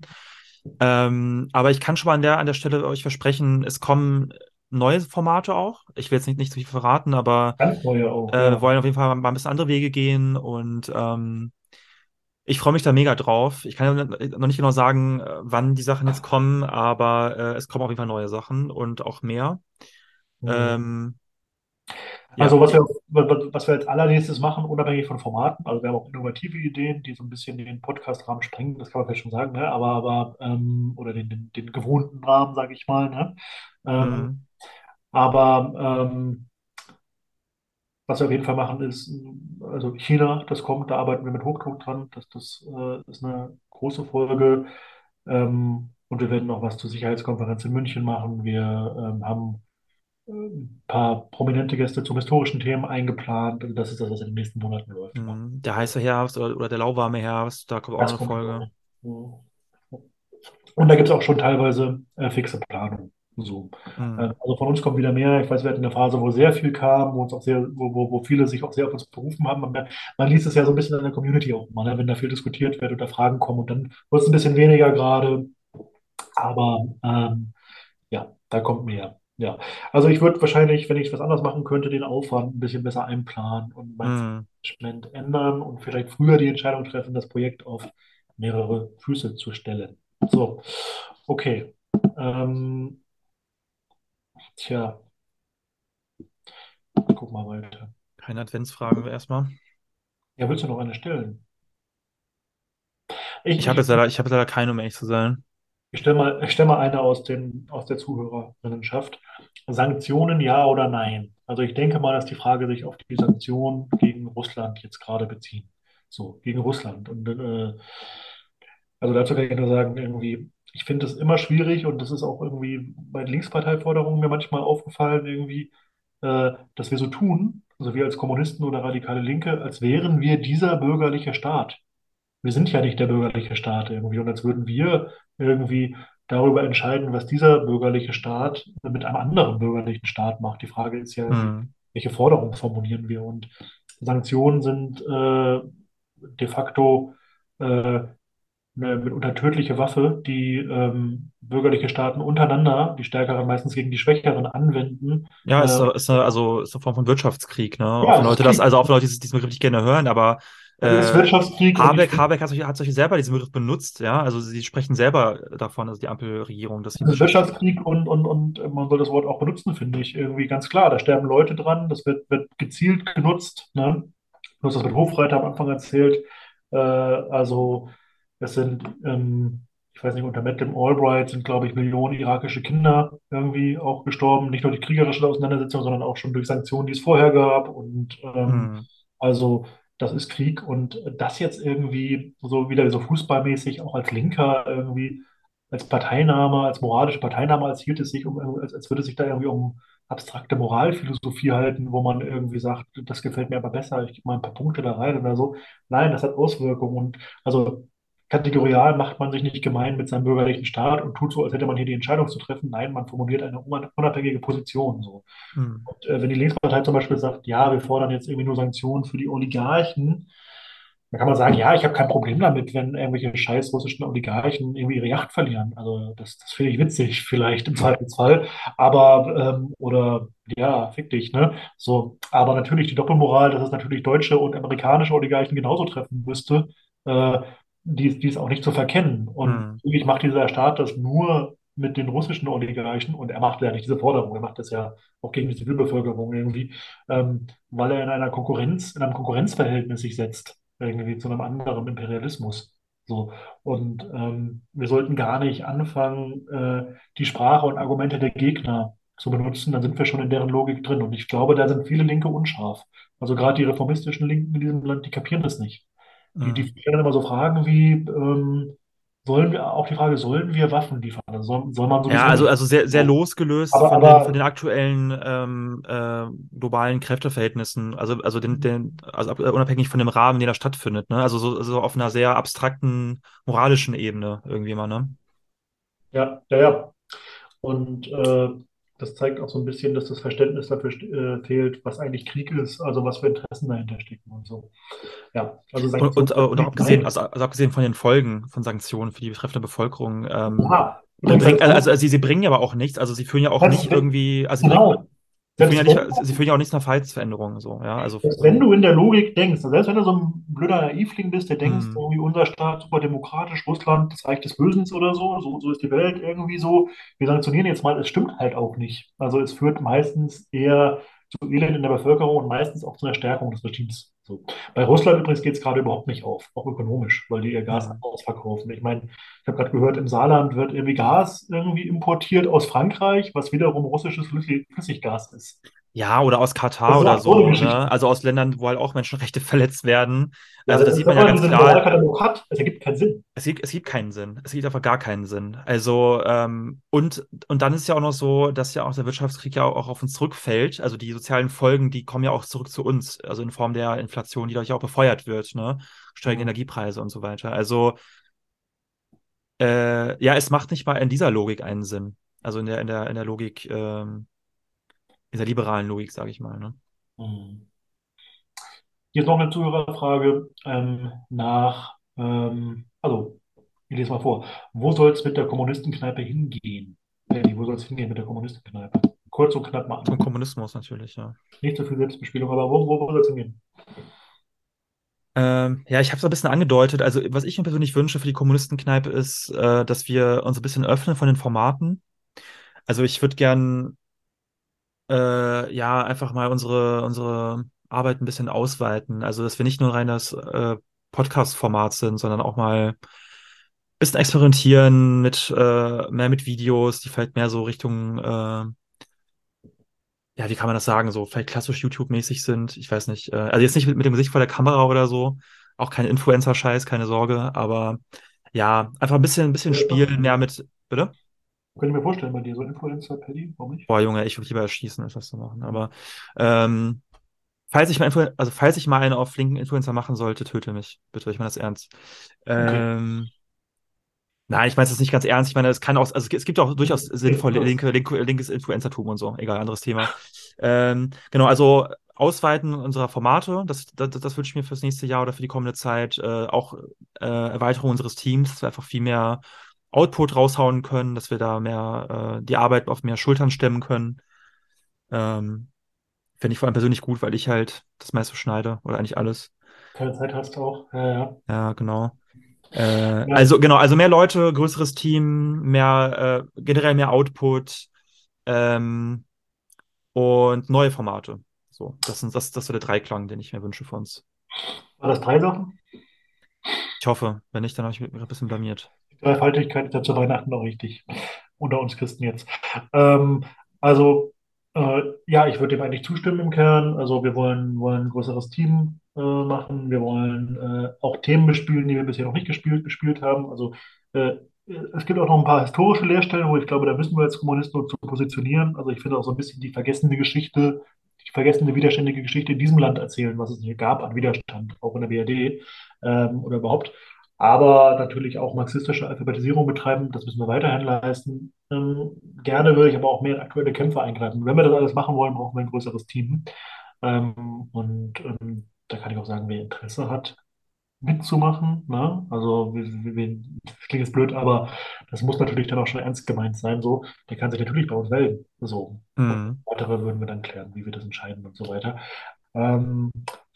Speaker 1: Ähm, aber ich kann schon mal an der, an der Stelle euch versprechen, es kommen neue Formate auch. Ich will jetzt nicht, nicht zu viel verraten, aber
Speaker 2: Ganz neue auch,
Speaker 1: äh, wir
Speaker 2: ja.
Speaker 1: wollen auf jeden Fall mal ein bisschen andere Wege gehen und ähm, ich freue mich da mega drauf. Ich kann ja noch nicht genau sagen, äh, wann die Sachen jetzt kommen, aber äh, es kommen auf jeden Fall neue Sachen und auch mehr.
Speaker 2: Mhm.
Speaker 1: Ähm, ja,
Speaker 2: Also was
Speaker 1: ich,
Speaker 2: wir, was wir als allernächstes machen, unabhängig von Formaten, also wir haben auch innovative Ideen, die so ein bisschen den Podcast-Rahmen sprengen, das kann man vielleicht schon sagen, ne? Aber, aber ähm, oder den, den, den gewohnten Rahmen, sage ich mal, ne? Ähm,
Speaker 1: mm,
Speaker 2: aber ähm, was wir auf jeden Fall machen, ist, also China, das kommt, da arbeiten wir mit Hochdruck dran, das, das äh, ist eine große Folge. Ähm, und wir werden noch was zur Sicherheitskonferenz in München machen. Wir ähm, haben ein paar prominente Gäste zu historischen Themen eingeplant. Also das ist das, was in den nächsten Monaten läuft. Ja.
Speaker 1: mm, der heiße Herbst oder, oder der lauwarme Herbst, da kommt auch noch
Speaker 2: Das
Speaker 1: eine
Speaker 2: kommt
Speaker 1: Folge.
Speaker 2: auch. Ja. Und da gibt es auch schon teilweise äh, fixe Planung. So.
Speaker 1: Hm.
Speaker 2: Ähm, also von uns kommt wieder mehr. Ich weiß, wir hatten eine Phase, wo sehr viel kam, wo uns auch sehr, wo, wo, wo viele sich auch sehr auf uns berufen haben. Man, man liest es ja so ein bisschen in der Community auch mal, ne? Wenn da viel diskutiert wird oder Fragen kommen und dann wird es ein bisschen weniger gerade. Aber ähm, ja, da kommt mehr. Ja, also ich würde wahrscheinlich, wenn ich was anderes machen könnte, den Aufwand ein bisschen besser einplanen und mein
Speaker 1: Hm.
Speaker 2: Management ändern und vielleicht früher die Entscheidung treffen, das Projekt auf mehrere Füße zu stellen. So, okay. Ähm, tja, guck mal weiter.
Speaker 1: Keine Adventsfragen wir erstmal.
Speaker 2: Ja, willst du noch eine stellen? Ich,
Speaker 1: Ich habe
Speaker 2: ich,
Speaker 1: jetzt leider, ich habe jetzt leider keine, um ehrlich zu sein.
Speaker 2: ich stelle mal, ich stell mal eine aus, den, aus der Zuhörerinnenschaft. Sanktionen, ja oder nein? Also ich denke mal, dass die Frage sich auf die Sanktionen gegen Russland jetzt gerade bezieht. So, gegen Russland. Und äh, also dazu kann ich nur sagen, irgendwie, ich finde es immer schwierig und das ist auch irgendwie bei den Linksparteiforderungen mir manchmal aufgefallen, irgendwie, äh, dass wir so tun, also wir als Kommunisten oder radikale Linke, als wären wir dieser bürgerliche Staat. Wir sind ja nicht der bürgerliche Staat irgendwie und als würden wir irgendwie darüber entscheiden, was dieser bürgerliche Staat mit einem anderen bürgerlichen Staat macht. Die Frage ist ja irgendwie,
Speaker 1: Hm.
Speaker 2: welche Forderungen formulieren wir? Und Sanktionen sind äh, de facto äh, eine mitunter tödliche Waffe, die ähm, bürgerliche Staaten untereinander, die Stärkeren meistens gegen die Schwächeren, anwenden.
Speaker 1: Ja, ist,
Speaker 2: Äh,
Speaker 1: äh, ist eine, also ist eine Form von Wirtschaftskrieg, ne? Auch
Speaker 2: ja,
Speaker 1: wenn
Speaker 2: es ist
Speaker 1: Leute das,
Speaker 2: Krieg.
Speaker 1: also auch wenn Leute diesen diesen Begriff nicht gerne hören, aber
Speaker 2: Es ist
Speaker 1: äh,
Speaker 2: Wirtschaftskrieg und ich
Speaker 1: Habeck,
Speaker 2: finde,
Speaker 1: Habeck hat solche, hat solche selber diesen Begriff benutzt, ja. Also sie sprechen selber davon, also die Ampelregierung, dass sie
Speaker 2: es ist
Speaker 1: Wirtschaftskrieg.
Speaker 2: Wirtschaftskrieg und, und, und man soll das Wort auch benutzen, finde ich. Irgendwie ganz klar. Da sterben Leute dran, das wird, wird gezielt genutzt. Ne? Du hast das mit Hofreiter am Anfang erzählt. Äh, also es sind, ähm, ich weiß nicht, unter Madeleine Albright sind, glaube ich, Millionen irakische Kinder irgendwie auch gestorben. Nicht nur die kriegerische Auseinandersetzung, sondern auch schon durch Sanktionen, die es vorher gab. Und ähm,
Speaker 1: Hm.
Speaker 2: also das ist Krieg. Und das jetzt irgendwie so wieder so fußballmäßig auch als Linker irgendwie als Parteinahme, als moralische Parteinahme, als hielt es sich um, als, als würde es sich da irgendwie um abstrakte Moralphilosophie halten, wo man irgendwie sagt, das gefällt mir aber besser, ich gebe mal ein paar Punkte da rein oder so. Nein, das hat Auswirkungen. Und also kategorial macht man sich nicht gemein mit seinem bürgerlichen Staat und tut so, als hätte man hier die Entscheidung zu treffen. Nein, man formuliert eine unabhängige Position. So.
Speaker 1: Hm.
Speaker 2: Und äh, wenn die Linkspartei zum Beispiel sagt, ja, wir fordern jetzt irgendwie nur Sanktionen für die Oligarchen, da kann man sagen, ja, ich habe kein Problem damit, wenn irgendwelche scheiß russischen Oligarchen irgendwie ihre Yacht verlieren. Also das, das finde ich witzig, vielleicht im Zweifelsfall. Aber, ähm, oder ja, fick dich, ne? So, aber natürlich die Doppelmoral, dass es natürlich deutsche und amerikanische Oligarchen genauso treffen müsste, äh, die, die ist auch nicht zu verkennen. Und
Speaker 1: Hm.
Speaker 2: natürlich macht dieser Staat das nur mit den russischen Oligarchen und er macht ja nicht diese Forderung, er macht das ja auch gegen die Zivilbevölkerung irgendwie, ähm, weil er in einer Konkurrenz, in einem Konkurrenzverhältnis sich setzt irgendwie zu einem anderen Imperialismus. So. Und ähm, wir sollten gar nicht anfangen, äh, die Sprache und Argumente der Gegner zu benutzen, dann sind wir schon in deren Logik drin. Und ich glaube, da sind viele Linke unscharf. Also gerade die reformistischen Linken in diesem Land, die kapieren das nicht. Die, die
Speaker 1: Hm.
Speaker 2: stellen immer so Fragen wie, ähm, sollen wir, auch die Frage, sollen wir Waffen liefern? Also soll, soll man
Speaker 1: Ja,
Speaker 2: sowieso
Speaker 1: also,
Speaker 2: nicht.
Speaker 1: also sehr, sehr
Speaker 2: So.
Speaker 1: losgelöst
Speaker 2: Aber,
Speaker 1: von den, von
Speaker 2: aber
Speaker 1: den aktuellen ähm, äh, globalen Kräfteverhältnissen, also, also, den, den, also ab- unabhängig von dem Rahmen, der da stattfindet, ne? Also so, so auf einer sehr abstrakten, moralischen Ebene irgendwie mal, ne?
Speaker 2: ja, ja, ja. Und äh, das zeigt auch so ein bisschen, dass das Verständnis dafür äh, fehlt, was eigentlich Krieg ist, also was für Interessen dahinter stecken und so. Ja, also
Speaker 1: Und,
Speaker 2: Sanktionen
Speaker 1: und, äh, und auch
Speaker 2: natürlich
Speaker 1: abgesehen,
Speaker 2: nein.
Speaker 1: also, also abgesehen von den Folgen von Sanktionen für die betreffende Bevölkerung, ähm,
Speaker 2: Ja,
Speaker 1: bring,
Speaker 2: übrigens
Speaker 1: bring, also, also
Speaker 2: Sanktionen,
Speaker 1: sie, sie bringen ja aber auch nichts, also sie führen ja auch
Speaker 2: selbst
Speaker 1: nicht
Speaker 2: wenn,
Speaker 1: irgendwie, also sie bringen,
Speaker 2: genau,
Speaker 1: sie führen ja
Speaker 2: selbst
Speaker 1: nicht,
Speaker 2: wenn
Speaker 1: sie führen ja auch nichts nach Verhaltensveränderungen, so, ja, also,
Speaker 2: Selbst wenn
Speaker 1: also,
Speaker 2: du in der Logik denkst, also selbst wenn du so ein blöder Naivling bist, der denkst,
Speaker 1: hm,
Speaker 2: irgendwie unser Staat super demokratisch, Russland das Reich des Bösen oder so, so, so ist die Welt irgendwie so, wir sanktionieren jetzt mal, es stimmt halt auch nicht. Also es führt meistens eher zu Elend in der Bevölkerung und meistens auch zu einer Stärkung des Regimes. So. Bei Russland übrigens geht es gerade überhaupt nicht auf, auch ökonomisch, weil die ihr Gas
Speaker 1: hm.
Speaker 2: ausverkaufen. Ich meine, ich habe gerade gehört, im Saarland wird irgendwie Gas irgendwie importiert aus Frankreich, was wiederum russisches Flüssig Flüssiggas ist.
Speaker 1: Ja, oder aus
Speaker 2: Das
Speaker 1: Katar
Speaker 2: ist
Speaker 1: oder
Speaker 2: eine absurde
Speaker 1: so,
Speaker 2: Geschichte.
Speaker 1: ne? Also aus Ländern, wo halt auch Menschenrechte verletzt werden.
Speaker 2: Ja,
Speaker 1: Also da
Speaker 2: das ist,
Speaker 1: sieht
Speaker 2: wenn
Speaker 1: man ja
Speaker 2: man
Speaker 1: ganz
Speaker 2: diesen
Speaker 1: klar,
Speaker 2: Moralkatalog hat, es ergibt keinen Sinn.
Speaker 1: es gibt, es gibt keinen Sinn. Es gibt einfach gar keinen Sinn. Also, ähm, und, und dann ist ja auch noch so, dass ja auch der Wirtschaftskrieg ja auch auf uns zurückfällt. Also die sozialen Folgen, die kommen ja auch zurück zu uns. Also in Form der Inflation, die dadurch auch befeuert wird, ne? Steigende
Speaker 2: Mhm.
Speaker 1: Energiepreise und so weiter. Also Äh, ja, es macht nicht mal in dieser Logik einen Sinn. Also in der, in der, in der Logik, ähm, in der liberalen Logik, sage ich mal, ne?
Speaker 2: Hm. Hier ist noch eine Zuhörerfrage ähm, nach, ähm, also, ich lese mal vor. Wo soll es mit der Kommunistenkneipe hingehen? Eddie, wo soll es hingehen mit der Kommunistenkneipe? Kurz und knapp
Speaker 1: Zum
Speaker 2: machen.
Speaker 1: Kommunismus natürlich, ja.
Speaker 2: Nicht so viel Selbstbespielung, aber wo, wo, wo soll es hingehen?
Speaker 1: Ähm, ja, ich habe es ein bisschen angedeutet. Also, was ich mir persönlich wünsche für die Kommunistenkneipe ist, äh, dass wir uns ein bisschen öffnen von den Formaten. Also, ich würde gern, äh, ja, einfach mal unsere, unsere Arbeit ein bisschen ausweiten. Also, dass wir nicht nur rein das äh, Podcast-Format sind, sondern auch mal ein bisschen experimentieren mit äh, mehr mit Videos, die vielleicht mehr so Richtung, äh, ja, wie kann man das sagen, so vielleicht klassisch YouTube-mäßig sind. Ich weiß nicht. Äh, also jetzt nicht mit, mit dem Gesicht vor der Kamera oder so. Auch kein Influencer-Scheiß, keine Sorge. Aber ja, einfach ein bisschen, ein bisschen
Speaker 2: Ja, das passt
Speaker 1: spielen,
Speaker 2: bei
Speaker 1: mehr
Speaker 2: dir.
Speaker 1: mit, bitte?
Speaker 2: Könnte ich mir vorstellen, bei dir so Influencer, Paddy, warum nicht?
Speaker 1: Boah, Junge, ich würde lieber erschießen, als das zu machen.
Speaker 2: Hm.
Speaker 1: Aber ähm, falls ich mal, Influ also falls ich mal einen auf linken Influencer machen sollte, töte mich. Bitte, ich meine das ernst.
Speaker 2: Okay.
Speaker 1: Ähm, Nein, ich meine es nicht ganz ernst. Ich meine, es kann auch, also es gibt es gibt auch durchaus
Speaker 2: Okay,
Speaker 1: sinnvolle
Speaker 2: alles.
Speaker 1: linke, linke, linkes Influencertum und so. Egal, anderes Thema. Ähm, genau, also Ausweiten unserer Formate, das, das, das wünsche ich mir fürs nächste Jahr oder für die kommende Zeit. Äh, auch äh, Erweiterung unseres Teams, dass wir einfach viel mehr Output raushauen können, dass wir da mehr äh, die Arbeit auf mehr Schultern stemmen können. Ähm, Finde ich vor allem persönlich gut, weil ich halt das meiste schneide oder eigentlich alles.
Speaker 2: Keine Zeit hast du auch. Ja, ja.
Speaker 1: Ja, genau. Äh,
Speaker 2: Ja,
Speaker 1: also genau, also mehr Leute, größeres Team, mehr, äh, generell mehr Output ähm, und neue Formate. So, das sind das, das ist so der Dreiklang, den ich mir wünsche für uns.
Speaker 2: war das drei Sachen?
Speaker 1: Ich hoffe, wenn nicht, dann habe ich mich ein bisschen blamiert.
Speaker 2: Die Dreifaltigkeit ist ja zu Weihnachten noch richtig. Unter uns Christen jetzt. Ähm, also, äh, ja, ich würde dem eigentlich zustimmen im Kern. Also, wir wollen, wollen ein größeres Team äh, machen. Wir wollen äh, auch Themen bespielen, die wir bisher noch nicht gespielt, gespielt haben. Also, äh, es gibt auch noch ein paar historische Leerstellen, wo ich glaube, da müssen wir als Kommunisten uns zu positionieren. Also, ich finde auch so ein bisschen die vergessene Geschichte, die vergessene widerständige Geschichte in diesem Land erzählen, was es hier gab an Widerstand, auch in der B R D ähm, oder überhaupt, aber natürlich auch marxistische Alphabetisierung betreiben. Das müssen wir weiterhin leisten. Ähm, gerne würde ich aber auch mehr in aktuelle Kämpfe eingreifen. Wenn wir das alles machen wollen, brauchen wir ein größeres Team. Ähm, und ähm, da kann ich auch sagen, wer Interesse hat, mitzumachen. Ne? Also, wir, wir, wir, das klingt jetzt blöd, aber das muss natürlich dann auch schon ernst gemeint sein. So, der kann sich natürlich bei uns melden. So. Und
Speaker 1: Mhm.
Speaker 2: weitere würden wir dann klären, wie wir das entscheiden und so weiter. Ähm,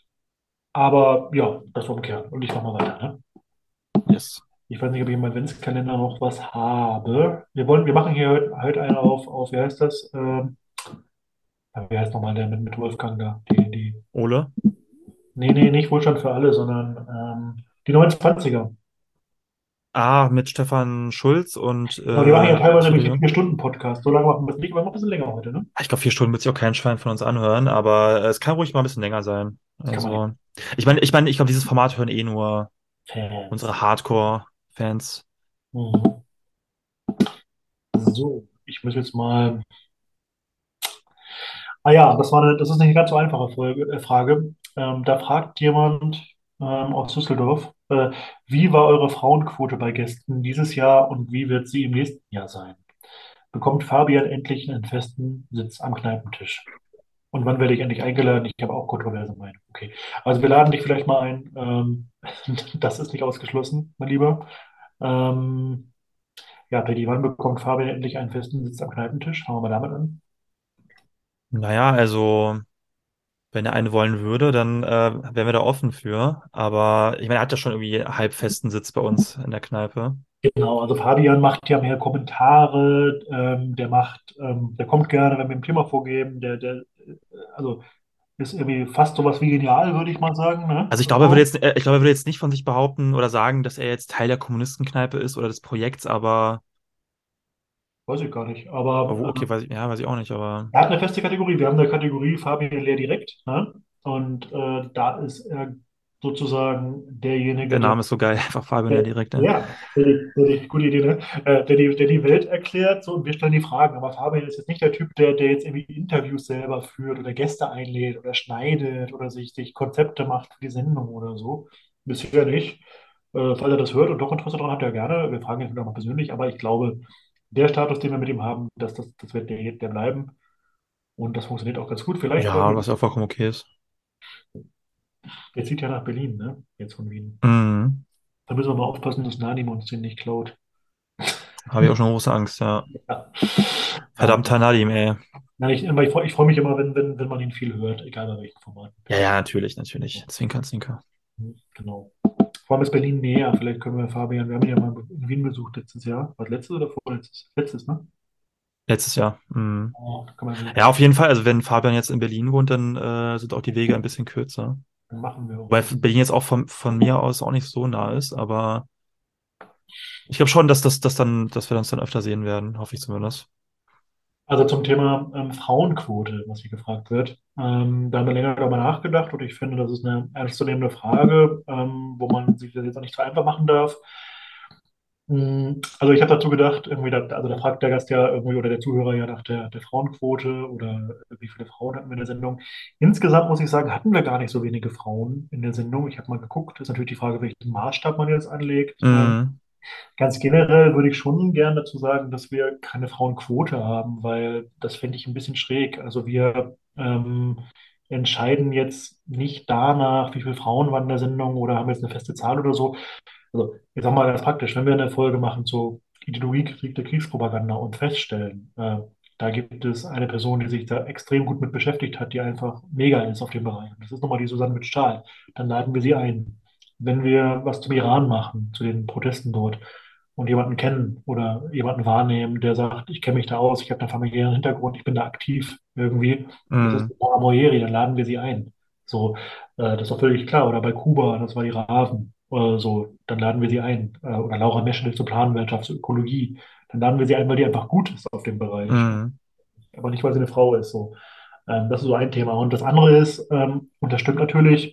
Speaker 2: aber ja, das war im Kern. Und ich mache mal weiter. Ne?
Speaker 1: Yes.
Speaker 2: Ich weiß nicht, ob ich im Adventskalender noch was habe. Wir wollen, wir machen hier heute, heute einen auf, auf, wie heißt das? Ähm, ja, wie heißt nochmal der mit, mit Wolfgang da? Die, die,
Speaker 1: Ole?
Speaker 2: nee, nee, nicht Wohlstand für alle, sondern ähm, die neunundzwanziger.
Speaker 1: Ah, mit Stefan Schulz und
Speaker 2: Genau, die machen ja
Speaker 1: äh,
Speaker 2: teilweise
Speaker 1: Thilo
Speaker 2: nämlich so
Speaker 1: Jung.
Speaker 2: vier-Stunden-Podcast. So lange machen wir es nicht, aber wir machen ein bisschen länger heute, ne?
Speaker 1: Ich glaube, vier Stunden wird sich auch kein Schwein von uns anhören, aber es kann ruhig mal ein bisschen länger sein.
Speaker 2: Das kann man
Speaker 1: Also,
Speaker 2: nehmen.
Speaker 1: ich meine, ich meine, ich glaube, dieses Format hören eh nur
Speaker 2: Fans.
Speaker 1: unsere Hardcore-Fans.
Speaker 2: Mhm. So, ich muss jetzt mal. Ah ja, das war eine, das ist eine ganz so einfache Folge, äh, Frage. Ähm, da fragt jemand ähm, aus Düsseldorf, äh, wie war eure Frauenquote bei Gästen dieses Jahr und wie wird sie im nächsten Jahr sein? Bekommt Fabian endlich einen festen Sitz am Kneipentisch? Und wann werde ich endlich eingeladen? Ich habe auch kontroverse Meinung. Okay. Also wir laden dich vielleicht mal ein. Ähm, das ist nicht ausgeschlossen, mein Lieber. Ähm, ja, Paddy, wann bekommt Fabian endlich einen festen Sitz am Kneipentisch? Fangen wir mal damit an.
Speaker 1: Naja, also. Wenn er einen wollen würde, dann äh, wären wir da offen für. Aber ich meine, er hat ja schon irgendwie halbfesten Sitz bei uns in der Kneipe.
Speaker 2: Genau, also Fabian macht ja mehr Kommentare, ähm, der macht, ähm, der kommt gerne, wenn wir ein Thema vorgeben, der, der, äh, also ist irgendwie fast sowas wie genial, würde ich mal sagen, ne?
Speaker 1: Also ich glaube, er würde
Speaker 2: So,
Speaker 1: jetzt, äh, ich glaube, er würde jetzt nicht von sich behaupten oder sagen, dass er jetzt Teil der Kommunistenkneipe ist oder des Projekts, aber
Speaker 2: weiß ich gar nicht,
Speaker 1: oh,
Speaker 2: aber
Speaker 1: okay,
Speaker 2: ähm,
Speaker 1: weiß ich, ja, weiß ich auch nicht, aber
Speaker 2: er hat eine feste Kategorie. Wir haben eine Kategorie Fabian Lehr direkt, ne? Und äh, da ist er sozusagen
Speaker 1: der
Speaker 2: derjenige, der
Speaker 1: Name ist so geil, einfach Fabian ja
Speaker 2: Der,
Speaker 1: direkt, ne?
Speaker 2: ja, der, die- der, die- gute Idee, ne? Äh, der, die, der die Welt erklärt, so, und wir stellen die Fragen. Aber Fabian ist jetzt nicht der Typ, der, der jetzt irgendwie Interviews selber führt oder Gäste einlädt oder schneidet oder sich, sich Konzepte macht für die Sendung oder so. Bisher nicht. Äh, falls er das hört und doch Interesse daran hat, ja gerne. Wir fragen ihn wieder mal persönlich, aber ich glaube, der Status, den wir mit ihm haben, das, das, das wird der, der bleiben. Und das funktioniert auch ganz gut. Vielleicht wollen
Speaker 1: Ja,
Speaker 2: wir,
Speaker 1: was ja auch vollkommen okay ist.
Speaker 2: der zieht ja nach Berlin, ne? Jetzt von Wien.
Speaker 1: Mhm.
Speaker 2: Da müssen wir mal aufpassen, dass Nadim uns den nicht klaut.
Speaker 1: Habe ich auch schon große Angst, ja.
Speaker 2: Ja. Nein,
Speaker 1: Verdammter Nadim, ey.
Speaker 2: nein ich, aber ich, freu- ich freue mich immer, wenn, wenn, wenn man ihn viel hört, egal bei welchen Formaten.
Speaker 1: Ja, ja, natürlich, natürlich. Zwinker, Zwinker.
Speaker 2: Genau. Vor allem ist Berlin näher. Vielleicht können wir Fabian, wir haben ihn ja mal in Wien besucht letztes Jahr. Was letztes oder vorletztes? Letztes, ne?
Speaker 1: Letztes Jahr. Mhm.
Speaker 2: Ja, da kann man
Speaker 1: Ja,
Speaker 2: so,
Speaker 1: auf jeden Fall. Also wenn Fabian jetzt in Berlin wohnt, dann äh, sind auch die Wege ein bisschen kürzer.
Speaker 2: dann machen wir auch
Speaker 1: Wobei
Speaker 2: das.
Speaker 1: Berlin jetzt auch von, von mir aus auch nicht so nah ist, aber ich glaube schon, dass das, dass dann, dass wir uns dann öfter sehen werden, hoffe ich zumindest.
Speaker 2: Also zum Thema ähm, Frauenquote, was hier gefragt wird. Ähm, da haben wir länger darüber nachgedacht und ich finde, das ist eine ernstzunehmende Frage, ähm, wo man sich das jetzt auch nicht zu einfach machen darf. Mm, Also ich habe dazu gedacht, irgendwie, da, also da fragt der Gast ja irgendwie oder der Zuhörer ja nach der, der Frauenquote oder wie viele Frauen hatten wir in der Sendung. Insgesamt muss ich sagen, hatten wir gar nicht so wenige Frauen in der Sendung. Ich habe mal geguckt, ist natürlich die Frage, welchen Maßstab man jetzt anlegt. Ähm,
Speaker 1: Mhm.
Speaker 2: Ganz generell würde ich schon gern dazu sagen, dass wir keine Frauenquote haben, weil das fände ich ein bisschen schräg. Also wir ähm, entscheiden jetzt nicht danach, wie viele Frauen waren in der Sendung oder haben jetzt eine feste Zahl oder so. Also ich sag mal ganz praktisch, wenn wir eine Folge machen zu Ideologiekrieg der Kriegspropaganda und feststellen, äh, da gibt es eine Person, die sich da extrem gut mit beschäftigt hat, die einfach mega ist auf dem Bereich. Und das ist nochmal die Susanne Witt-Stahl. Dann laden wir sie ein. Wenn wir was zum Iran machen, zu den Protesten dort, und jemanden kennen oder jemanden wahrnehmen, der sagt, ich kenne mich da aus, ich habe einen familiären Hintergrund, ich bin da aktiv irgendwie, das ist
Speaker 1: Mhm.
Speaker 2: Laura Moyeri, dann laden wir sie ein. So, äh, das ist doch völlig klar. Oder bei Kuba, das war die Raven, oder so, dann laden wir sie ein. Äh, oder Laura Meschel zur Planwirtschaft, zur Ökologie, dann laden wir sie ein, weil die einfach gut ist auf dem Bereich.
Speaker 1: Mhm.
Speaker 2: Aber nicht, weil sie eine Frau ist. So. Ähm, das ist so ein Thema. Und das andere ist, ähm, und das stimmt natürlich,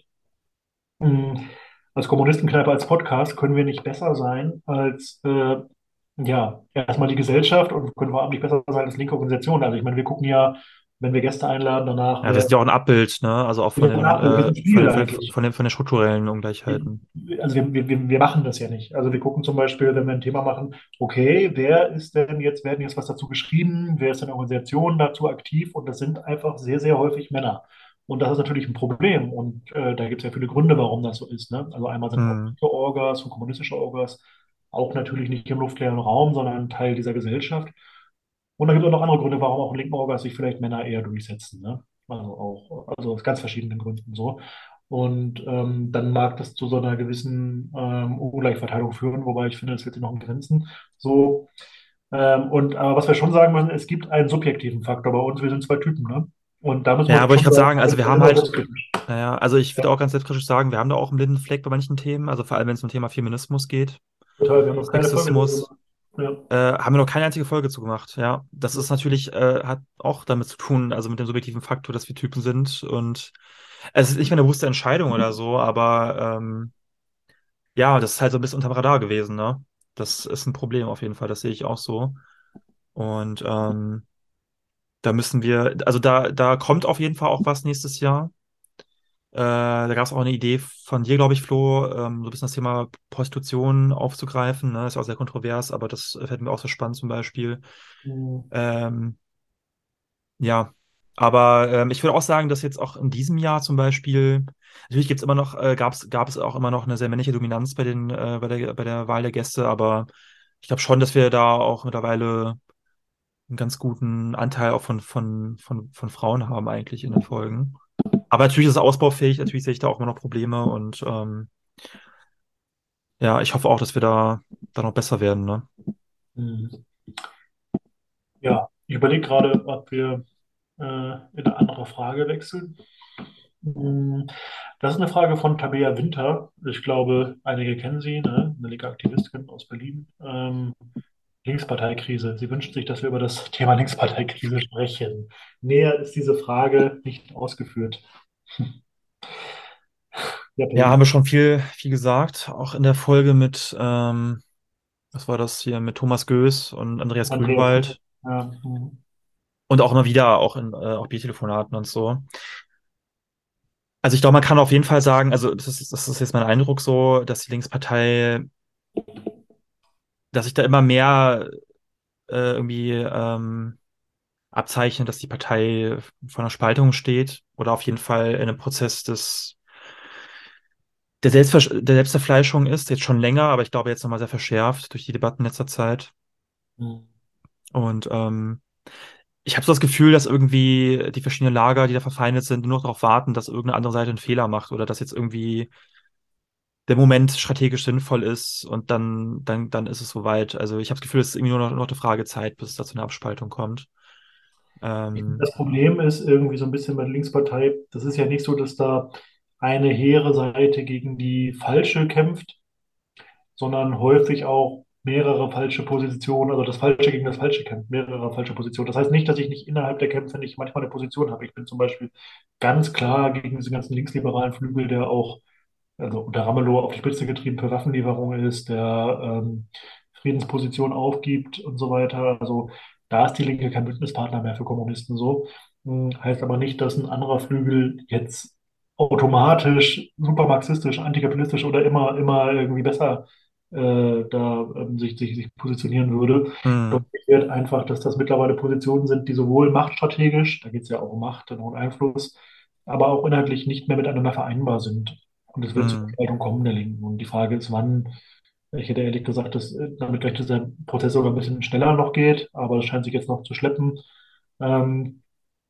Speaker 2: mh, als Kommunistenkneipe, als Podcast können wir nicht besser sein als äh, ja, erstmal die Gesellschaft und können vor allem nicht besser sein als linke Organisationen. Also ich meine, wir gucken ja, wenn wir Gäste einladen, danach,
Speaker 1: Ja, wir
Speaker 2: wer
Speaker 1: sind ja auch ein Abbild, ne? Also auch von
Speaker 2: wir sind
Speaker 1: den,
Speaker 2: Abbild, wir
Speaker 1: äh,
Speaker 2: sind
Speaker 1: von
Speaker 2: Spiegel
Speaker 1: den, von den,
Speaker 2: eigentlich.
Speaker 1: von den, von den strukturellen Ungleichheiten.
Speaker 2: Also wir, wir, wir wir machen das ja nicht. Also wir gucken zum Beispiel, wenn wir ein Thema machen, okay, wer ist denn jetzt, werden jetzt was dazu geschrieben, wer ist in Organisationen dazu aktiv und das sind einfach sehr, sehr häufig Männer. Und das ist natürlich ein Problem und äh, da gibt es ja viele Gründe, warum das so ist. Ne? Also einmal sind auch
Speaker 1: Mhm.
Speaker 2: linke Orgas und kommunistische Orgas auch natürlich nicht im luftleeren Raum, sondern Teil dieser Gesellschaft. Und da gibt es auch noch andere Gründe, warum auch in linken Orgas sich vielleicht Männer eher durchsetzen. Ne? Also auch, also aus ganz verschiedenen Gründen so. Und ähm, dann mag das zu so einer gewissen ähm, Ungleichverteilung führen, wobei ich finde, das wird sich noch in Grenzen. So. Ähm, und aber was wir schon sagen müssen, es gibt einen subjektiven Faktor bei uns. Wir sind zwei Typen, ne? Und da müssen
Speaker 1: Ja,
Speaker 2: wir
Speaker 1: aber ich
Speaker 2: schon
Speaker 1: gerade
Speaker 2: sagen,
Speaker 1: sagen, also wir
Speaker 2: wir
Speaker 1: haben
Speaker 2: sind auch
Speaker 1: halt,
Speaker 2: selbstkritisch.
Speaker 1: naja, also ich würde
Speaker 2: Ja,
Speaker 1: auch ganz selbstkritisch sagen, wir haben da auch einen blinden Fleck bei manchen Themen, also vor allem wenn es um Thema Feminismus geht,
Speaker 2: total. Wir haben noch keine Folge darüber
Speaker 1: Sexismus,
Speaker 2: gemacht. Ja.
Speaker 1: äh, haben wir noch keine einzige Folge zu gemacht, ja. Das ist natürlich, äh, hat auch damit zu tun, also mit dem subjektiven Faktor, dass wir Typen sind und es ist nicht mehr eine bewusste Entscheidung oder so, aber ähm, ja, das ist halt so ein bisschen unterm Radar gewesen, ne? Das ist ein Problem auf jeden Fall, das sehe ich auch so. Und ähm, da müssen wir, also da, da kommt auf jeden Fall auch was nächstes Jahr. Äh, da gab es auch eine Idee von dir, glaube ich, Flo, ähm, so ein bisschen das Thema Prostitution aufzugreifen. Ne? Ist ja auch sehr kontrovers, aber das fällt mir auch so spannend zum Beispiel.
Speaker 2: Mhm.
Speaker 1: Ähm, ja, aber ähm, ich würde auch sagen, dass jetzt auch in diesem Jahr zum Beispiel, natürlich gibt's immer noch, äh, gab's, gab es auch immer noch eine sehr männliche Dominanz bei den, äh, bei der, bei der Wahl der Gäste, aber ich glaube schon, dass wir da auch mittlerweile einen ganz guten Anteil auch von, von, von, von Frauen haben eigentlich in den Folgen. Aber natürlich ist es ausbaufähig, natürlich sehe ich da auch immer noch Probleme und ähm, ja, ich hoffe auch, dass wir da, da noch besser werden, ne?
Speaker 2: Mhm. Ja, ich überlege gerade, ob wir äh, in eine andere Frage wechseln. Mm, Das ist eine Frage von Tabea Winter. Ich glaube, einige kennen sie, ne? Eine linke Aktivistin aus Berlin. Ähm, Linksparteikrise. Sie wünscht sich, dass wir über das Thema Linksparteikrise sprechen. Näher ist diese Frage nicht ausgeführt. Ja,
Speaker 1: Ja,
Speaker 2: Peggy.
Speaker 1: haben wir schon viel, viel gesagt, auch in der Folge mit, ähm, was war das hier, mit Thomas Goes und Andreas
Speaker 2: Andreas.
Speaker 1: Grünwald
Speaker 2: Ja, mm,
Speaker 1: und auch immer wieder auch in äh, auch Biertelefonaten und so. Also ich glaube, man kann auf jeden Fall sagen, also das ist, das ist jetzt mein Eindruck so, dass die Linkspartei, dass sich da immer mehr äh, irgendwie ähm, abzeichnet, dass die Partei vor einer Spaltung steht oder auf jeden Fall in einem Prozess des, der, Selbstversch der Selbstverfleischung ist, jetzt schon länger, aber ich glaube jetzt nochmal sehr verschärft durch die Debatten letzter Zeit.
Speaker 2: Mhm.
Speaker 1: Und ähm, ich habe so das Gefühl, dass irgendwie die verschiedenen Lager, die da verfeindet sind, nur noch darauf warten, dass irgendeine andere Seite einen Fehler macht oder dass jetzt irgendwie der Moment strategisch sinnvoll ist und dann, dann, dann ist es soweit. Also ich habe das Gefühl, es ist irgendwie nur noch, noch eine Frage Zeit, bis es da zu einer Abspaltung kommt. Ähm,
Speaker 2: Das Problem ist irgendwie so ein bisschen bei der Linkspartei, das ist ja nicht so, dass da eine hehre Seite gegen die falsche kämpft, sondern häufig auch mehrere falsche Positionen, also das Falsche gegen das Falsche kämpft, mehrere falsche Positionen. Das heißt nicht, dass ich nicht innerhalb der Kämpfe nicht manchmal eine Position habe. Ich bin zum Beispiel ganz klar gegen diesen ganzen linksliberalen Flügel, der auch, also unter Ramelow auf die Spitze getrieben für Waffenlieferungen ist, der ähm, Friedensposition aufgibt und so weiter. Also da ist die Linke kein Bündnispartner mehr für Kommunisten so. Hm, heißt aber nicht, dass ein anderer Flügel jetzt automatisch super marxistisch, antikapitalistisch oder immer, immer irgendwie besser äh, da ähm, sich, sich, sich positionieren würde.
Speaker 1: mh,
Speaker 2: Deutlich wird einfach, dass das mittlerweile Positionen sind, die sowohl machtstrategisch, da geht es ja auch um Macht und Einfluss, aber auch inhaltlich nicht mehr miteinander vereinbar sind. Und es wird zur
Speaker 1: mh,
Speaker 2: Spaltung kommen der Linken. Und die Frage ist, wann, ich hätte ehrlich gesagt, dass äh, damit gleich dieser Prozess sogar ein bisschen schneller noch geht, aber das scheint sich jetzt noch zu schleppen. Ähm,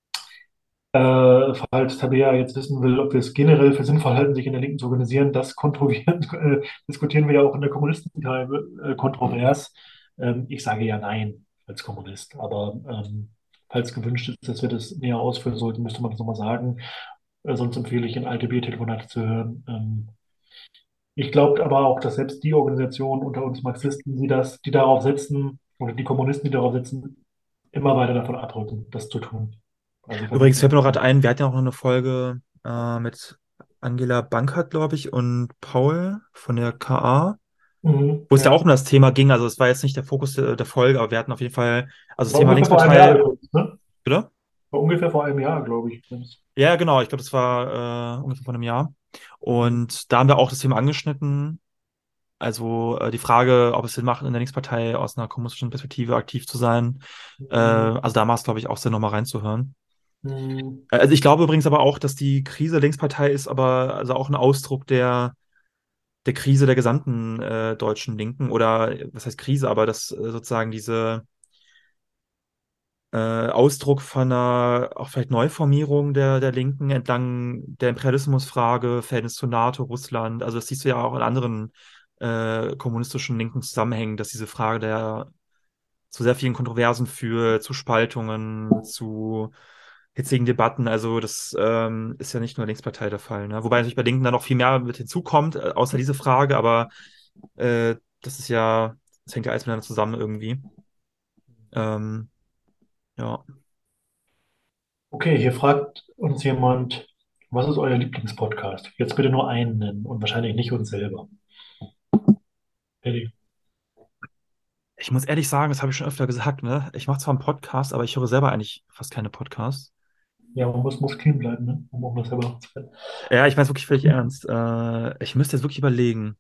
Speaker 2: äh, falls Tabea jetzt wissen will, ob wir es generell für sinnvoll halten, sich in der Linken zu organisieren, das kontrovers, äh, diskutieren wir ja auch in der Kommunistenpartei äh, kontrovers. Ähm, ich sage ja nein als Kommunist, aber ähm, falls gewünscht ist, dass wir das näher ausführen sollten, müsste man das nochmal sagen. Äh, sonst empfehle ich, in alte B-Telefonate zu hören. Ähm, ich glaube aber auch, dass selbst die Organisationen unter uns Marxisten, die das, die darauf setzen, oder die Kommunisten, die darauf setzen, immer weiter davon abrücken, das zu tun. Also sie
Speaker 1: Übrigens
Speaker 2: versuchen.
Speaker 1: fällt mir noch gerade ein, wir hatten ja auch noch eine Folge äh, mit Angela Bankert, glaube ich, und Paul von der K A,
Speaker 2: Mhm,
Speaker 1: wo es ja auch
Speaker 2: ja.
Speaker 1: um das Thema ging. Also es war jetzt nicht der Fokus der, der Folge, aber wir hatten auf jeden Fall, also das
Speaker 2: War
Speaker 1: Thema
Speaker 2: ungefähr vor einem Jahr
Speaker 1: Linkspartei,
Speaker 2: übrigens, ne?
Speaker 1: bitte?
Speaker 2: War ungefähr vor einem Jahr, glaube ich. übrigens.
Speaker 1: Ja, genau, ich glaube, das war äh, ungefähr vor einem Jahr.
Speaker 2: Mhm.
Speaker 1: Und da haben wir auch das Thema angeschnitten. Also äh, die Frage, ob es Sinn macht, in der Linkspartei aus einer kommunistischen Perspektive aktiv zu sein. Äh, also da macht es, glaube ich, auch Sinn, nochmal reinzuhören.
Speaker 2: Mhm.
Speaker 1: Äh, Also ich glaube übrigens aber auch, dass die Krise der Linkspartei ist, aber also auch ein Ausdruck der, der Krise der gesamten äh, deutschen Linken oder was heißt Krise, aber dass äh, sozusagen diese äh, Ausdruck von einer auch vielleicht Neuformierung der, der Linken entlang der Imperialismusfrage, Verhältnis zur NATO, Russland. Also das siehst du ja auch in anderen äh, kommunistischen linken Zusammenhängen, dass diese Frage der zu sehr vielen Kontroversen führt, zu Spaltungen, zu hitzigen Debatten. Also das ähm, ist ja nicht nur Linkspartei der Fall. Ne? Wobei natürlich bei Linken dann noch viel mehr mit hinzukommt, äh, außer diese Frage, aber äh, das ist ja, das hängt ja alles miteinander zusammen irgendwie. Ähm, ja.
Speaker 2: Okay, hier fragt uns jemand, was ist euer Lieblingspodcast? Jetzt bitte nur einen nennen und wahrscheinlich nicht uns selber. Eddie.
Speaker 1: Ich muss ehrlich sagen, das habe ich schon öfter gesagt, ne? Ich mache zwar einen Podcast, aber ich höre selber eigentlich fast keine Podcasts.
Speaker 2: Ja, man muss, muss clean bleiben, ne? Um, um das selber zu finden.
Speaker 1: Ja, ich meine es wirklich völlig ernst. Äh, ich müsste jetzt wirklich überlegen.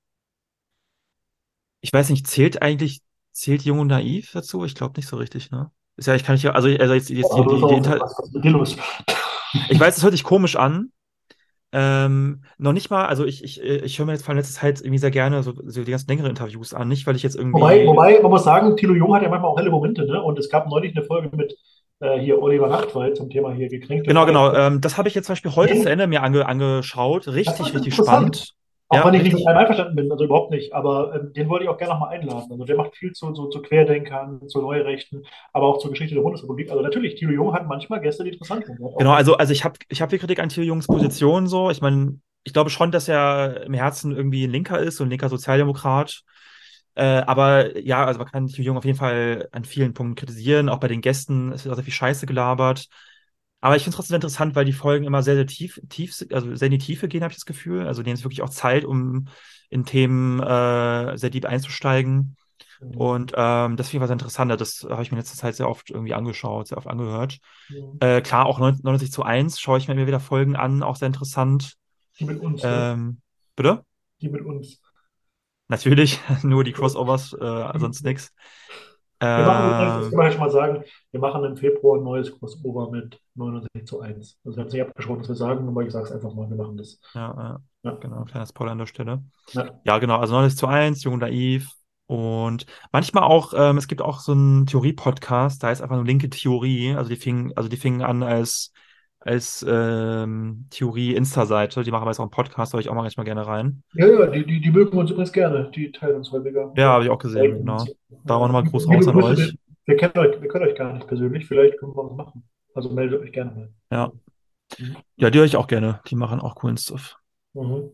Speaker 1: Ich weiß nicht, zählt eigentlich, zählt Jung und Naiv dazu? Ich glaube nicht so richtig, ne? Ist ja, ich kann nicht, also, also jetzt, jetzt
Speaker 2: Aber
Speaker 1: die,
Speaker 2: du bist
Speaker 1: die, die
Speaker 2: auch,
Speaker 1: Inter
Speaker 2: was, was ist mit dir los?
Speaker 1: ich weiß, es hört sich komisch an. Ähm, noch nicht mal, also ich, ich, ich höre mir jetzt vor allem letzter Zeit irgendwie sehr gerne so, so die ganzen längeren Interviews an, nicht weil ich jetzt
Speaker 2: Wobei,
Speaker 1: irgendwie.
Speaker 2: wobei, man muss sagen, Thilo Jung hat ja manchmal auch helle Momente, ne? Und es gab neulich eine Folge mit äh, hier Oliver Nachtwey zum Thema hier gekränkte
Speaker 1: Genau,
Speaker 2: Freiheit.
Speaker 1: genau. Ähm, das habe ich jetzt zum Beispiel heute zu
Speaker 2: Den,
Speaker 1: Ende mir ange, angeschaut.
Speaker 2: Das
Speaker 1: Richtig,
Speaker 2: ist
Speaker 1: richtig
Speaker 2: interessant.
Speaker 1: spannend.
Speaker 2: Auch
Speaker 1: Ja,
Speaker 2: wenn ich nicht mit
Speaker 1: richtig.
Speaker 2: allem einverstanden bin, also überhaupt nicht. Aber ähm, den wollte ich auch gerne nochmal einladen. Also der macht viel zu, zu, zu Querdenkern, zu Neurechten, aber auch zur Geschichte der Bundesrepublik. Also natürlich, Thilo Jung hat manchmal Gäste, die interessant sind. Er hat auch
Speaker 1: Genau,
Speaker 2: Gäste.
Speaker 1: also, also ich habe ich hab die Kritik an Thilo Jungs Position so. Ich meine, ich glaube schon, dass er im Herzen irgendwie ein Linker ist und ein linker Sozialdemokrat. Äh, aber ja, also man kann Thilo Jung auf jeden Fall an vielen Punkten kritisieren. Auch bei den Gästen ist auch sehr viel Scheiße gelabert. Aber ich finde es trotzdem interessant, weil die Folgen immer sehr, sehr tief, tief, si-, also sehr in die Tiefe gehen, habe ich das Gefühl. Also die nehmen sich wirklich auch Zeit, um in Themen äh, sehr deep einzusteigen.
Speaker 2: Mhm.
Speaker 1: Und ähm, deswegen war es interessant. Das habe ich mir in letzter Zeit sehr oft irgendwie angeschaut, sehr oft angehört.
Speaker 2: Mhm.
Speaker 1: Äh, klar, auch neunundneunzig zu eins schaue ich mir immer wieder Folgen an, auch sehr interessant.
Speaker 2: Die mit uns, ne?
Speaker 1: Ähm, bitte?
Speaker 2: Die mit uns.
Speaker 1: Natürlich, nur die Crossovers, äh, sonst nix.
Speaker 2: Wir machen übrigens, das
Speaker 1: Ähm,
Speaker 2: kann man jetzt schon mal sagen, wir machen im Februar ein neues Crossover mit neunundsechzig zu eins. Also wir haben es nicht abgesprochen, dass wir sagen, aber ich sage es einfach mal, wir machen das.
Speaker 1: ja, ja,
Speaker 2: Ja.
Speaker 1: genau, kleiner Spoiler an der Stelle.
Speaker 2: Ja.
Speaker 1: Ja, genau, also neunzig zu eins, Jung und Naiv. Und manchmal auch, ähm, es gibt auch so einen Theorie-Podcast, da heißt einfach nur linke Theorie. Also die fingen, also die fingen an als, als ähm, Theorie-Insta-Seite. Die machen aber jetzt auch einen Podcast, höre ich auch mal manchmal gerne rein.
Speaker 2: Ja, ja, die, die, die mögen uns übrigens gerne. Die teilen uns häufiger
Speaker 1: Ja,
Speaker 2: oder
Speaker 1: habe ich auch gesehen,
Speaker 2: liken uns.
Speaker 1: genau. Da auch
Speaker 2: Ja.
Speaker 1: nochmal Gruß
Speaker 2: Liebe
Speaker 1: raus an
Speaker 2: Grüße, wir,
Speaker 1: euch.
Speaker 2: wir kennen euch, wir können euch gar nicht persönlich, vielleicht können wir was machen. Also meldet euch gerne mal.
Speaker 1: Ja.
Speaker 2: Mhm.
Speaker 1: Ja, die höre ich auch gerne. Die machen auch coolen Stuff.
Speaker 2: Mhm.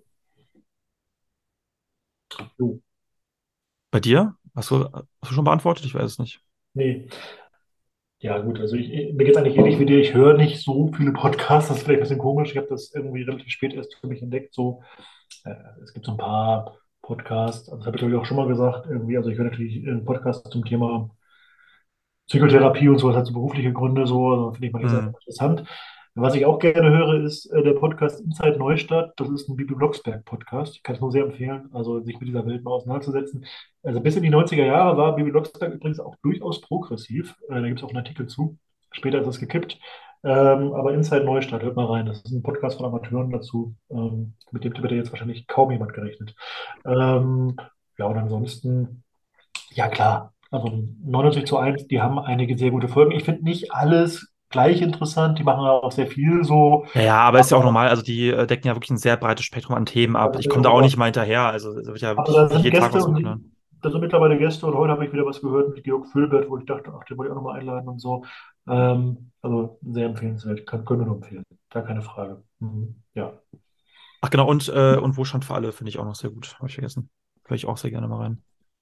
Speaker 2: So.
Speaker 1: Bei dir? Hast du, hast du schon beantwortet? Ich weiß es nicht.
Speaker 2: Nee. Ja, gut, also ich, mir geht es eigentlich ähnlich wie dir. Ich höre nicht so viele Podcasts, das ist vielleicht ein bisschen komisch. Ich habe das irgendwie relativ spät erst für mich entdeckt. So, äh, es gibt so ein paar Podcasts, also das habe ich glaube ich auch schon mal gesagt, irgendwie, also ich höre natürlich einen Podcast zum Thema Psychotherapie und so, das hat so berufliche Gründe, so, also finde ich manches einfach
Speaker 1: Hm.
Speaker 2: interessant. Was ich auch gerne höre, ist äh, der Podcast Inside Neustadt. Das ist ein Bibi Blocksberg-Podcast. Ich kann es nur sehr empfehlen, also sich mit dieser Welt mal auseinanderzusetzen. Also bis in die neunziger Jahre war Bibi Blocksberg übrigens auch durchaus progressiv. Äh, da gibt es auch einen Artikel zu. Später ist das gekippt. Ähm, aber Inside Neustadt, hört mal rein. Das ist ein Podcast von Amateuren dazu. Ähm, mit dem hätte jetzt wahrscheinlich kaum jemand gerechnet. Ähm, ja, und ansonsten. Ja, klar. Also neunundneunzig zu eins, die haben einige sehr gute Folgen. Ich finde nicht alles gleich interessant. Die machen auch sehr viel so.
Speaker 1: Ja, ja, aber ist ja auch
Speaker 2: Aber,
Speaker 1: normal. Also die äh, decken ja wirklich ein sehr breites Spektrum an Themen ab. Ich komme da auch
Speaker 2: aber
Speaker 1: nicht mal hinterher. Also es wird ja wirklich
Speaker 2: da sind
Speaker 1: jeden Tag
Speaker 2: Gäste
Speaker 1: was
Speaker 2: und die,
Speaker 1: hochgeladen.
Speaker 2: da sind mittlerweile Gäste und heute habe ich wieder was gehört mit Georg Fülbert, wo ich dachte, ach, den wollte ich auch nochmal einladen und so. Ähm, also sehr empfehlenswert. Kann, können wir nur empfehlen. Gar keine Frage. Mhm. Ja.
Speaker 1: Ach genau, und, äh, und Wohlstand für alle finde ich auch noch sehr gut. Habe ich vergessen. Höre ich auch sehr gerne mal rein.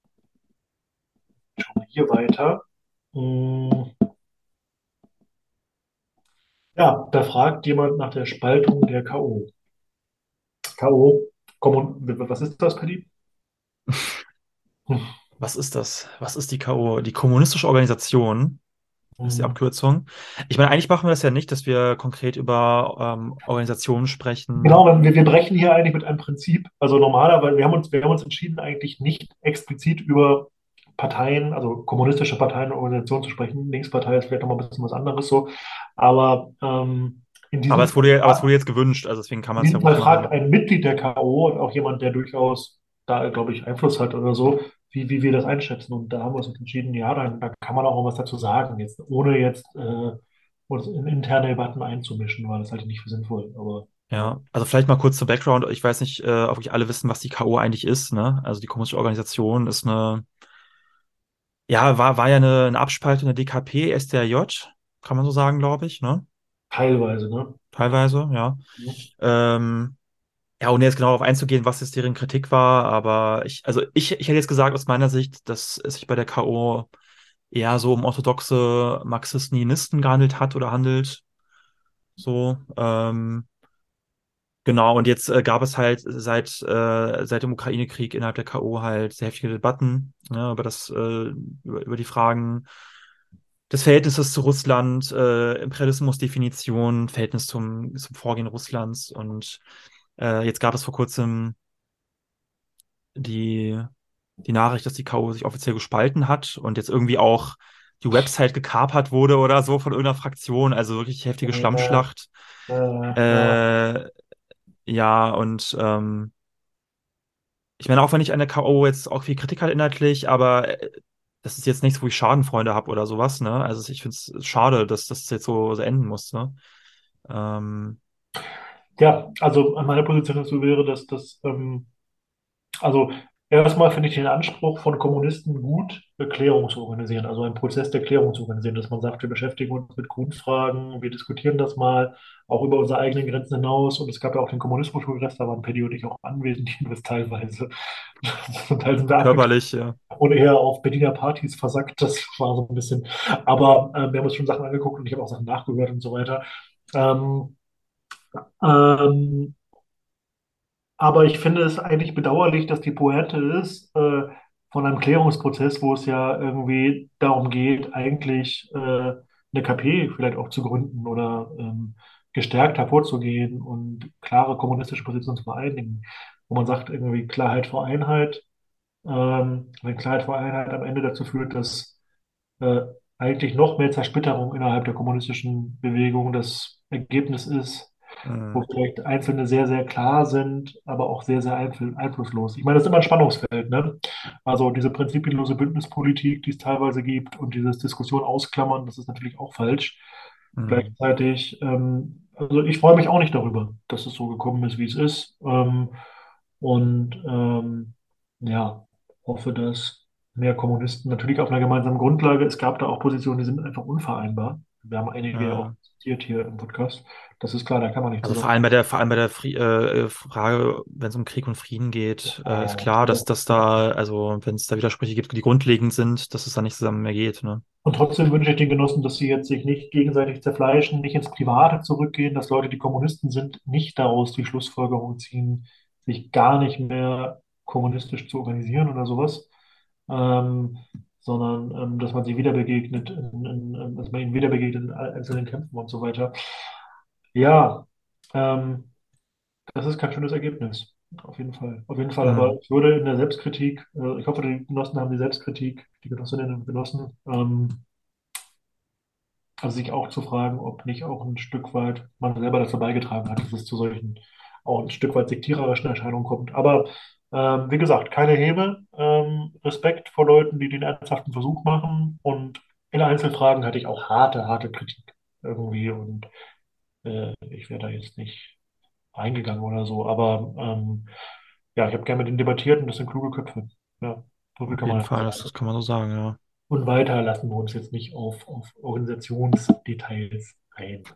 Speaker 2: Hier weiter. Mm, ja, da fragt jemand nach der Spaltung der K O. K O, Kommun- was ist das, Paddy?
Speaker 1: Was ist das? Was ist die K O? Die kommunistische Organisation ist die
Speaker 2: Hm.
Speaker 1: Abkürzung. Ich meine, eigentlich machen wir das ja nicht, dass wir konkret über ähm, Organisationen
Speaker 2: Genau,
Speaker 1: sprechen.
Speaker 2: wir, wir brechen hier eigentlich mit einem Prinzip. Also normalerweise, wir haben uns, wir haben uns entschieden, eigentlich nicht explizit über Parteien, also kommunistische Parteien und Organisationen zu sprechen. Linkspartei ist vielleicht nochmal ein bisschen was anderes so. Aber ähm, in
Speaker 1: Aber
Speaker 2: diesem
Speaker 1: es
Speaker 2: Fall,
Speaker 1: wurde, aber es wurde jetzt gewünscht, also deswegen kann
Speaker 2: in
Speaker 1: man es ja
Speaker 2: diesem Fall
Speaker 1: ruhig
Speaker 2: fragt
Speaker 1: machen.
Speaker 2: ein Mitglied der K O und auch jemand, der durchaus da, glaube ich, Einfluss hat oder so, wie, wie wir das einschätzen. Und da haben wir uns entschieden, ja, dann, da kann man auch mal was dazu sagen, jetzt, ohne jetzt äh, uns in interne Debatten einzumischen, weil das halte ich nicht für sinnvoll. Aber ja.
Speaker 1: Ja, also vielleicht mal kurz zum Background. Ich weiß nicht, äh, ob wirklich alle wissen, was die K O eigentlich ist, ne? Also die kommunistische Organisation ist eine, ja, war, war ja eine, eine Abspaltung der D K P, S D R J, kann man so sagen, glaube ich, ne?
Speaker 2: Teilweise, ne?
Speaker 1: Teilweise, ja. Ähm, ja, ohne jetzt genau darauf einzugehen, was jetzt deren Kritik war, aber ich, also ich, ich hätte jetzt gesagt, aus meiner Sicht, dass es sich bei der K O eher so um orthodoxe Marxisten-Leninisten gehandelt hat oder handelt. So, ähm, genau, und jetzt äh, gab es halt seit, äh, seit dem Ukraine-Krieg innerhalb der K O halt sehr heftige Debatten, ne, über das, äh, über, über die Fragen des Verhältnisses zu Russland, äh, Imperialismusdefinition, Verhältnis zum, zum Vorgehen Russlands. Und äh, jetzt gab es vor kurzem die, die Nachricht, dass die K O sich offiziell gespalten hat und jetzt irgendwie auch die Website gekapert wurde oder so von irgendeiner Fraktion. Also wirklich heftige
Speaker 2: Ja,
Speaker 1: Schlammschlacht.
Speaker 2: äh, ja,
Speaker 1: Äh, ja, und ähm, ich meine, auch wenn ich an der K O jetzt auch viel Kritik hatte inhaltlich, aber äh, das ist jetzt nichts, wo ich Schadenfreude habe oder sowas, ne? Also ich finde es schade, dass das jetzt so, so enden musste. Ähm,
Speaker 2: ja, also an meiner Position dazu wäre, dass das, ähm, also erstmal finde ich den Anspruch von Kommunisten gut, Klärung zu organisieren, also einen Prozess der Klärung zu organisieren, dass man sagt, wir beschäftigen uns mit Grundfragen, wir diskutieren das mal, auch über unsere eigenen Grenzen hinaus. Und es gab ja auch den Kommunismus-Kongress, da waren Paddy und ich auch anwesend, jedenfalls teilweise. Zum Teil sind wir abgeklappt
Speaker 1: körperlich, ja.
Speaker 2: und eher auf Berliner Partys versackt. Das war so ein bisschen. Aber äh, wir haben uns schon Sachen angeguckt und ich habe auch Sachen nachgehört und so weiter. Ähm, ähm, aber ich finde es eigentlich bedauerlich, dass die Pointe ist, äh, von einem Klärungsprozess, wo es ja irgendwie darum geht, eigentlich äh, eine K P vielleicht auch zu gründen oder ähm, gestärkt hervorzugehen und klare kommunistische Positionen zu vereinigen, wo man sagt, irgendwie Klarheit vor Einheit, ähm, wenn Klarheit vor Einheit am Ende dazu führt, dass äh, eigentlich noch mehr Zersplitterung innerhalb der kommunistischen Bewegung das Ergebnis ist, wo
Speaker 1: Mhm.
Speaker 2: vielleicht Einzelne sehr, sehr klar sind, aber auch sehr, sehr einfl- einflusslos. Ich meine, das ist immer ein Spannungsfeld, ne? Also diese prinzipienlose Bündnispolitik, die es teilweise gibt und dieses Diskussion ausklammern, das ist natürlich auch falsch.
Speaker 1: Mhm.
Speaker 2: Gleichzeitig, ähm, also ich freue mich auch nicht darüber, dass es so gekommen ist, wie es ist. Ähm, und ähm, ja, hoffe, dass mehr Kommunisten natürlich auf einer gemeinsamen Grundlage, es gab da auch Positionen, die sind einfach unvereinbar. Wir haben einige ja auch
Speaker 1: Ja.
Speaker 2: zitiert hier im Podcast. Das ist klar, da kann man nicht
Speaker 1: Also vor allem
Speaker 2: zusammen.
Speaker 1: bei der, vor allem bei der Fri äh, Frage, wenn es um Krieg und Frieden geht, äh, ist
Speaker 2: Äh,
Speaker 1: klar, dass das da, also wenn es da Widersprüche gibt, die grundlegend sind, dass es da nicht zusammen mehr geht, ne?
Speaker 2: Und trotzdem wünsche ich den Genossen, dass sie jetzt sich nicht gegenseitig zerfleischen, nicht ins Private zurückgehen, dass Leute, die Kommunisten sind, nicht daraus die Schlussfolgerung ziehen, sich gar nicht mehr kommunistisch zu organisieren oder sowas, ähm, sondern ähm, dass man sie wieder begegnet, in, in, in, dass man ihnen wieder begegnet in einzelnen Kämpfen und so weiter. Ja, ähm, das ist kein schönes Ergebnis. Auf jeden Fall. Auf jeden Fall. Aber
Speaker 1: Mhm.
Speaker 2: ich würde in der Selbstkritik, äh, ich hoffe, die Genossen haben die Selbstkritik, die Genossinnen und Genossen, ähm, also sich auch zu fragen, ob nicht auch ein Stück weit man selber dazu beigetragen hat, dass es zu solchen auch ein Stück weit sektiererischen Erscheinungen kommt. Aber ähm, wie gesagt, keine Häme, ähm, Respekt vor Leuten, die den ernsthaften Versuch machen. Und in Einzelfragen hatte ich auch harte, harte Kritik irgendwie. Und äh, ich wäre da jetzt nicht eingegangen oder so. Aber ähm, ja, ich habe gerne mit denen debattiert und das sind kluge Köpfe. Ja, so viel
Speaker 1: Auf
Speaker 2: kann man
Speaker 1: jeden
Speaker 2: einfach
Speaker 1: Fall, das,
Speaker 2: sagen.
Speaker 1: das kann man so sagen, ja.
Speaker 2: Und weiter lassen wir uns jetzt nicht auf, auf Organisationsdetails ein.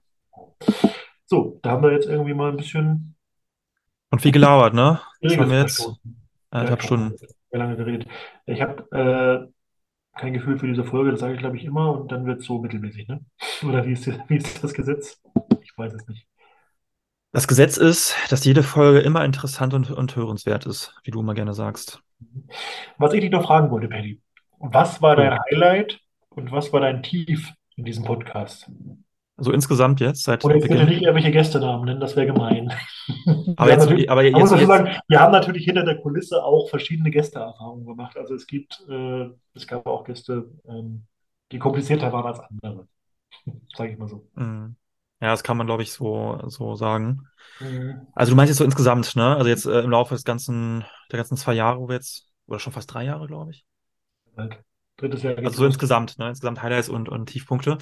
Speaker 2: So, da haben wir jetzt irgendwie mal ein bisschen
Speaker 1: Und wie gelabert, ne? Was haben
Speaker 2: Reges
Speaker 1: wir jetzt?
Speaker 2: verstoßen. Ja, ich
Speaker 1: Eineinhalb
Speaker 2: habe
Speaker 1: Stunden.
Speaker 2: sehr lange geredet. Ich habe äh, kein Gefühl für diese Folge, das sage ich, glaube ich, immer und dann wird es so mittelmäßig, ne? Oder wie ist, wie ist das Gesetz? Ich weiß es nicht.
Speaker 1: Das Gesetz ist, dass jede Folge immer interessant und, und hörenswert ist, wie du immer gerne sagst.
Speaker 2: Was ich dich noch fragen wollte, Paddy, was war
Speaker 1: Oh.
Speaker 2: dein Highlight und was war dein Tief in diesem Podcast?
Speaker 1: Also insgesamt jetzt, seit
Speaker 2: Oder jetzt bitte nicht
Speaker 1: Beginn.
Speaker 2: irgendwelche Gästenamen nennen, das wäre gemein.
Speaker 1: Aber
Speaker 2: Wir haben
Speaker 1: jetzt,
Speaker 2: natürlich,
Speaker 1: aber
Speaker 2: man muss
Speaker 1: jetzt,
Speaker 2: dazu
Speaker 1: jetzt,
Speaker 2: sagen, wir haben natürlich hinter der Kulisse auch verschiedene Gästeerfahrungen gemacht. Also es gibt, äh, es gab auch Gäste, ähm, die komplizierter waren als andere, sage ich mal so.
Speaker 1: mh. Ja, das kann man, glaube ich, so, so sagen.
Speaker 2: Mhm.
Speaker 1: Also du meinst jetzt so insgesamt, ne? Also jetzt äh, im Laufe des ganzen, der ganzen zwei Jahre, wo wir jetzt, oder schon fast drei Jahre, glaube ich.
Speaker 2: Halt. Drittes Jahr
Speaker 1: Also
Speaker 2: geht's
Speaker 1: so
Speaker 2: los.
Speaker 1: insgesamt, ne? Insgesamt Highlights und, und Tiefpunkte.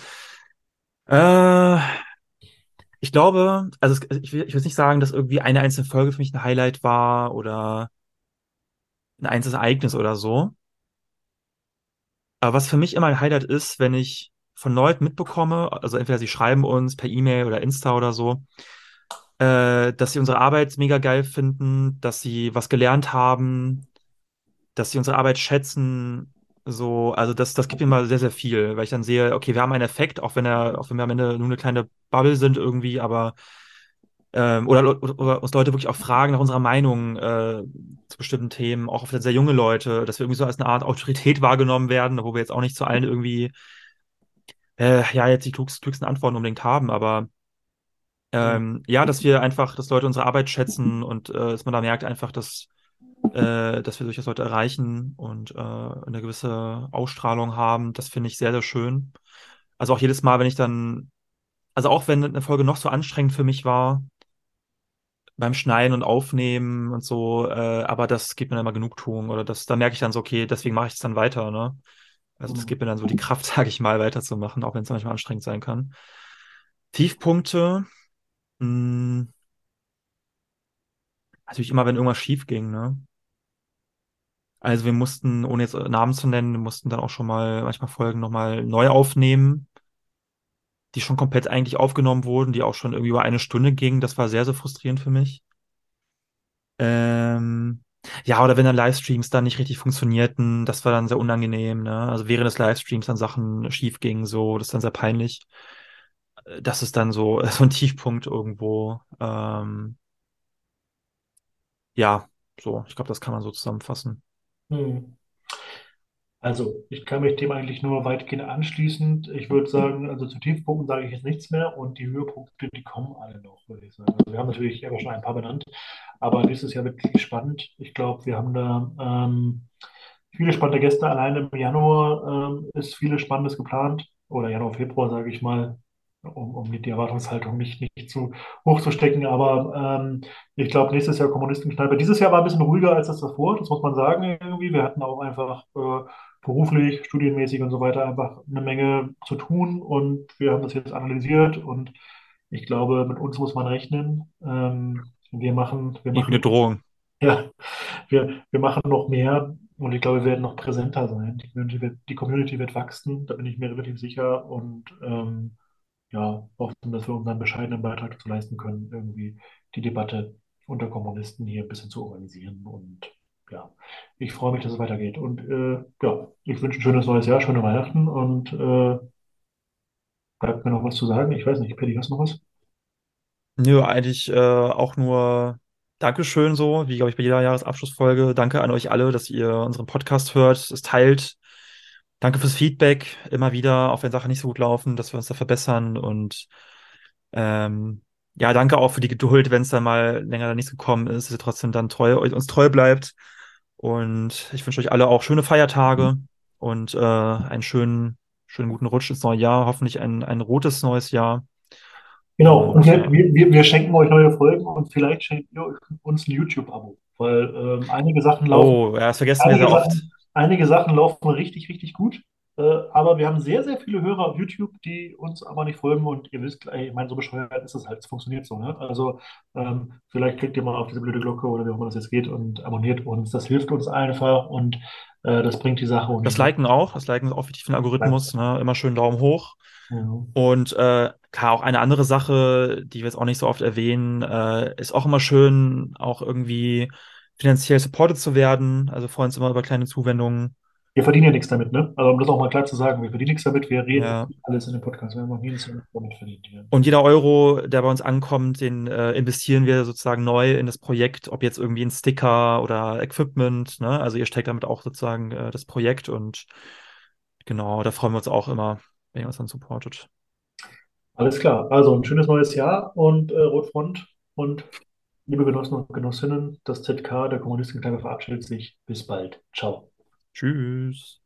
Speaker 1: Äh, ich glaube, also es, ich will, ich will jetzt nicht sagen, dass irgendwie eine einzelne Folge für mich ein Highlight war oder ein einzelnes Ereignis oder so. Aber was für mich immer ein Highlight ist, wenn ich von Leuten mitbekomme, also entweder sie schreiben uns per E-Mail oder Insta oder so, äh, dass sie unsere Arbeit mega geil finden, dass sie was gelernt haben, dass sie unsere Arbeit schätzen. So, also das, das gibt mir immer sehr, sehr viel, weil ich dann sehe, okay, wir haben einen Effekt, auch wenn er, auch wenn wir am Ende nur eine kleine Bubble sind irgendwie, aber ähm, oder, oder, oder uns Leute wirklich auch fragen nach unserer Meinung äh, zu bestimmten Themen, auch oft sehr junge Leute, dass wir irgendwie so als eine Art Autorität wahrgenommen werden, wo wir jetzt auch nicht zu allen irgendwie äh, ja jetzt die klugsten, klügsten Antworten unbedingt haben, aber
Speaker 2: Mhm.
Speaker 1: ähm, ja, dass wir einfach, dass Leute unsere Arbeit schätzen und äh, dass man da merkt einfach, dass, äh, dass wir durchaus Leute erreichen und äh, eine gewisse Ausstrahlung haben, das finde ich sehr, sehr schön. Also auch jedes Mal, wenn ich dann, also auch wenn eine Folge noch so anstrengend für mich war, beim Schneiden und Aufnehmen und so, äh, aber das gibt mir dann immer Genugtuung oder das, da merke ich dann so, okay, deswegen mache ich es dann weiter, ne? Also das gibt mir dann so die Kraft, sage ich mal, weiterzumachen, auch wenn es manchmal anstrengend sein kann. Tiefpunkte, mh, natürlich immer, wenn irgendwas schief ging, ne? Also wir mussten, ohne jetzt Namen zu nennen, wir mussten dann auch schon mal manchmal Folgen nochmal neu aufnehmen, die schon komplett eigentlich aufgenommen wurden, die auch schon irgendwie über eine Stunde gingen. Das war sehr, sehr frustrierend für mich. Ähm, ja, oder wenn dann Livestreams dann nicht richtig funktionierten, das war dann sehr unangenehm, ne? Also während des Livestreams dann Sachen schief gingen, so, das ist dann sehr peinlich. Äh, Das ist dann so, so ein Tiefpunkt irgendwo. Ähm, ja, so, ich glaube, das kann man so zusammenfassen.
Speaker 2: Mhm. Also, ich kann mich dem eigentlich nur weitgehend anschließen. Ich würde sagen, also zu Tiefpunkten sage ich jetzt nichts mehr und die Höhepunkte, die kommen alle noch, würde ich sagen. Also wir haben natürlich aber schon ein paar benannt, aber nächstes Jahr wird wirklich spannend. Ich glaube, wir haben da ähm, viele spannende Gäste. Allein im Januar ähm, ist vieles Spannendes geplant. Oder Januar, Februar, sage ich mal, um, um die Erwartungshaltung nicht, nicht zu hoch zu stecken. Aber ähm, ich glaube, nächstes Jahr Kommunistenkneipe. Dieses Jahr war ein bisschen ruhiger als das davor, das muss man sagen irgendwie. Wir hatten auch einfach äh, beruflich, studienmäßig und so weiter einfach eine Menge zu tun und wir haben das jetzt analysiert und ich glaube, mit uns muss man rechnen. Ähm, wir machen, wir
Speaker 1: Klingt wie eine
Speaker 2: machen,
Speaker 1: Drohung.
Speaker 2: ja, wir, wir machen noch mehr und ich glaube, wir werden noch präsenter sein. Die Community wird, die Community wird wachsen, da bin ich mir relativ sicher und ähm, ja, hoffen, dass wir unseren bescheidenen Beitrag zu leisten können, irgendwie die Debatte unter Kommunisten hier ein bisschen zu organisieren. Und ja, ich freue mich, dass es weitergeht. Und äh, ja, ich wünsche ein schönes neues Jahr, schöne Weihnachten und äh, bleibt mir noch was zu sagen. Ich weiß nicht, Paddy, hast du noch was?
Speaker 1: Nö, eigentlich äh, auch nur Dankeschön so, wie glaube ich bei jeder Jahresabschlussfolge. Danke an euch alle, dass ihr unseren Podcast hört, es teilt. Danke fürs Feedback immer wieder, auch wenn Sachen nicht so gut laufen, dass wir uns da verbessern. Und ähm, ja, danke auch für die Geduld, wenn es dann mal länger nicht so gekommen ist, dass ihr trotzdem dann treu, euch uns treu bleibt. Und ich wünsche euch alle auch schöne Feiertage und äh, einen schönen, schönen guten Rutsch ins neue Jahr. Hoffentlich ein, ein rotes neues Jahr.
Speaker 2: Genau, und
Speaker 1: Und
Speaker 2: wir,
Speaker 1: äh,
Speaker 2: wir, wir wir schenken euch neue Folgen und vielleicht schenkt ihr uns ein YouTube-Abo, weil ähm, einige Sachen laufen
Speaker 1: oh, ja, das vergessen wir
Speaker 2: Einige
Speaker 1: sehr oft.
Speaker 2: Sachen, einige Sachen laufen richtig, richtig gut. Äh, aber wir haben sehr, sehr viele Hörer auf YouTube, die uns aber nicht folgen. Und ihr wisst, ey, ich meine, so bescheuert ist es halt. Es funktioniert so. Ne? Also ähm, vielleicht klickt ihr mal auf diese blöde Glocke oder wie auch immer das jetzt geht und abonniert uns. Das hilft uns einfach und äh, das bringt die Sache und
Speaker 1: Das
Speaker 2: die
Speaker 1: Liken auch. Das Liken ist auch wichtig für den Algorithmus. Ne? Immer schön Daumen hoch.
Speaker 2: ja.
Speaker 1: Und äh, klar, auch eine andere Sache, die wir jetzt auch nicht so oft erwähnen, äh, ist auch immer schön, auch irgendwie finanziell supported zu werden. Also freuen uns immer über kleine Zuwendungen.
Speaker 2: Wir verdienen ja nichts damit, ne? Also um das auch mal klar zu sagen, wir verdienen nichts damit, wir reden
Speaker 1: Ja.
Speaker 2: alles in dem Podcast. Wir haben noch nie einen Cent damit verdient hier.
Speaker 1: Und jeder Euro, der bei uns ankommt, den äh, investieren wir sozusagen neu in das Projekt, ob jetzt irgendwie ein Sticker oder Equipment, ne? Also ihr steckt damit auch sozusagen äh, das Projekt und genau, da freuen wir uns auch immer, wenn ihr uns dann supportet.
Speaker 2: Alles klar. Also ein schönes neues Jahr und äh, Rotfront und liebe Genossen und Genossinnen, das Z K der Kommunisten verabschiedet sich. Bis bald. Ciao.
Speaker 1: Tschüss.